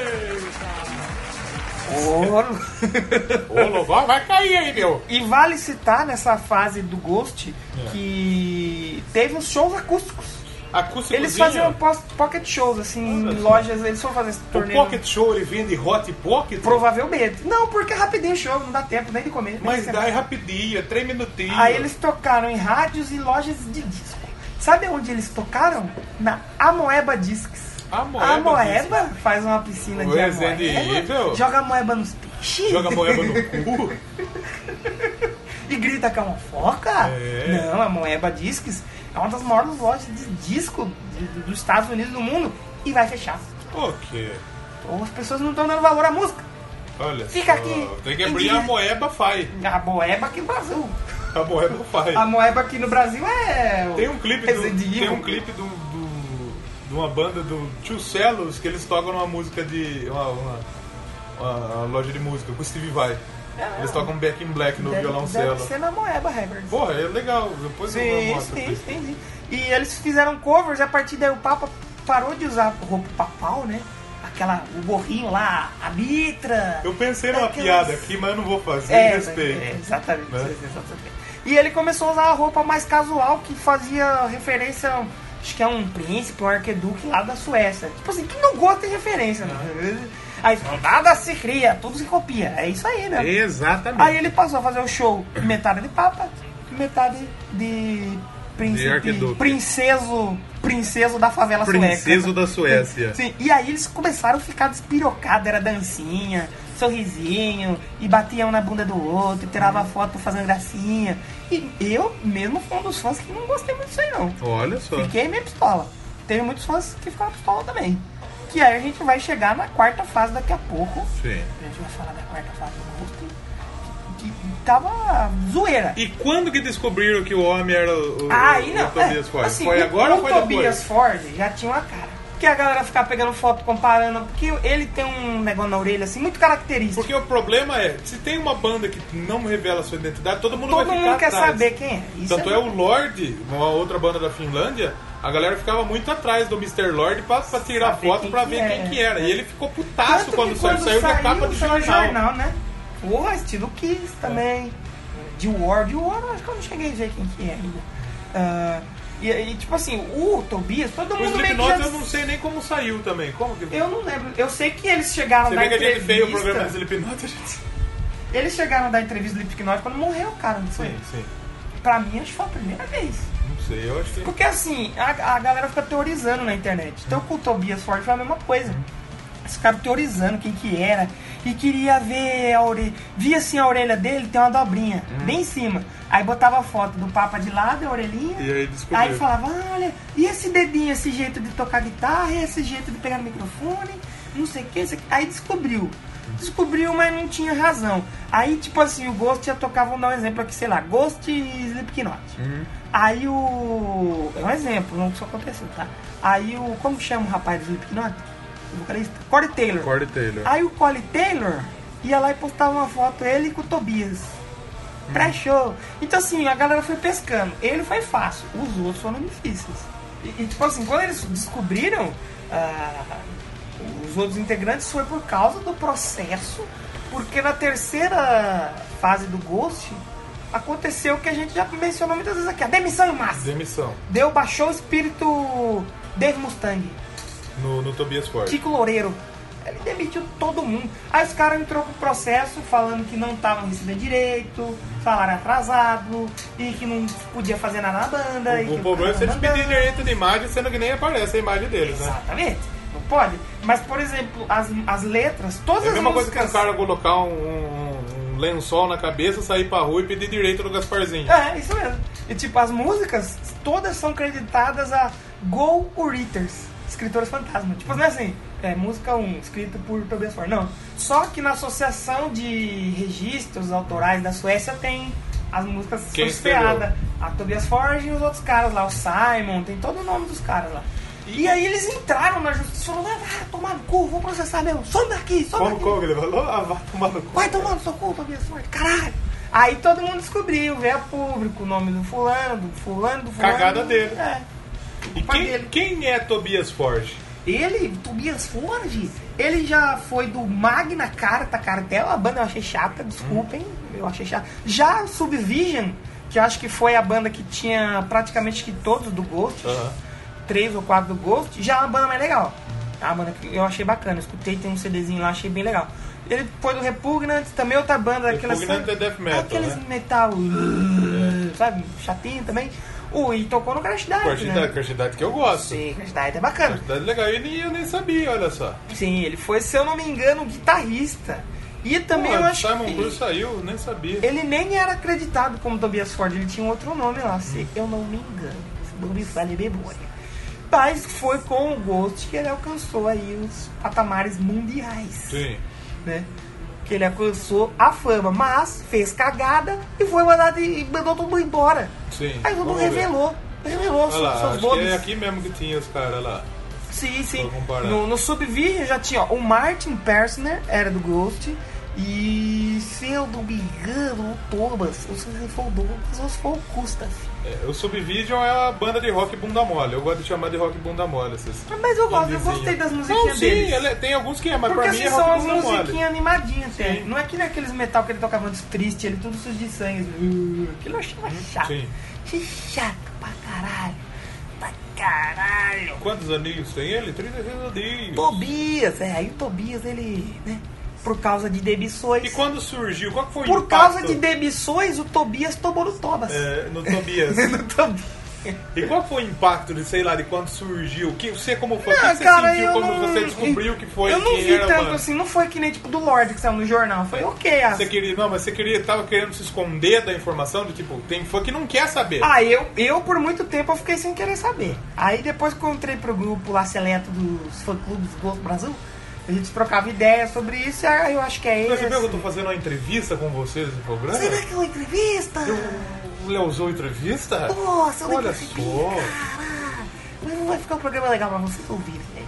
[SPEAKER 2] Ô, louco, vai cair aí, meu.
[SPEAKER 1] E vale citar nessa fase do Ghost que teve uns shows acústicos.
[SPEAKER 2] Acústicozinho.
[SPEAKER 1] Eles faziam pocket shows, assim, em lojas, eles foram fazer esse
[SPEAKER 2] O
[SPEAKER 1] torneio.
[SPEAKER 2] Pocket Show, ele vende Hot Pocket?
[SPEAKER 1] Provavelmente. Não, porque é rapidinho o show, não dá tempo nem de comer. nem
[SPEAKER 2] Mas
[SPEAKER 1] de
[SPEAKER 2] dá
[SPEAKER 1] sentar.
[SPEAKER 2] rapidinho, é 3 minutinhos.
[SPEAKER 1] Aí eles tocaram em rádios e lojas de disco. Sabe onde eles tocaram? Na Amoeba Discs. A Moeba faz uma piscina de
[SPEAKER 2] Resident Evil.
[SPEAKER 1] Amoeba, joga a moeba nos peixes.
[SPEAKER 2] Joga moeba no cu.
[SPEAKER 1] E grita que é uma foca?
[SPEAKER 2] É.
[SPEAKER 1] Não, a Moeba Discs é uma das maiores lojas de disco dos Estados Unidos do mundo e vai fechar.
[SPEAKER 2] O quê?
[SPEAKER 1] Ou as pessoas não estão dando valor à música.
[SPEAKER 2] Olha
[SPEAKER 1] Fica
[SPEAKER 2] só.
[SPEAKER 1] aqui.
[SPEAKER 2] Tem que abrir a Moeba Fai.
[SPEAKER 1] A Moeba aqui no Brasil.
[SPEAKER 2] A Moeba Fai.
[SPEAKER 1] A Moeba aqui no Brasil é.
[SPEAKER 2] Tem um clipe
[SPEAKER 1] Resident Evil.
[SPEAKER 2] tem um clipe de uma banda do Tio Celos que eles tocam numa música de uma loja de música com o Steve Vai. Eles tocam Back in Black no violoncelo.
[SPEAKER 1] Deve ser na Moeba Records.
[SPEAKER 2] Porra, é legal. Depois eu mostro.
[SPEAKER 1] Sim. E eles fizeram covers e a partir daí o Papa parou de usar roupa papal, né? O gorrinho lá, a mitra.
[SPEAKER 2] Eu pensei numa piada aqui, mas eu não vou fazer. Respeito.
[SPEAKER 1] Exatamente,
[SPEAKER 2] Né?
[SPEAKER 1] exatamente. E ele começou a usar a roupa mais casual que fazia referência, acho que é um príncipe, um arqueduque lá da Suécia. Tipo assim, que não gosta de referência, né? Aí nada se cria, tudo se copia. É isso aí, né?
[SPEAKER 2] Exatamente.
[SPEAKER 1] Aí ele passou a fazer o show metade de Papa, metade de príncipe, princeso da favela sueca.
[SPEAKER 2] Princeso da Suécia.
[SPEAKER 1] Sim, e aí eles começaram a ficar despirocados, era dancinha, sorrisinho, e batiam na bunda do outro, e tirava foto fazendo gracinha. E eu mesmo fui um dos fãs que não gostei muito disso aí não.
[SPEAKER 2] Olha só.
[SPEAKER 1] Fiquei meio pistola. Teve muitos fãs que ficaram pistola também. Que aí a gente vai chegar na quarta fase daqui a pouco.
[SPEAKER 2] Sim.
[SPEAKER 1] A gente vai falar da quarta fase do Ghost. Que tava zoeira.
[SPEAKER 2] E quando que descobriram que o homem era o Tobias Ford?
[SPEAKER 1] Assim,
[SPEAKER 2] foi agora ou foi depois?
[SPEAKER 1] O Tobias Ford já tinha uma cara. Porque a galera ficava pegando foto, comparando. Porque ele tem um negócio na orelha, assim, muito característico.
[SPEAKER 2] Porque o problema é, se tem uma banda que não revela sua identidade, todo mundo vai ficar
[SPEAKER 1] mundo quer
[SPEAKER 2] atrás.
[SPEAKER 1] saber quem é. Isso
[SPEAKER 2] Tanto é o Lorde, uma outra banda da Finlândia, a galera ficava muito atrás do Mr. Lorde pra tirar
[SPEAKER 1] Saber
[SPEAKER 2] foto
[SPEAKER 1] quem
[SPEAKER 2] pra
[SPEAKER 1] que
[SPEAKER 2] ver
[SPEAKER 1] é.
[SPEAKER 2] quem que era. E ele ficou
[SPEAKER 1] Tanto
[SPEAKER 2] putaço
[SPEAKER 1] que
[SPEAKER 2] quando saiu da capa de
[SPEAKER 1] saiu
[SPEAKER 2] jornal.
[SPEAKER 1] né? Porra, estilo Kiss também. De War, acho que eu não cheguei a ver quem que é ainda. E tipo assim, o Tobias, todo
[SPEAKER 2] O
[SPEAKER 1] mundo meio que
[SPEAKER 2] Slipknot
[SPEAKER 1] já...
[SPEAKER 2] eu não sei nem como saiu também. Como que...
[SPEAKER 1] Eu não lembro. Eu sei que eles chegaram
[SPEAKER 2] Você
[SPEAKER 1] da
[SPEAKER 2] vê que a gente
[SPEAKER 1] entrevista...
[SPEAKER 2] fez o programa do Slipknot, a gente...
[SPEAKER 1] Eles chegaram da entrevista do Slipknot quando morreu o cara, não foi?
[SPEAKER 2] Sim.
[SPEAKER 1] Pra mim, acho que foi a primeira vez.
[SPEAKER 2] Não sei, eu acho que...
[SPEAKER 1] Porque assim, a galera fica teorizando na internet. Então com o Tobias Ford foi a mesma coisa. Eles ficaram teorizando quem que era. E queria ver a orelha. Via assim a orelha dele, tem uma dobrinha, bem em cima. Aí botava a foto do Papa de lado, a orelhinha.
[SPEAKER 2] E aí descobriu.
[SPEAKER 1] Aí falava, olha, e esse dedinho, esse jeito de tocar guitarra, e esse jeito de pegar no microfone, não sei o que. Aí descobriu, mas não tinha razão. Aí, tipo assim, o Ghost ia tocar, vamos dar um exemplo aqui, sei lá, Ghost e Slipknot. Aí o... É um exemplo, não isso aconteceu, tá? Aí o... Como chama o rapaz do Slipknot? O vocalista? Corey Taylor. Aí o Corey Taylor ia lá e postava uma foto, ele com o Tobias. Pré-show. Então assim, a galera foi pescando. Ele foi fácil, os outros foram difíceis. E tipo assim, quando eles descobriram... os outros integrantes foi por causa do processo, porque na terceira fase do Ghost aconteceu o que a gente já mencionou muitas vezes aqui, a demissão em massa.
[SPEAKER 2] Demissão.
[SPEAKER 1] Baixou o espírito Dave Mustaine.
[SPEAKER 2] No Tobias Forge.
[SPEAKER 1] Kiko Loureiro. Ele demitiu todo mundo. Aí os caras entrou com o processo falando que não estavam recebendo direito, salário atrasado, e que não podia fazer nada na banda.
[SPEAKER 2] O problema é se eles pedirem direito de imagem, sendo que nem aparece a imagem deles, né?
[SPEAKER 1] Exatamente. Não pode. Mas, por exemplo, as letras, todas as músicas...
[SPEAKER 2] É a mesma coisa que um cara colocar um lençol na cabeça, sair pra rua e pedir direito do Gasparzinho.
[SPEAKER 1] É, isso mesmo. E tipo, as músicas, todas são creditadas a Go Writers, escritores fantasma. Tipo, não é assim, música 1, escrita por Tobias Forge. Não. Só que na associação de registros autorais da Suécia tem as músicas associadas a Tobias Forge e os outros caras lá, o Simon, tem todo o nome dos caras lá. E aí eles entraram na justiça e falaram, tomar no cu, vou processar mesmo, some daqui.
[SPEAKER 2] Como ele falou? Vai tomar no cu.
[SPEAKER 1] Vai tomar no seu cu, Tobias Forge, caralho. Aí todo mundo descobriu, veio a público, o nome do fulano.
[SPEAKER 2] Cagada dele.
[SPEAKER 1] É.
[SPEAKER 2] E quem é Tobias Forge?
[SPEAKER 1] Tobias Forge, ele já foi do Magna Carta Cartel, a banda eu achei chata, desculpem, eu achei chata. Já Subvision, que eu acho que foi a banda que tinha praticamente que todos do Ghost, 3 ou 4 do Ghost, já é uma banda mais legal. É uma banda que eu achei bacana, eu escutei, tem um CDzinho lá, achei bem legal. Ele foi do Repugnant, também outra banda,
[SPEAKER 2] Repugnant é death metal,
[SPEAKER 1] aqueles metal, sabe, chatinho também. E tocou no Crash Diet, né?
[SPEAKER 2] Crash Diet que eu gosto.
[SPEAKER 1] Sim, Crash Diet é bacana.
[SPEAKER 2] Crash Diet é legal, eu nem sabia, olha só.
[SPEAKER 1] Sim, ele foi, se eu não me engano, guitarrista. E também eu acho
[SPEAKER 2] Simon
[SPEAKER 1] que
[SPEAKER 2] Bruce saiu, nem sabia.
[SPEAKER 1] ele nem era acreditado como Tobias Forge, ele tinha um outro nome lá, se eu não me engano. Se não me falha a memória. Mas foi com o Ghost que ele alcançou aí os patamares mundiais.
[SPEAKER 2] Sim.
[SPEAKER 1] Né? Que ele alcançou a fama, mas fez cagada e foi mandou todo mundo embora.
[SPEAKER 2] Sim.
[SPEAKER 1] Aí todo mundo revelou
[SPEAKER 2] seus bodes. É aqui mesmo que tinha os caras lá.
[SPEAKER 1] Sim. No Subvision já tinha, o Martin Persner era do Ghost. E se eu não me engano, o Thomas, se for o Douglas, ou se for o Custas.
[SPEAKER 2] O Subvision é a banda de rock bunda mole. Eu gosto de chamar de rock bunda mole.
[SPEAKER 1] Mas eu gostei das musiquinhas deles.
[SPEAKER 2] Sim, tem alguns que é, mas
[SPEAKER 1] porque
[SPEAKER 2] pra mim é
[SPEAKER 1] rock
[SPEAKER 2] rock
[SPEAKER 1] bunda mole. Porque são as musiquinhas animadinhas até. Não é que naqueles metal que ele tocava antes triste, ele tudo sujo de sangue. Aquilo eu achava chato.
[SPEAKER 2] Sim.
[SPEAKER 1] Chato pra caralho.
[SPEAKER 2] Quantos aninhos tem ele? 36 aninhos.
[SPEAKER 1] Tobias, aí o Tobias, ele, né? Por causa de demissões.
[SPEAKER 2] E quando surgiu? Qual foi o
[SPEAKER 1] impacto?
[SPEAKER 2] Por
[SPEAKER 1] causa de demissões, o Tobias tomou no Tobas.
[SPEAKER 2] No Tobias.
[SPEAKER 1] No Tobias.
[SPEAKER 2] E qual foi o impacto de, sei lá, de quando surgiu? Você como fã, o que você
[SPEAKER 1] cara,
[SPEAKER 2] sentiu quando você descobriu que foi?
[SPEAKER 1] Eu não vi tanto assim, não foi que nem tipo do Lorde que saiu no jornal, foi ok.
[SPEAKER 2] Você tava querendo se esconder da informação de tipo, tem fã que não quer saber.
[SPEAKER 1] Eu por muito tempo eu fiquei sem querer saber. Aí depois que eu entrei pro grupo lá seleto dos fã-clubes do Ghost Brasil, a gente trocava ideias sobre isso, aí eu acho que é isso.
[SPEAKER 2] Você viu que eu tô fazendo uma entrevista com vocês no programa?
[SPEAKER 1] Será que é uma entrevista?
[SPEAKER 2] O Leozão entrevista?
[SPEAKER 1] Nossa,
[SPEAKER 2] olha só.
[SPEAKER 1] Caralho, mas vai ficar um programa legal pra vocês ouvirem, né?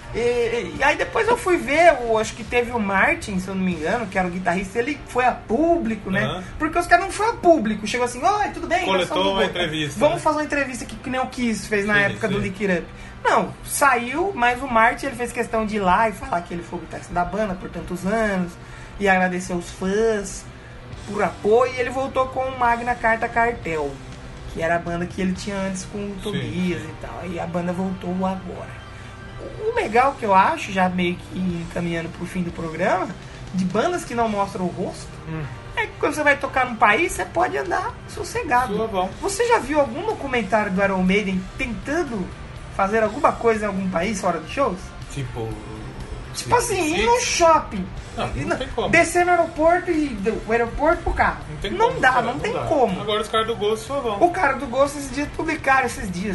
[SPEAKER 1] E aí depois eu fui ver, acho que teve o Martin, se eu não me engano, que era o guitarrista, ele foi a público, né? Porque os caras não foram a público, chegou assim, oi, tudo bem?
[SPEAKER 2] Coletou uma entrevista.
[SPEAKER 1] Vamos fazer uma entrevista aqui que nem o Kiss fez na época do Lick It Up. Não, saiu, mas o Martin ele fez questão de ir lá e falar que ele foi o guitarrista da banda por tantos anos, e agradecer os fãs por apoio, e ele voltou com o Magna Carta Cartel, que era a banda que ele tinha antes com o Tobias e tal, e a banda voltou agora. O legal que eu acho, já meio que encaminhando pro fim do programa, de bandas que não mostram o rosto, é que quando você vai tocar num país, você pode andar sossegado. Você já viu algum documentário do Iron Maiden tentando fazer alguma coisa em algum país fora dos shows?
[SPEAKER 2] Tipo
[SPEAKER 1] assim, ir num shopping.
[SPEAKER 2] Não tem como.
[SPEAKER 1] Descer no aeroporto e do aeroporto pro carro. Não tem como.
[SPEAKER 2] Agora os caras do Ghost só vão.
[SPEAKER 1] O cara do Ghost esses dias publicaram,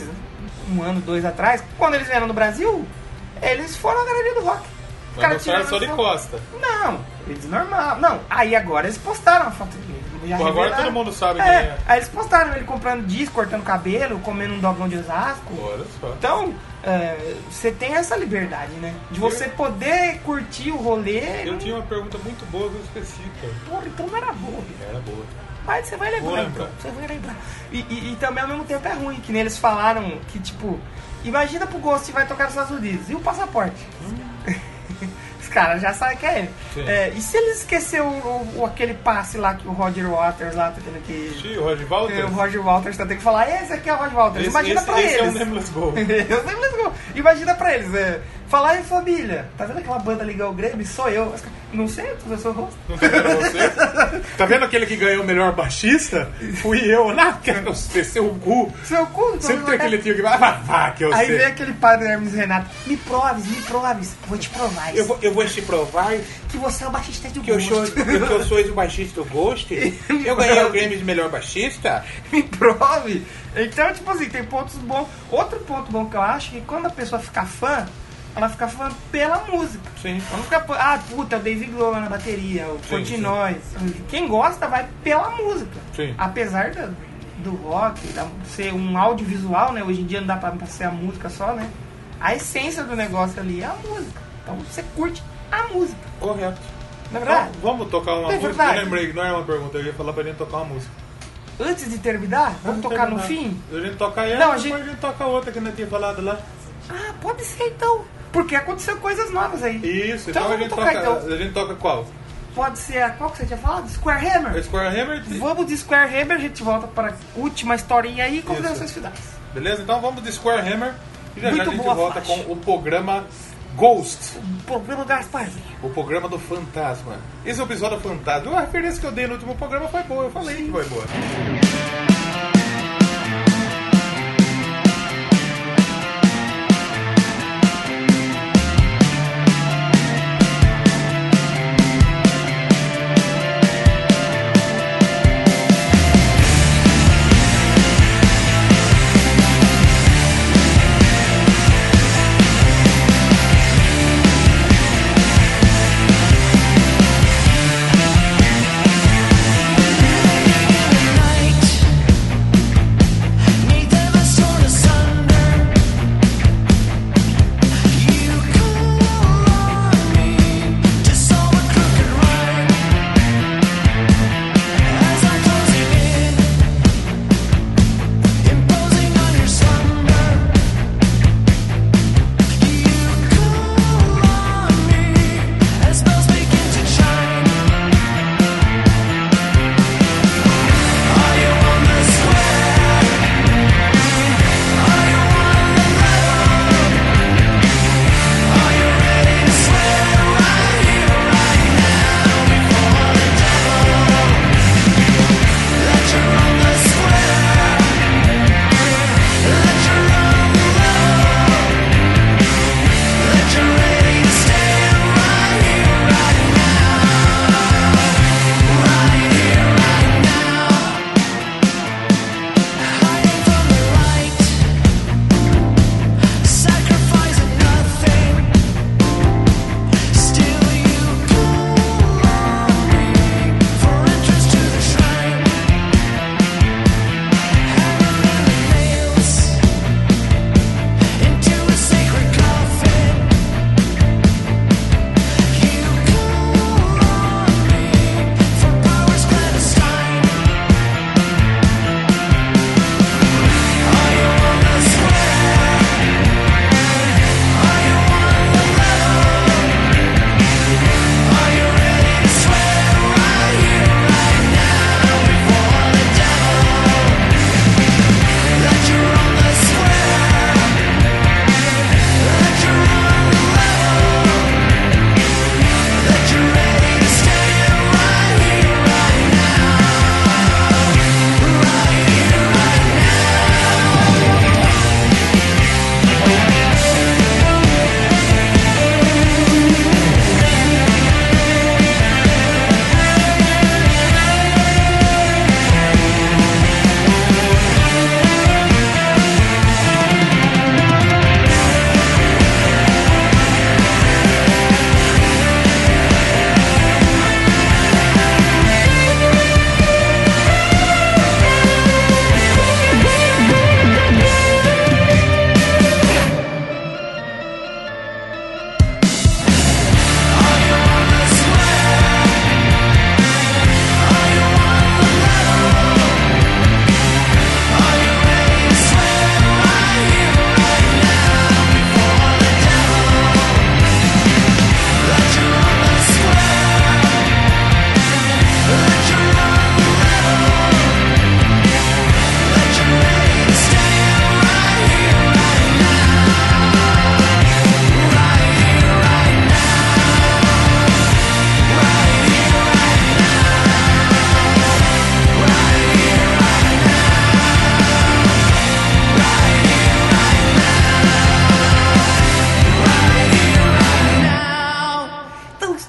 [SPEAKER 1] um ano, 2 atrás, quando eles vieram no Brasil, eles foram na Galeria do Rock.
[SPEAKER 2] Os caras tiraram só de costa.
[SPEAKER 1] Não, eles normal. Não, aí agora eles postaram a foto dele.
[SPEAKER 2] Agora todo mundo sabe quem é.
[SPEAKER 1] Aí eles postaram ele comprando disco, cortando cabelo, comendo um dogão de Osasco.
[SPEAKER 2] Olha só.
[SPEAKER 1] Então, você tem essa liberdade, né? De você poder curtir o rolê.
[SPEAKER 2] Eu tinha uma pergunta muito boa que eu esqueci, cara.
[SPEAKER 1] Porra, então não era boa.
[SPEAKER 2] Era boa.
[SPEAKER 1] Mas você vai lembrar, então. Você vai lembrar. E também ao mesmo tempo é ruim, que nem eles falaram que, tipo, imagina pro Ghost vai tocar nos Estados Unidos. E o passaporte? Os caras já sabem que é ele. E se eles esqueceram aquele passe lá que o Roger Waters lá, aquele que...
[SPEAKER 2] Sim, o Roger Waters?
[SPEAKER 1] O Roger Waters tem que falar, esse aqui é o Roger Waters. Imagina pra eles.
[SPEAKER 2] Esse é um Nameless Gold.
[SPEAKER 1] Imagina pra eles, falar aí, família, tá vendo aquela banda Liga o Grêmio? Sou eu. Não sei, tu vê seu rosto.
[SPEAKER 2] Não tá vendo você? Tá vendo aquele que ganhou o melhor baixista? Fui eu. Não, quero ser seu cu.
[SPEAKER 1] Seu cu?
[SPEAKER 2] Sempre tem aquele tio que vai, que eu sei.
[SPEAKER 1] Aí vem aquele padre Hermes Renato. Me proves. Vou te provar isso.
[SPEAKER 2] Eu vou te provar
[SPEAKER 1] que você é o baixista do
[SPEAKER 2] que
[SPEAKER 1] Ghost.
[SPEAKER 2] eu sou o baixista do Ghost. Eu ganhei o Grêmio de melhor baixista.
[SPEAKER 1] Me prove. Então, tipo assim, tem pontos bons. Outro ponto bom que eu acho é que quando a pessoa ficar fã, ela fica fã pela música.
[SPEAKER 2] Sim.
[SPEAKER 1] Ela não fica, puta, o David Grohl na bateria, o Portnoy. Quem gosta vai pela música.
[SPEAKER 2] Sim.
[SPEAKER 1] Apesar do rock, ser um audiovisual, né? Hoje em dia não dá pra ser a música só, né? A essência do negócio ali é a música. Então você curte a música.
[SPEAKER 2] Correto.
[SPEAKER 1] Não é verdade?
[SPEAKER 2] Então, vamos tocar uma música?
[SPEAKER 1] Verdade.
[SPEAKER 2] Eu lembrei que não é uma pergunta, eu ia falar pra gente tocar uma música.
[SPEAKER 1] Antes de terminar, vamos tocar
[SPEAKER 2] terminar.
[SPEAKER 1] no fim?
[SPEAKER 2] A gente toca ela,
[SPEAKER 1] Não,
[SPEAKER 2] depois a gente toca outra que a gente tinha falado lá.
[SPEAKER 1] Ah, pode ser então. Porque aconteceu coisas novas aí.
[SPEAKER 2] Isso,
[SPEAKER 1] então
[SPEAKER 2] então,
[SPEAKER 1] vamos tocar, então.
[SPEAKER 2] A gente toca qual?
[SPEAKER 1] Pode ser qual que você tinha falado? Square Hammer?
[SPEAKER 2] Square Hammer?
[SPEAKER 1] Vamos de Square Hammer, a gente volta para a última historinha aí e considerações finais.
[SPEAKER 2] Beleza? Então vamos de Square Hammer e já
[SPEAKER 1] Muito
[SPEAKER 2] a gente
[SPEAKER 1] boa
[SPEAKER 2] volta
[SPEAKER 1] faixa.
[SPEAKER 2] com o programa Ghost.
[SPEAKER 1] O programa do Gasparzinho.
[SPEAKER 2] O programa do Fantasma. Esse é o episódio Fantasma. A referência que eu dei no último programa foi boa, eu falei que foi boa.
[SPEAKER 3] Night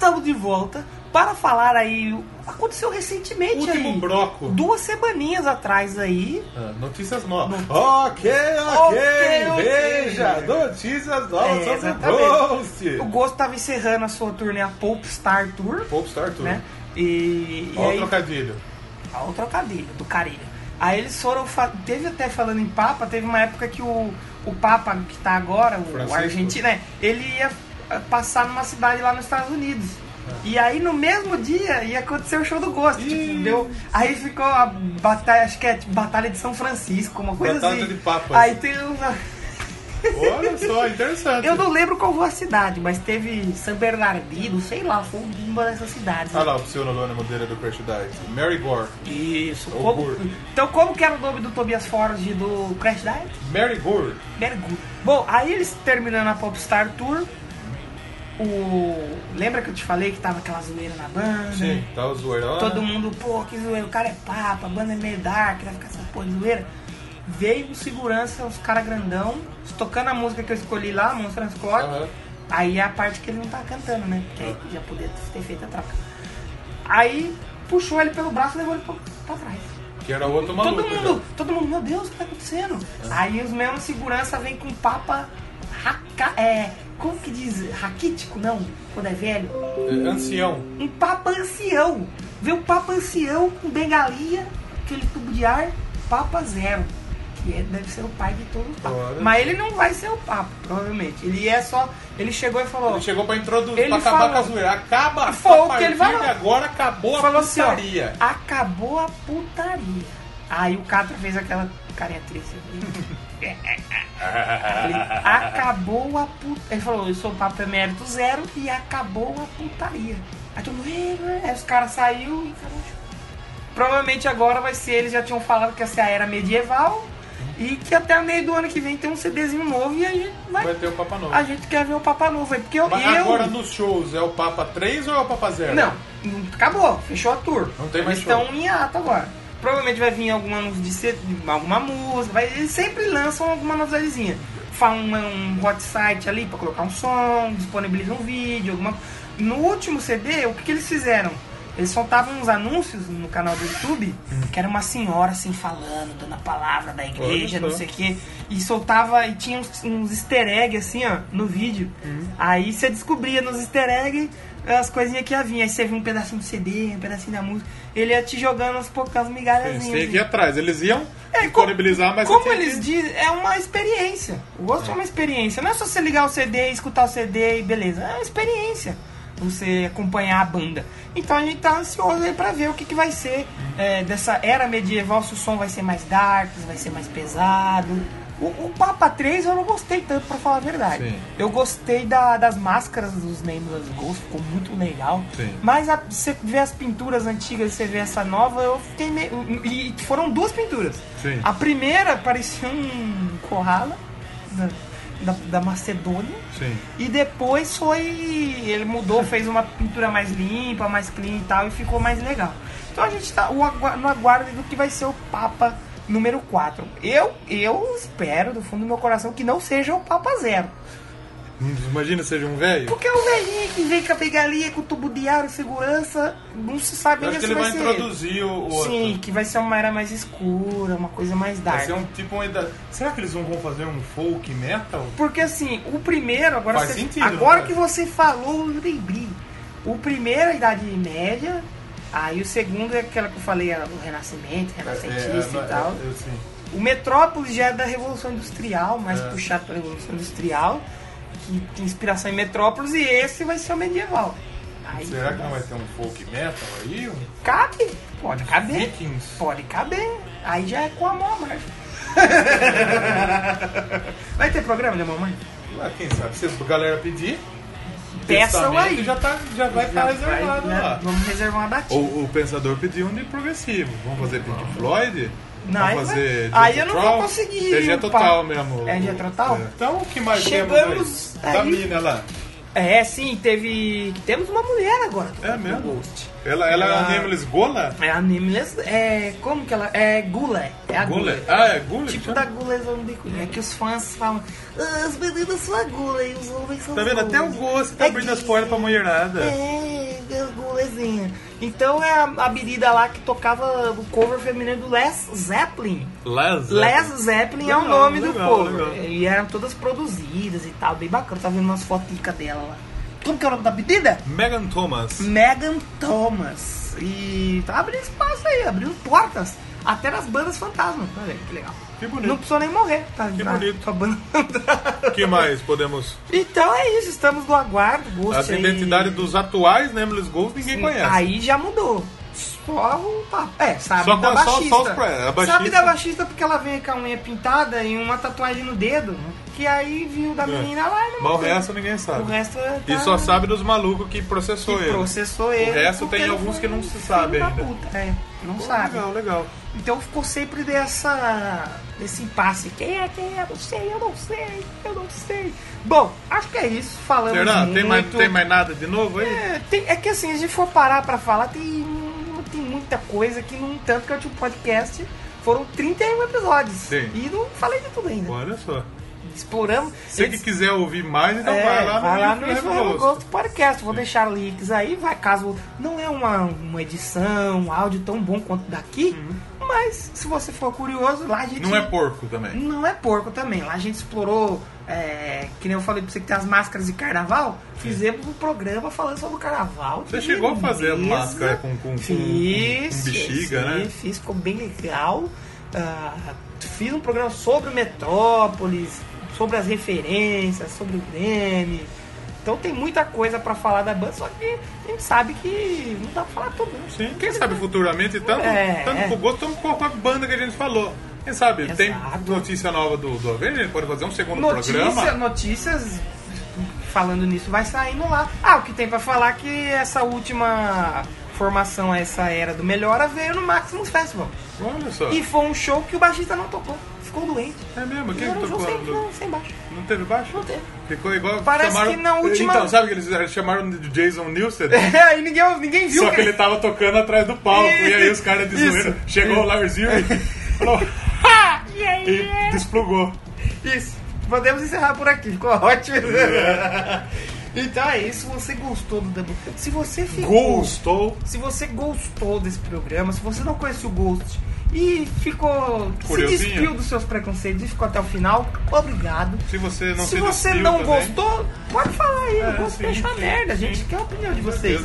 [SPEAKER 1] estamos de volta para falar aí. Aconteceu recentemente
[SPEAKER 2] último
[SPEAKER 1] aí.
[SPEAKER 2] bloco.
[SPEAKER 1] 2 semaninhas atrás aí.
[SPEAKER 2] Notícias novas. Ok. Veja, notícias novas sobre o Ghost.
[SPEAKER 1] O Ghost estava encerrando a sua turnê, a Popstar Tour. Né?
[SPEAKER 2] Olha o trocadilho.
[SPEAKER 1] Olha o trocadilho, do carinho. Aí eles foram. Teve até falando em Papa, teve uma época que o Papa que tá agora, o argentino, né? Ele ia passar numa cidade lá nos Estados Unidos. E aí no mesmo dia ia acontecer o show do Ghost, entendeu? Aí ficou a batalha, acho que é tipo, Batalha de São Francisco, uma coisa
[SPEAKER 2] batalha
[SPEAKER 1] assim.
[SPEAKER 2] De papas.
[SPEAKER 1] Aí tem
[SPEAKER 2] Olha só, interessante.
[SPEAKER 1] Eu não lembro qual foi a cidade, mas teve San Bernardino, sei lá, foi uma dessas cidades.
[SPEAKER 2] Lá, o pseudônimo dele do Crash Diet. Mary Gore.
[SPEAKER 1] Isso. Então como que era o nome do Tobias Forge do Crash Diet?
[SPEAKER 2] Mary Gore.
[SPEAKER 1] Bom, aí eles terminando a Popstar Tour, lembra que eu te falei que tava aquela zoeira na banda?
[SPEAKER 2] Sim, tava zoeira.
[SPEAKER 1] Todo mundo, pô, que zoeira, o cara é papa, a banda é meio dark, vai ficar essa porra de zoeira. Veio segurança, os caras grandão, tocando a música que eu escolhi lá, Monster Squad. Aí é a parte que ele não tá cantando, né? Porque aí já poderia ter feito a troca. Aí puxou ele pelo braço e levou ele pra trás.
[SPEAKER 2] Que era outro maluco.
[SPEAKER 1] Todo mundo, meu Deus, o que tá acontecendo? Aí os mesmos segurança vêm com papa como que diz? Raquítico, não? Quando é velho?
[SPEAKER 2] Ancião.
[SPEAKER 1] Um papa ancião. Vê o papa ancião com bengalinha, aquele tubo de ar, Papa Zero. Que deve ser o pai de todos os papas. Mas ele não vai ser o papa, provavelmente. Ele chegou e falou...
[SPEAKER 2] Ele chegou pra introduzir, pra acabar com a zoeira. Acaba,
[SPEAKER 1] foi o que ele falou.
[SPEAKER 2] Agora acabou a putaria.
[SPEAKER 1] Assim, ó, acabou a putaria. Aí o Catra fez aquela carinha triste. Acabou a putaria. Ele falou, eu sou o Papa Emérito Zero e acabou a putaria. Aí todo mundo... Aí os caras saíram e falou... Provavelmente agora vai ser... Eles já tinham falado que essa era medieval... E que até o meio do ano que vem tem um CDzinho novo e a gente vai
[SPEAKER 2] ter o Papa Novo.
[SPEAKER 1] A gente quer ver o Papa Novo aí, porque
[SPEAKER 2] mas agora nos shows é o Papa 3 ou é o Papa 0?
[SPEAKER 1] Não, acabou, fechou a tour.
[SPEAKER 2] Não tem mais
[SPEAKER 1] eles
[SPEAKER 2] show.
[SPEAKER 1] Estão em ato agora. Provavelmente vai vir alguma música, eles sempre lançam alguma novelizinha. Falam um hot site ali pra colocar um som, disponibilizam um vídeo, No último CD, o que eles fizeram? Eles soltavam uns anúncios no canal do YouTube, que era uma senhora assim falando, dando a palavra da igreja, não sei o que, e soltava, e tinha uns easter eggs assim, ó, no vídeo. Aí você descobria nos easter eggs as coisinhas que havia. Aí você via um pedacinho do CD, um pedacinho da música, ele ia te jogando aos poucas migalhazinhas.
[SPEAKER 2] Você ia atrás, eles iam disponibilizar, mas
[SPEAKER 1] como eles dizem, é uma experiência. O Ghost é uma experiência, não é só você ligar o CD, escutar o CD e beleza, é uma experiência. Você acompanhar a banda. Então a gente tá ansioso aí pra ver o que vai ser dessa era medieval, se o som vai ser mais dark, se vai ser mais pesado. O Papa 3 eu não gostei tanto, pra falar a verdade.
[SPEAKER 2] Sim.
[SPEAKER 1] Eu gostei das máscaras dos membros do Ghost, ficou muito legal.
[SPEAKER 2] Sim.
[SPEAKER 1] Mas você vê as pinturas antigas e você vê essa nova, eu fiquei meio... E foram 2 pinturas.
[SPEAKER 2] Sim.
[SPEAKER 1] A primeira parecia um Kohala da Macedônia.
[SPEAKER 2] Sim.
[SPEAKER 1] E depois ele mudou, fez uma pintura mais limpa, mais clean e tal, e ficou mais legal. Então a gente tá no aguardo do que vai ser o Papa número 4. Eu espero do fundo do meu coração que não seja o Papa Zero.
[SPEAKER 2] Imagina seja um velho.
[SPEAKER 1] Porque é um velhinho que vem com a pegalinha, com o tubo de ar, segurança, não se sabe ainda se vai ser.
[SPEAKER 2] Acho que ele vai introduzir o outro.
[SPEAKER 1] Sim, que vai ser uma era mais escura, uma coisa mais dark.
[SPEAKER 2] Vai ser um tipo Será que eles vão fazer um folk metal?
[SPEAKER 1] Porque assim, o primeiro, agora
[SPEAKER 2] faz sentido,
[SPEAKER 1] agora que você falou, eu lembrei. O primeiro é a Idade Média, aí o segundo é aquela que eu falei, o Renascimento, renascentista e tal. O Metrópolis já é da Revolução Industrial, mais puxado pela Revolução Industrial, que tem inspiração em Metrópolis, e esse vai ser o medieval. Aí,
[SPEAKER 2] será que não vai ter um folk metal aí?
[SPEAKER 1] Cabe, pode caber.
[SPEAKER 2] Vikings.
[SPEAKER 1] Pode caber. Aí já é com a mão, mas... Vai ter programa de mamãe?
[SPEAKER 2] Quem sabe? Se a galera pedir,
[SPEAKER 1] peçam aí.
[SPEAKER 2] Já vai estar reservado lá.
[SPEAKER 1] Vamos reservar uma datinha.
[SPEAKER 2] O Pensador pediu um de progressivo. Vamos fazer Pink Floyd?
[SPEAKER 1] Não,
[SPEAKER 2] vamos fazer
[SPEAKER 1] aí eu não vou conseguir.
[SPEAKER 2] É total mesmo.
[SPEAKER 1] É total?
[SPEAKER 2] Então o que mais
[SPEAKER 1] chegamos
[SPEAKER 2] temos aí? Da mina lá.
[SPEAKER 1] Sim, temos uma mulher agora.
[SPEAKER 2] É mesmo? Ghost. Ela é a Nameless Gola?
[SPEAKER 1] É a Nameless, como que ela... É Gula. É a Gula.
[SPEAKER 2] É Gula?
[SPEAKER 1] Tipo da Gula Zombicuna. É que os fãs falam, as meninas são a Gula e os homens são
[SPEAKER 2] Tá vendo? Até o Ghost tá abrindo as portas pra mulherada.
[SPEAKER 1] gulezinha. Então é a menina lá que tocava o cover feminino do Les Zeppelin. Les Zeppelin legal, é o nome do cover. Legal. E eram todas produzidas e tal, bem bacana. Tá vendo umas fotinhas dela lá. Como que é o nome da menina?
[SPEAKER 2] Megan Thomas.
[SPEAKER 1] E tá abrindo espaço aí, abrindo portas. Até nas bandas fantasmas. Olha aí, que legal.
[SPEAKER 2] Que bonito.
[SPEAKER 1] Não precisou nem morrer. Tá,
[SPEAKER 2] que bonito.
[SPEAKER 1] Banda...
[SPEAKER 2] que mais podemos...
[SPEAKER 1] Então é isso, estamos no aguardo. Ghost
[SPEAKER 2] as identidades dos atuais Nameless Ghost ninguém conhece.
[SPEAKER 1] Aí já mudou. Só o papo. Sabe
[SPEAKER 2] só
[SPEAKER 1] da baixista.
[SPEAKER 2] a baixista.
[SPEAKER 1] Sabe da baixista porque ela vem com a unha pintada e uma tatuagem no dedo. Que aí viu da menina lá e não.
[SPEAKER 2] Mas o resto ninguém sabe.
[SPEAKER 1] O resto tá...
[SPEAKER 2] E só sabe dos malucos que processou ele. O resto tem alguns que não se sabe ainda.
[SPEAKER 1] Não sabe.
[SPEAKER 2] Legal.
[SPEAKER 1] Então ficou sempre desse impasse. Quem é? Eu não sei. Bom, acho que é isso. Falamos muito.
[SPEAKER 2] Tem mais nada de novo aí?
[SPEAKER 1] É que assim, se a gente for parar pra falar, tem muita coisa que não tanto que o último podcast foram 31 episódios.
[SPEAKER 2] Sim.
[SPEAKER 1] E não falei de tudo ainda.
[SPEAKER 2] Olha só.
[SPEAKER 1] Exploramos.
[SPEAKER 2] Se que quiser ouvir mais, então vai lá no
[SPEAKER 1] Revogosto Podcast. Vou deixar links aí, caso não é uma edição, um áudio tão bom quanto daqui, mas se você for curioso, lá a gente...
[SPEAKER 2] Não é porco também.
[SPEAKER 1] Não é porco também. Lá a gente explorou, que nem eu falei pra você que tem as máscaras de carnaval, fizemos um programa falando sobre o carnaval.
[SPEAKER 2] Você chegou a fazer a máscara com bexiga, né?
[SPEAKER 1] Fiz, ficou bem legal. Fiz um programa sobre o Metrópolis, sobre as referências, sobre o Grêmio. Então tem muita coisa pra falar da banda, só que a gente sabe que não dá pra falar tudo.
[SPEAKER 2] Sim, quem sabe futuramente, tanto pro gosto, tanto com a banda que a gente falou. Quem sabe,
[SPEAKER 1] exato.
[SPEAKER 2] Tem notícia nova do Avengers, a gente pode fazer um segundo programa.
[SPEAKER 1] Notícias, falando nisso, vai saindo lá. O que tem pra falar é que essa última formação, essa era do Melhora, veio no Maximus Festival.
[SPEAKER 2] Olha só.
[SPEAKER 1] E foi um show que o baixista não tocou. Ficou doente.
[SPEAKER 2] É mesmo? Quem tocou?
[SPEAKER 1] Sem baixo.
[SPEAKER 2] Não teve baixo?
[SPEAKER 1] Não teve.
[SPEAKER 2] Ficou igual...
[SPEAKER 1] Parece que na última...
[SPEAKER 2] Então, sabe o que eles fizeram? Eles chamaram de Jason Newsted.
[SPEAKER 1] E ninguém viu.
[SPEAKER 2] Só que ele tava tocando atrás do palco. E aí os caras de zoeira. Chegou o Larzinho e falou... e desplugou.
[SPEAKER 1] Isso. Podemos encerrar por aqui. Ficou ótimo. Então é isso, se você gostou do Doublecast, se você gostou desse programa, se você não conhece o Ghost e se despiu dos seus preconceitos e ficou até o final, obrigado.
[SPEAKER 2] Se você não
[SPEAKER 1] também gostou, pode falar aí, eu vou deixar merda, a gente quer a opinião de vocês.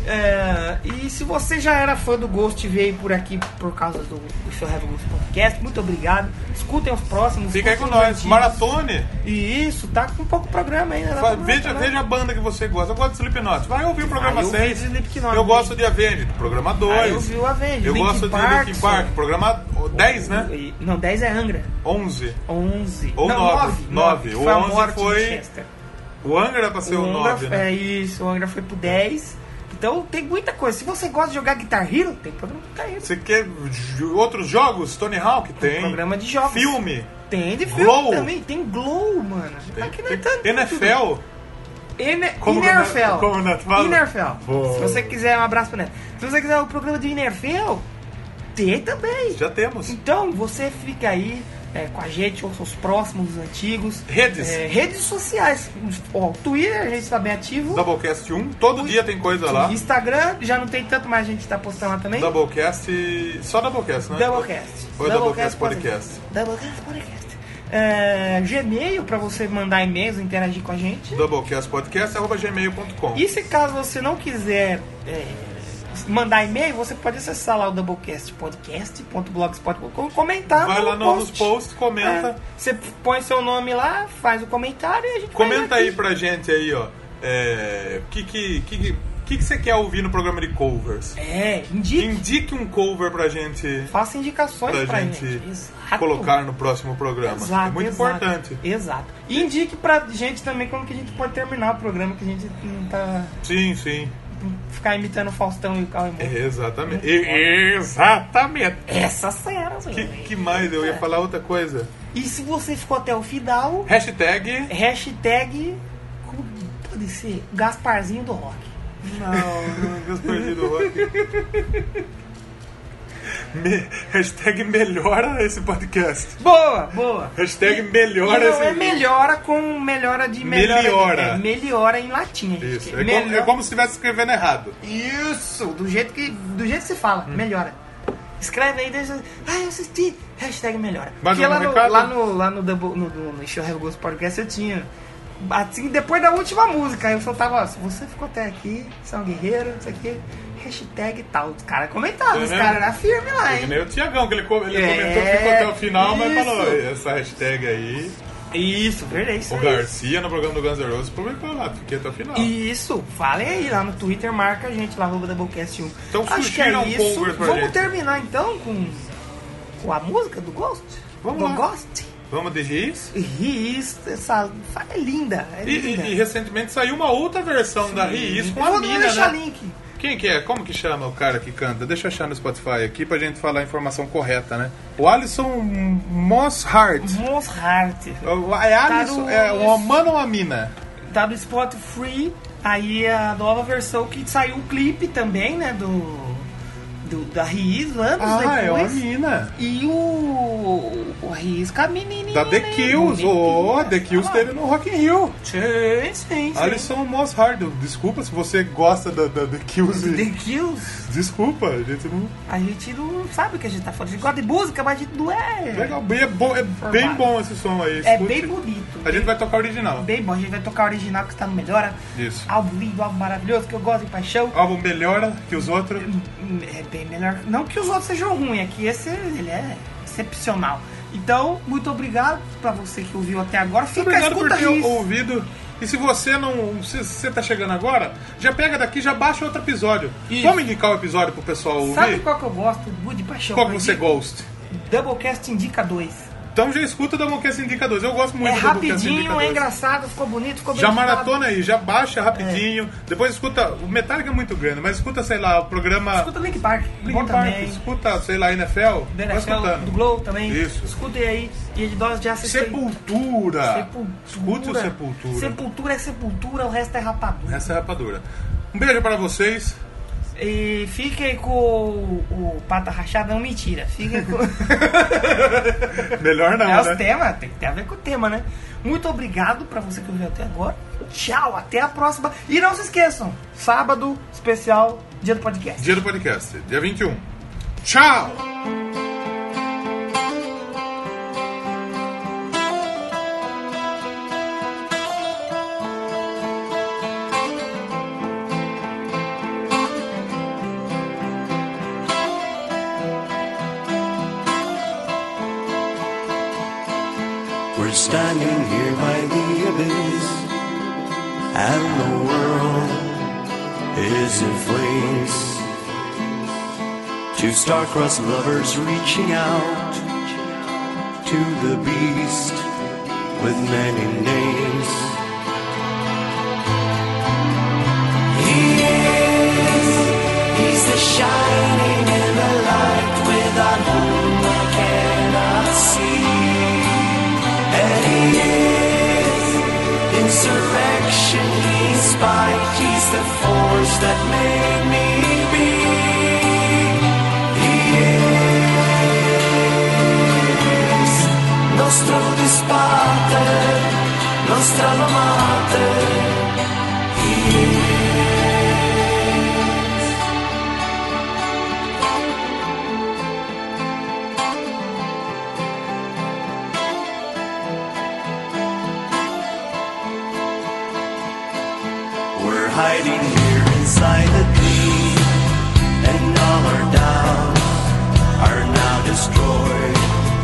[SPEAKER 1] E se você já era fã do Ghost e veio por aqui por causa do seu Heavy Ghost Podcast, muito obrigado. Escutem os próximos.
[SPEAKER 2] Fica aí com nós, maratone.
[SPEAKER 1] E isso, tá com pouco programa ainda.
[SPEAKER 2] Veja a banda que você gosta. Eu gosto de Slipknot. Vai ouvir o programa 6.
[SPEAKER 1] Eu
[SPEAKER 2] gosto de Avenged, programa 2.
[SPEAKER 1] Eu vi o Avenged.
[SPEAKER 2] Eu gosto de Linkin Park, programa 10, né?
[SPEAKER 1] Não, 10 é Angra.
[SPEAKER 2] 11.
[SPEAKER 1] Ou 9.
[SPEAKER 2] O 11 foi... O Angra era pra ser o 9, né?
[SPEAKER 1] É isso, o Angra foi pro 10. Então tem muita coisa. Se você gosta de jogar Guitar Hero, tem programa de Guitar Hero.
[SPEAKER 2] Você quer outros jogos? Tony Hawk tem.
[SPEAKER 1] Programa de jogos.
[SPEAKER 2] Filme.
[SPEAKER 1] Tem de filme
[SPEAKER 2] Glow.
[SPEAKER 1] também. Tem Glow, mano. Aqui não é tanto.
[SPEAKER 2] NFL.
[SPEAKER 1] Inerfel.
[SPEAKER 2] Como o Neto fala?
[SPEAKER 1] Inerfel. Se você quiser, um abraço pro Neto. Se você quiser o programa de Inerfel, tem também.
[SPEAKER 2] Já temos.
[SPEAKER 1] Então você fica aí com a gente, ouça os próximos, os antigos. Redes sociais. Twitter, a gente está bem ativo.
[SPEAKER 2] Doublecast 1, todo dia tem coisa lá.
[SPEAKER 1] Instagram, já não tem tanto, mas a gente está postando lá também.
[SPEAKER 2] Doublecast, só Doublecast, né?
[SPEAKER 1] Doublecast.
[SPEAKER 2] Ou Doublecast Podcast.
[SPEAKER 1] Doublecast Podcast. Gmail, para você mandar e-mails, interagir com a gente.
[SPEAKER 2] doublecastpodcast@gmail.com.
[SPEAKER 1] E se caso você não quiser mandar e-mail, você pode acessar lá o doublecastpodcast.blogspot.com e comentar.
[SPEAKER 2] Vai lá nos posts, comenta.
[SPEAKER 1] Você põe seu nome lá, faz o comentário e a gente
[SPEAKER 2] comenta aí pra gente aí, ó. O que você quer ouvir no programa de covers?
[SPEAKER 1] Indique
[SPEAKER 2] um cover pra gente.
[SPEAKER 1] Faça indicações pra gente.
[SPEAKER 2] Colocar no próximo programa.
[SPEAKER 1] Exato,
[SPEAKER 2] é muito importante.
[SPEAKER 1] Exato. E indique pra gente também como que a gente pode terminar o programa, que a gente não tá...
[SPEAKER 2] Sim.
[SPEAKER 1] Ficar imitando o Faustão e o Cauê Moura.
[SPEAKER 2] Exatamente. Exatamente.
[SPEAKER 1] Essa cena,
[SPEAKER 2] que mais? Eu ia falar outra coisa.
[SPEAKER 1] E se você ficou até o final...
[SPEAKER 2] Hashtag...
[SPEAKER 1] Como pode ser? Gasparzinho do Rock.
[SPEAKER 2] Não, Gasparzinho do Rock. Hashtag melhora esse podcast.
[SPEAKER 1] Boa.
[SPEAKER 2] Hashtag melhora esse...
[SPEAKER 1] Não, é melhora com melhora de...
[SPEAKER 2] Melhora.
[SPEAKER 1] Melhora em latim.
[SPEAKER 2] Isso, é como se estivesse escrevendo errado.
[SPEAKER 1] Isso, do jeito que se fala, melhora. Escreve aí, deixa... eu assisti. Hashtag melhora.
[SPEAKER 2] Mas
[SPEAKER 1] porque lá no Show Have Ghost Podcast eu tinha... Assim, depois da última música, eu soltava, se você ficou até aqui, você é um guerreiro, isso aqui, hashtag tal. Os caras comentavam, os caras eram firmes lá, hein?
[SPEAKER 2] Que nem o Tiagão, que ele comentou que ficou até o final, mas falou, essa hashtag aí...
[SPEAKER 1] Isso, verdade. Isso
[SPEAKER 2] o Garcia, no programa do Guns N' Roses, publicou lá, fiquei até o final.
[SPEAKER 1] Isso, falem aí lá no Twitter, marca a gente lá, @Doublecast1.
[SPEAKER 2] Então
[SPEAKER 1] acho que é
[SPEAKER 2] um
[SPEAKER 1] isso.
[SPEAKER 2] Vamos
[SPEAKER 1] gente terminar então com a música do Ghost?
[SPEAKER 2] Vamos
[SPEAKER 1] do
[SPEAKER 2] lá.
[SPEAKER 1] Ghost?
[SPEAKER 2] Vamos de Riz?
[SPEAKER 1] Riz, essa é linda.
[SPEAKER 2] E recentemente saiu uma outra versão da Riz com a mina,
[SPEAKER 1] Vou deixar
[SPEAKER 2] né?
[SPEAKER 1] link.
[SPEAKER 2] Quem que é? Como que chama o cara que canta? Deixa eu achar no Spotify aqui pra gente falar a informação correta, né? O Alisson Mosshart. É Alisson, é um mano ou uma mina?
[SPEAKER 1] Tá do Spotify, aí a nova versão que saiu o clipe também, né, da Riz, anos depois.
[SPEAKER 2] É uma mina.
[SPEAKER 1] E o Riz com a menininha.
[SPEAKER 2] Da The Kills. The Kills teve no Rock in Rio.
[SPEAKER 1] Sim.
[SPEAKER 2] Alisson Mosshart. Desculpa se você gosta da The Kills.
[SPEAKER 1] The Kills?
[SPEAKER 2] Desculpa,
[SPEAKER 1] a gente não sabe o que a gente tá falando. A gente gosta de música, mas a gente não é...
[SPEAKER 2] Legal, bem bom esse som aí.
[SPEAKER 1] É bem bonito.
[SPEAKER 2] A gente vai tocar o original.
[SPEAKER 1] Bem bom, a gente vai tocar o original que está no Melhora.
[SPEAKER 2] Isso.
[SPEAKER 1] Álbum lindo, álbum maravilhoso, que eu gosto de paixão.
[SPEAKER 2] Álbum melhora que os outros.
[SPEAKER 1] É bem melhor. Não que os outros sejam ruins, é que ele é excepcional. Então, muito obrigado pra você que ouviu até agora. Fica
[SPEAKER 2] obrigado por ter
[SPEAKER 1] isso.
[SPEAKER 2] ouvido. E se você não... Se você tá chegando agora, já pega daqui, já baixa outro episódio.
[SPEAKER 1] Isso.
[SPEAKER 2] Vamos indicar o episódio pro pessoal ouvir?
[SPEAKER 1] Sabe qual que eu gosto? De paixão.
[SPEAKER 2] Qual que você gosta?
[SPEAKER 1] Doublecast Indica 2.
[SPEAKER 2] Então já escuta o Doublecast Indica 2. Eu gosto muito do Doublecast Indica 2. É
[SPEAKER 1] rapidinho, é engraçado, ficou bonito, ficou bem
[SPEAKER 2] já
[SPEAKER 1] editado.
[SPEAKER 2] maratona aí, já baixa rapidinho. Depois escuta... O Metallica é muito grande, mas escuta, sei lá, o programa...
[SPEAKER 1] Escuta Linkin Park.
[SPEAKER 2] Linkin Park. Escuta, sei lá, NFL. Vai escutando.
[SPEAKER 1] Do Glow também.
[SPEAKER 2] Isso.
[SPEAKER 1] Escutem aí. E nós já assistimos.
[SPEAKER 2] Sepultura. Escute o Sepultura.
[SPEAKER 1] Sepultura é sepultura, o resto é rapadura.
[SPEAKER 2] O resto é rapadura. Um beijo para vocês.
[SPEAKER 1] E fiquem com o Pata Rachada, não, mentira. Fiquem com...
[SPEAKER 2] Melhor não,
[SPEAKER 1] né?
[SPEAKER 2] Os
[SPEAKER 1] temas, tem que ter a ver com o tema, né? Muito obrigado pra você que ouviu até agora. Tchau, até a próxima. E não se esqueçam, sábado, especial, dia do podcast.
[SPEAKER 2] Dia do podcast, dia 21. Tchau!
[SPEAKER 3] We're standing here by the abyss, and the world is in flames. Two star-crossed lovers reaching out to the beast with many names. He's the shining in the light without whom I cannot see. And he is insurrection, he's spite, he's the force that made me be. He is nostro disparte, nostra amate. He is. We're hiding here inside the deep, and all our doubts are now destroyed.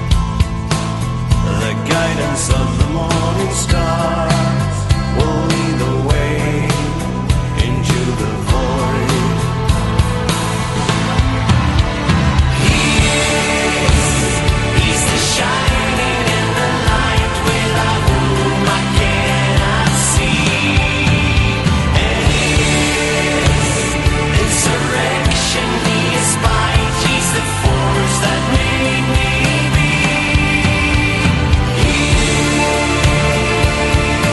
[SPEAKER 3] The guidance of the morning star will lead the way into the void. He's the shining in the light without whom I cannot see. Insurrection, he is spite, he's the force that made me be. He is.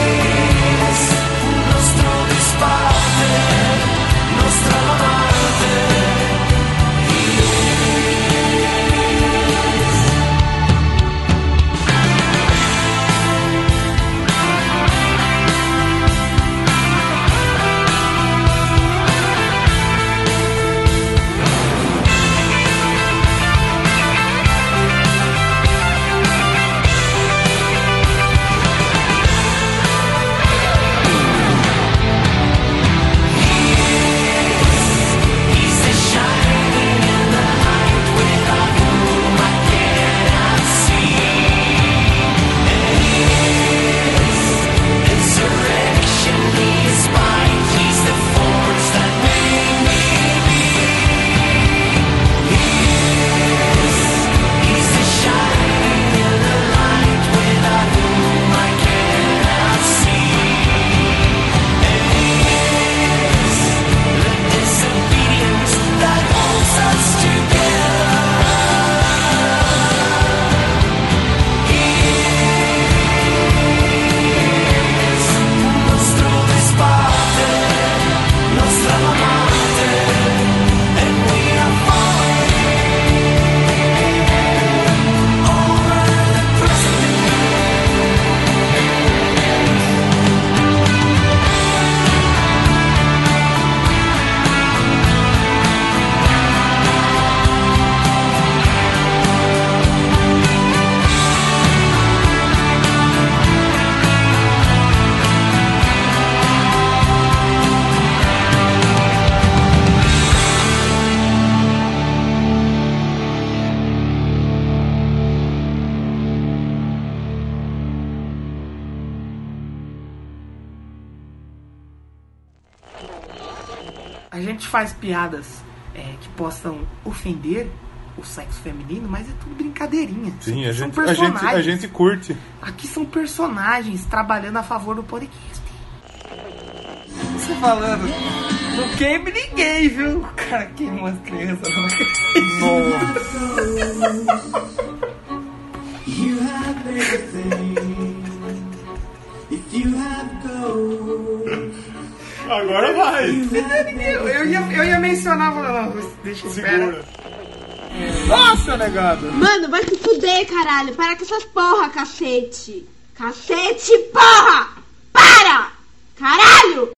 [SPEAKER 1] A gente faz piadas que possam ofender o sexo feminino, mas é tudo brincadeirinha.
[SPEAKER 2] Sim, a gente curte.
[SPEAKER 1] Aqui são personagens trabalhando a favor do podcast. Você falando, não queime ninguém, viu? O cara queimou as crianças. Nossa.
[SPEAKER 2] Agora vai.
[SPEAKER 1] Eu ia mencionar, não, deixa eu
[SPEAKER 2] Segura. Nossa, negado.
[SPEAKER 6] Mano, vai se fuder, caralho. Para com essas porra, cacete. Cacete, porra! Para! Caralho!